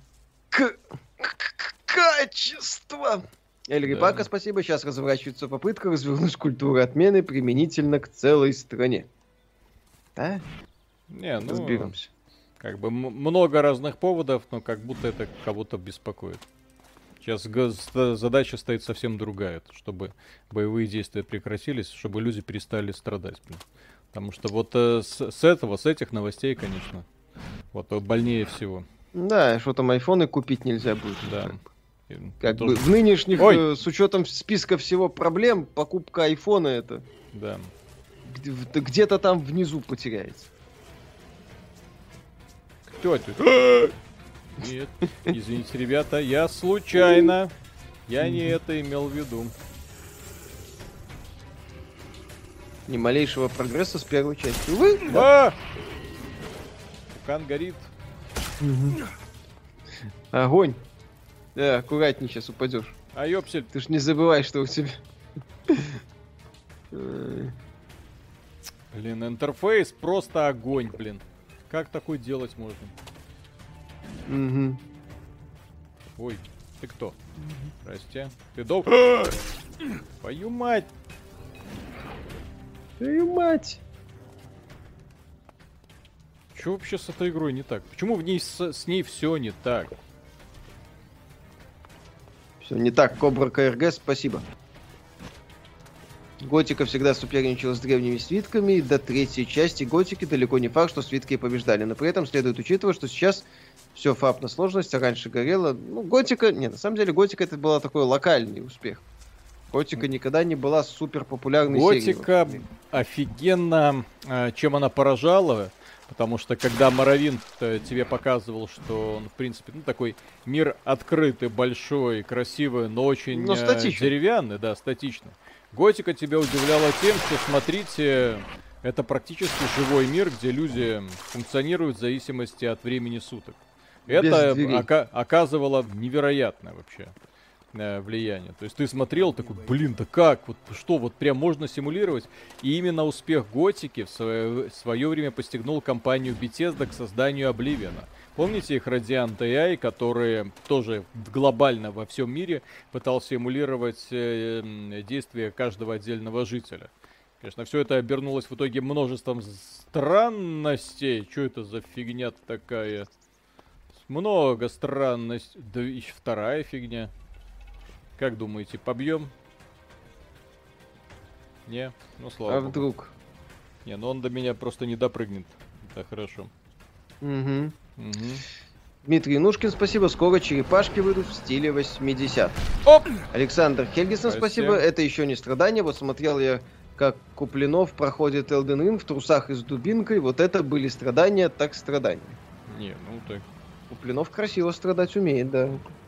Качество! Эльри Да. Пака, спасибо. Сейчас разворачивается попытка развернуть культуру отмены применительно к целой стране. Да? Не, ну, Разберемся. как бы много разных поводов, но как будто это кого-то беспокоит. Сейчас задача стоит совсем другая, чтобы боевые действия прекратились, чтобы люди перестали страдать. Блин. Потому что вот с этих новостей, конечно, вот больнее всего. Да, что там айфоны купить нельзя будет. Да. И Как тоже- бы в нынешних, Ой! с учетом списка всего проблем, покупка айфона это Да. где-то там внизу потеряется. Кто это? Нет, извините, ребята, я случайно. Я не это имел в виду. Ни малейшего прогресса с первой части. Увы, А! Вулкан горит. огонь. Да, аккуратней, сейчас упадешь. А ёпсель. Ты ж не забывай, что у тебя... Блин, интерфейс просто огонь, блин. Как такое делать можно? Мгм. Ой, ты кто? Здрасте. Ты дол... Твою мать! Твою мать. Что вообще с этой игрой не так? Почему в ней с ней все не так? Все не так, Кобра КРГ, спасибо. Готика всегда соперничала с древними свитками, и до третьей части Готики далеко не факт, что свитки побеждали, но при этом следует учитывать, что сейчас все фап на сложность, а раньше горело. Ну, Готика, нет, на самом деле Готика это была такой локальный успех. Готика никогда не была супер популярной серией. Готика офигенно, чем она поражала, потому что когда Моровинт тебе показывал, что он, в принципе, ну, такой мир открытый, большой, красивый, но очень Но статичный. деревянный, да, статичный. Готика тебя удивляла тем, что, смотрите, это практически живой мир, где люди функционируют в зависимости от времени суток. Это дверей. оказывало невероятное вообще влияние. То есть ты смотрел такой, блин, да как, вот что, вот прям можно симулировать. И именно успех Готики в свое время постигнул компанию Bethesda к созданию Обливиона. Помните их Radiant AI, который тоже глобально во всем мире пытался эмулировать действия каждого отдельного жителя. Конечно, все это обернулось в итоге множеством странностей. Что это за фигня такая? Много странностей. Да еще вторая фигня. Как думаете, побьем? Не? Ну, слава А богу. вдруг? Не, ну он до меня просто не допрыгнет. Это хорошо. Мгм. Мгм. Дмитрий Нушкин, спасибо. Скоро черепашки выйдут в стиле 80. Оп! Александр Хельгисон, спасибо. Это еще не страдание. Вот смотрел я, как Куплинов проходит Elden Ring в трусах и с дубинкой. Вот это были страдания, так страдания. Не, ну так. Куплинов красиво страдать умеет, да.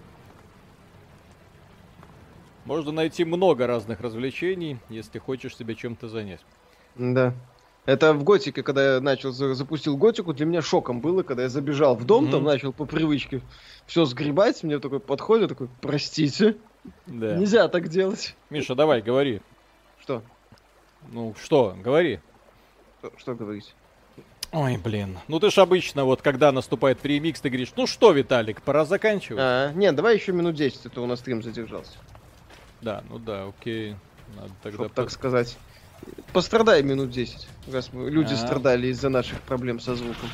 Можно найти много разных развлечений, если хочешь себя чем-то занять. Да. Это в Готике, когда я начал, запустил Готику, для меня шоком было, когда я забежал в дом, там начал по привычке все сгребать, мне такой подходит, такой, простите, Да. нельзя так делать. Миша, давай, говори. Что? Ну что, говори. Что говорить? Ой, блин. Ну ты ж обычно, вот когда наступает премикс, ты говоришь, ну что, Виталик, пора заканчивать. Нет, давай еще минут 10, а то у нас стрим задержался. Да, ну да, окей. Надо тогда Чтоб так сказать. Пострадай минут 10, раз люди А. страдали из-за наших проблем со звуком.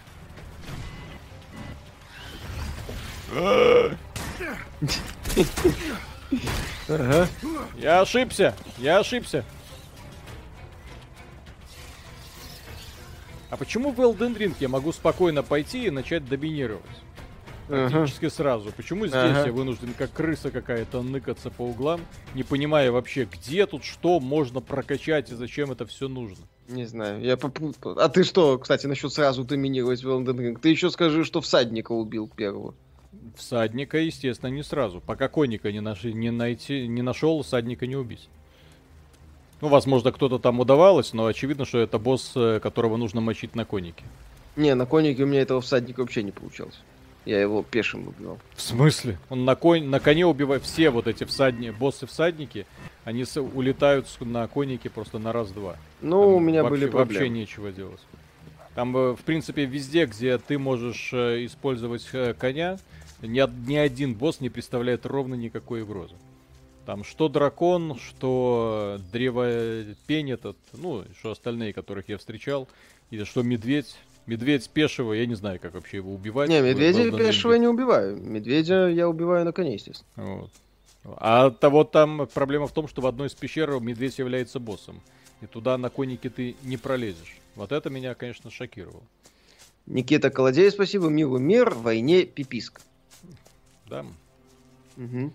Ага. Я ошибся! Я ошибся! А почему в Elden Ring я могу спокойно пойти и начать доминировать? Ага. Практически сразу. Почему здесь Ага. я вынужден как крыса какая-то ныкаться по углам, не понимая вообще, где тут что можно прокачать и зачем это все нужно? Не знаю, А ты что, кстати, насчет сразу доминировать в Elden Ring? Ты еще скажи, что всадника убил первого. Всадника, естественно, не сразу. Пока конника не нашел, всадника не убить. Ну, возможно, кто-то там удавалось, но очевидно, что это босс, которого нужно мочить на конике. Не, на коннике у меня этого всадника вообще не получалось. Я его пешим убивал. В смысле? Он на коне убивает все вот эти боссы-всадники, они улетают на конике просто на раз-два. Ну, Там у меня вообще, были проблемы. Вообще нечего делать. Там, в принципе, везде, где ты можешь использовать коня, ни один босс не представляет ровно никакой угрозы. Там что дракон, что древопень этот, ну, что остальные, которых я встречал, или что медведь. Медведь пешего, я не знаю, как вообще его убивать. Не, медведя в Elden Ring. пешего я не убиваю. Медведя я убиваю на коне, естественно. Вот. А того там проблема в том, что в одной из пещер медведь является боссом. И туда на конике ты не пролезешь. Вот это меня, конечно, шокировало. Никита Колодей, спасибо. Миру мир, войне пиписка. Да. Угу.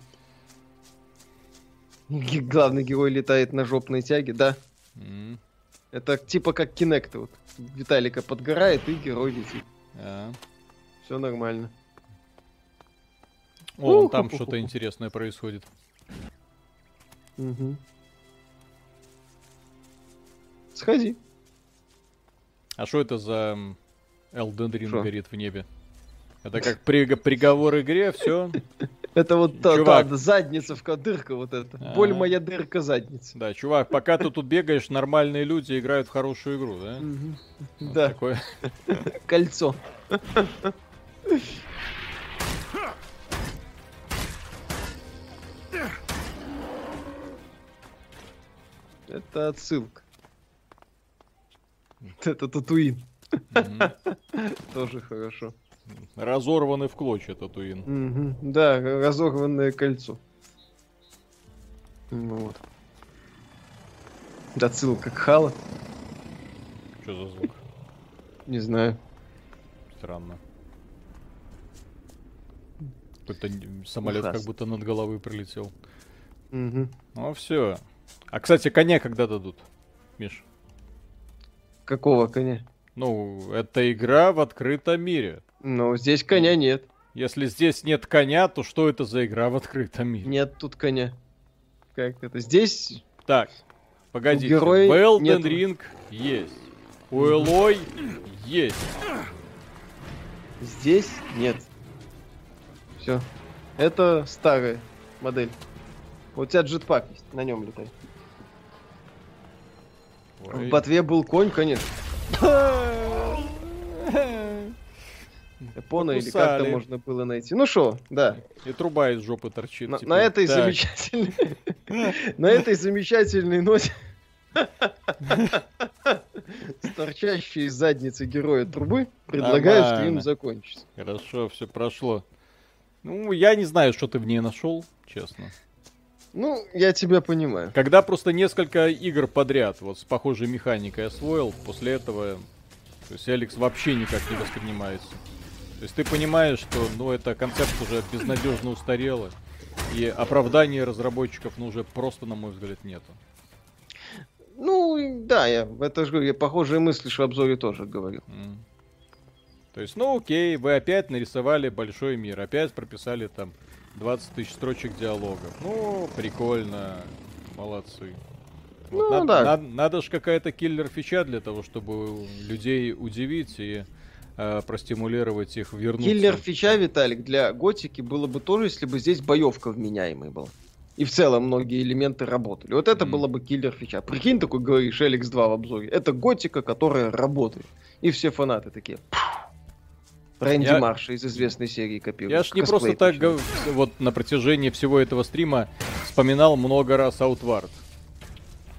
Главный герой летает на жопной тяге, да. М. Это типа как Кинект. Вот. Виталика подгорает, и герой летит. А. Все нормально. О, вон там что-то интересное происходит. Угу. Сходи. А что это за Elden Ring Шо? горит в небе? Это как приговор игре, все. Это вот та Чувак. задница, дырка вот эта. А. Боль моя дырка задница. Да, чувак, пока ты тут бегаешь, нормальные люди играют в хорошую игру, да? Мгм. Вот Да, такое. кольцо. Это отсылка. Это Татуин. Мгм. Тоже хорошо. Разорванный в клочья Татуин. Мгм. Да, разорванное кольцо. Ну вот. Отсылка к Хала. Что за звук? Не знаю. Странно. Какой-то самолет Ужасно. как будто над головой прилетел. Мгм. Ну все. А кстати, коня когда дадут, Миш? Какого коня? Ну, это игра в открытом мире. Ну, здесь коня нет. Если здесь нет коня, то что это за игра в открытом мире? Нет тут коня. Как это? Здесь Так, погодите. У героя В Elden нету. Ring есть. У Элой есть. Здесь нет. Все. Это старая модель. У тебя джетпак есть, на нем летай. Ой. В ботве был конь, конечно. Япона или как Покусали. там можно было найти. Ну что, да. И труба из жопы торчит. На теперь. этой Так, замечательной... На этой замечательной ноте... С торчащей из задницы героя трубы предлагаю стрим Нормально. закончить. Хорошо, все прошло. Ну, я не знаю, что ты в ней нашел, честно. Ну, я тебя понимаю. Когда просто несколько игр подряд вот с похожей механикой освоил, после этого, то есть Алекс вообще никак не воспринимается. То есть ты понимаешь, что, ну, эта концепт уже безнадежно устарела, и оправдания разработчиков, ну, уже просто, на мой взгляд, нету. Ну, да, я похожие мысли в обзоре тоже говорил. То есть, ну, окей, вы опять нарисовали большой мир, опять прописали там 20 тысяч строчек диалогов. Ну, прикольно, молодцы. Вот Ну, да. Надо же какая-то киллер-фича для того, чтобы людей удивить и простимулировать их вернуться. Киллер-фича, Виталик, для готики было бы тоже, если бы здесь боевка вменяемая была. И в целом многие элементы работали. Вот это было бы киллер-фича. Прикинь, такой говоришь, Эликс 2 в обзоре. Это готика, которая работает. И все фанаты такие. Рэнди Я- Марша из известной серии копирует. Я ж не Косплей просто так начинает. вот на протяжении всего этого стрима вспоминал много раз Outward.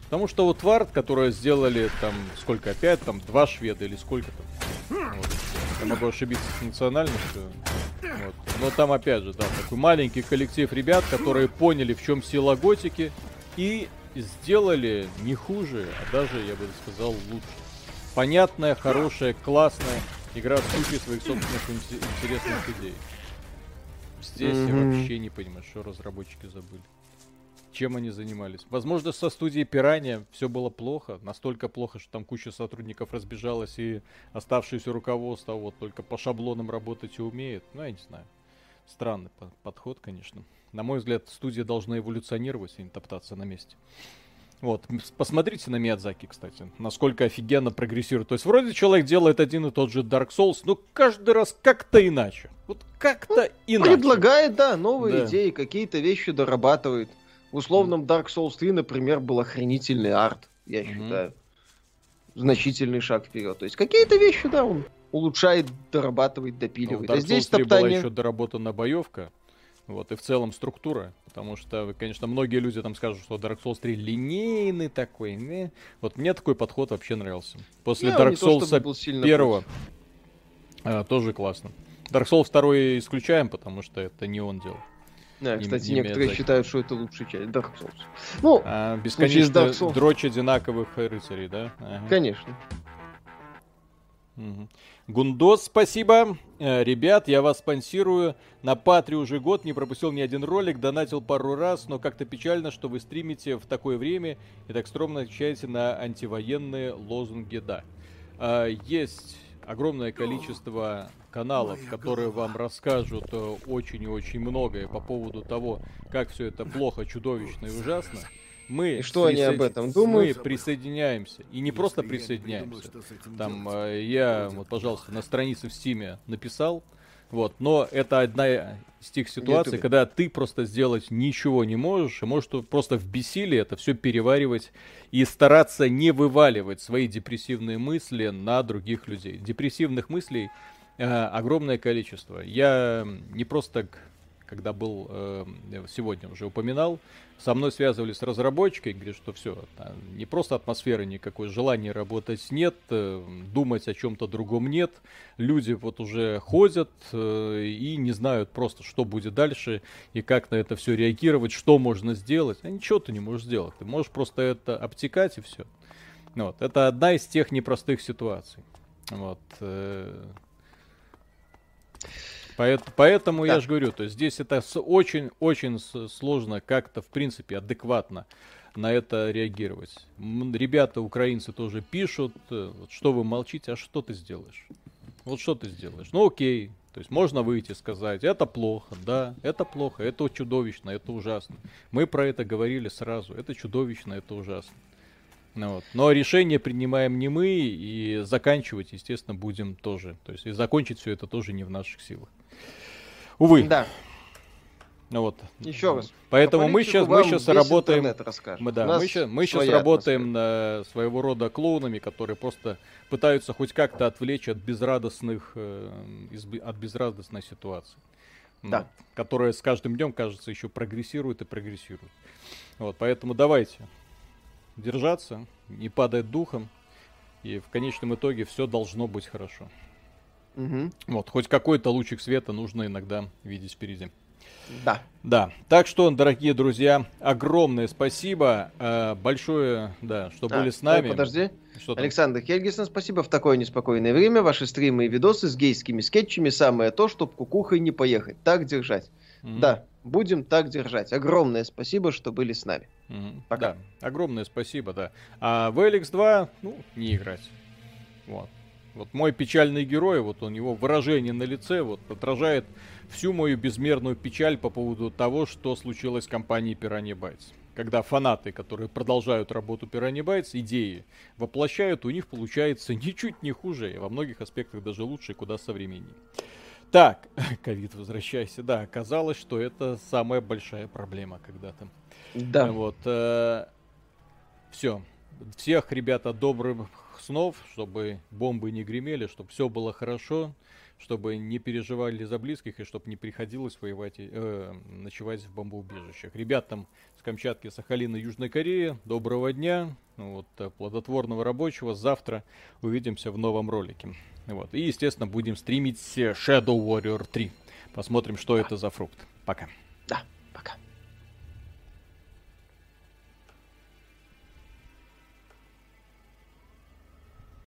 Потому что вот Вард, которое сделали там, сколько опять, там 2 шведа или сколько там. Вот. Я могу ошибиться с национальностью. Вот. Но там опять же, да, такой маленький коллектив ребят, которые поняли, в чем сила готики, и сделали не хуже, а даже, я бы сказал, лучше. Понятная, хорошая, классная игра с кучей своих собственных интересных идей. Здесь я вообще не понимаю, что разработчики забыли. Чем они занимались? Возможно, со студией Пиранья все было плохо. Настолько плохо, что там куча сотрудников разбежалась, и оставшееся руководство вот только по шаблонам работать и умеет. Ну, я не знаю. Странный подход, конечно. На мой взгляд, студия должна эволюционировать, а не топтаться на месте. Вот, посмотрите на Миядзаки, кстати, насколько офигенно прогрессирует. То есть вроде человек делает один и тот же Dark Souls, но каждый раз как-то иначе. Вот как-то иначе. Предлагает, да, новые идеи, какие-то вещи дорабатывает. В условном Dark Souls 3, например, был охренительный арт, я считаю. Значительный шаг вперед. То есть какие-то вещи, да, он улучшает, дорабатывает, допиливает. Ну, в Dark А здесь Souls 3 топтание... была еще доработана боевка. Вот, и в целом структура, потому что, конечно, многие люди там скажут, что Dark Souls 3 линейный такой, не. Вот мне такой подход вообще нравился. После Dark Souls 1 тоже классно. Dark Souls 2 исключаем, потому что это не он делал. Да, кстати, некоторые считают, что это лучшая часть Dark Souls. Ну, бесконечно дрочь одинаковых рыцарей, да? Ага. Конечно. Гундос, спасибо. Ребят, я вас спонсирую. На Патре уже год, не пропустил ни один ролик, донатил пару раз, но как-то печально, что вы стримите в такое время и так скромно отвечаете на антивоенные лозунги. Да. Есть огромное количество каналов, которые вам расскажут очень и очень многое по поводу того, как все это плохо, чудовищно и ужасно. Мы и что они об этом думают? Мы присоединяемся. И не просто присоединяемся. Там я, вот, пожалуйста, на странице в Стиме написал. Вот, но это одна из тех ситуаций, когда ты просто сделать ничего не можешь, и можешь просто в бессилии это все переваривать и стараться не вываливать свои депрессивные мысли на других людей. Депрессивных мыслей огромное количество. Я не просто, когда был сегодня уже упоминал, со мной связывались разработчики, говорят, что все, не просто атмосферы никакой, желания работать нет, думать о чем-то другом нет, люди вот уже ходят и не знают просто, что будет дальше и как на это все реагировать, что можно сделать. А ничего ты не можешь сделать, ты можешь просто это обтекать и все. Вот. Это одна из тех непростых ситуаций. Вот. Поэтому я же говорю, то есть здесь это очень-очень сложно как-то, в принципе, адекватно на это реагировать. Ребята, украинцы тоже пишут, что вы молчите, а что ты сделаешь? Вот что ты сделаешь? Ну окей, то есть можно выйти и сказать, это плохо, да, это плохо, это чудовищно, это ужасно. Мы про это говорили сразу, это чудовищно, это ужасно. Ну, вот. Но решение принимаем не мы, и заканчивать, естественно, будем тоже. То есть и закончить все это тоже не в наших силах. Увы. Да. Ну, вот. Еще раз. Поэтому мы сейчас работаем. Мы сейчас работаем атмосфера. своего рода клоунами, которые просто пытаются хоть как-то отвлечь от безрадостной ситуации. Да. Которая с каждым днем, кажется, еще прогрессирует и прогрессирует. Вот, поэтому давайте держаться, не падать духом, и в конечном итоге все должно быть хорошо. Вот, хоть какой-то лучик света нужно иногда видеть впереди. Да. Да. Так что, дорогие друзья, огромное спасибо. Большое, да, что были с нами. Подожди. Александр Хельгисон, спасибо. В такое неспокойное время ваши стримы и видосы с гейскими скетчами самое то, чтоб кукухой не поехать. Так держать. Да, будем так держать. Огромное спасибо, что были с нами. Пока. Да, огромное спасибо, да. А в Эликс 2, не играть. Вот. Вот мой печальный герой, вот у него выражение на лице вот отражает всю мою безмерную печаль по поводу того, что случилось с компанией Piranha Bytes. Когда фанаты, которые продолжают работу Piranha Bytes, идеи воплощают, у них получается ничуть не хуже, и во многих аспектах даже лучше и куда современнее. Так, ковид, возвращайся. Да, оказалось, что это самая большая проблема когда-то. Да. Вот. Все. Всех, ребята, добрых снов, чтобы бомбы не гремели, чтобы все было хорошо, чтобы не переживали за близких и чтобы не приходилось воевать, ночевать в бомбоубежищах. Ребятам с Камчатки, Сахалина, Южной Кореи, доброго дня, вот, плодотворного рабочего. Завтра увидимся в новом ролике. Вот. И, естественно, будем стримить Shadow Warrior 3. Посмотрим, что это за фрукт. Пока.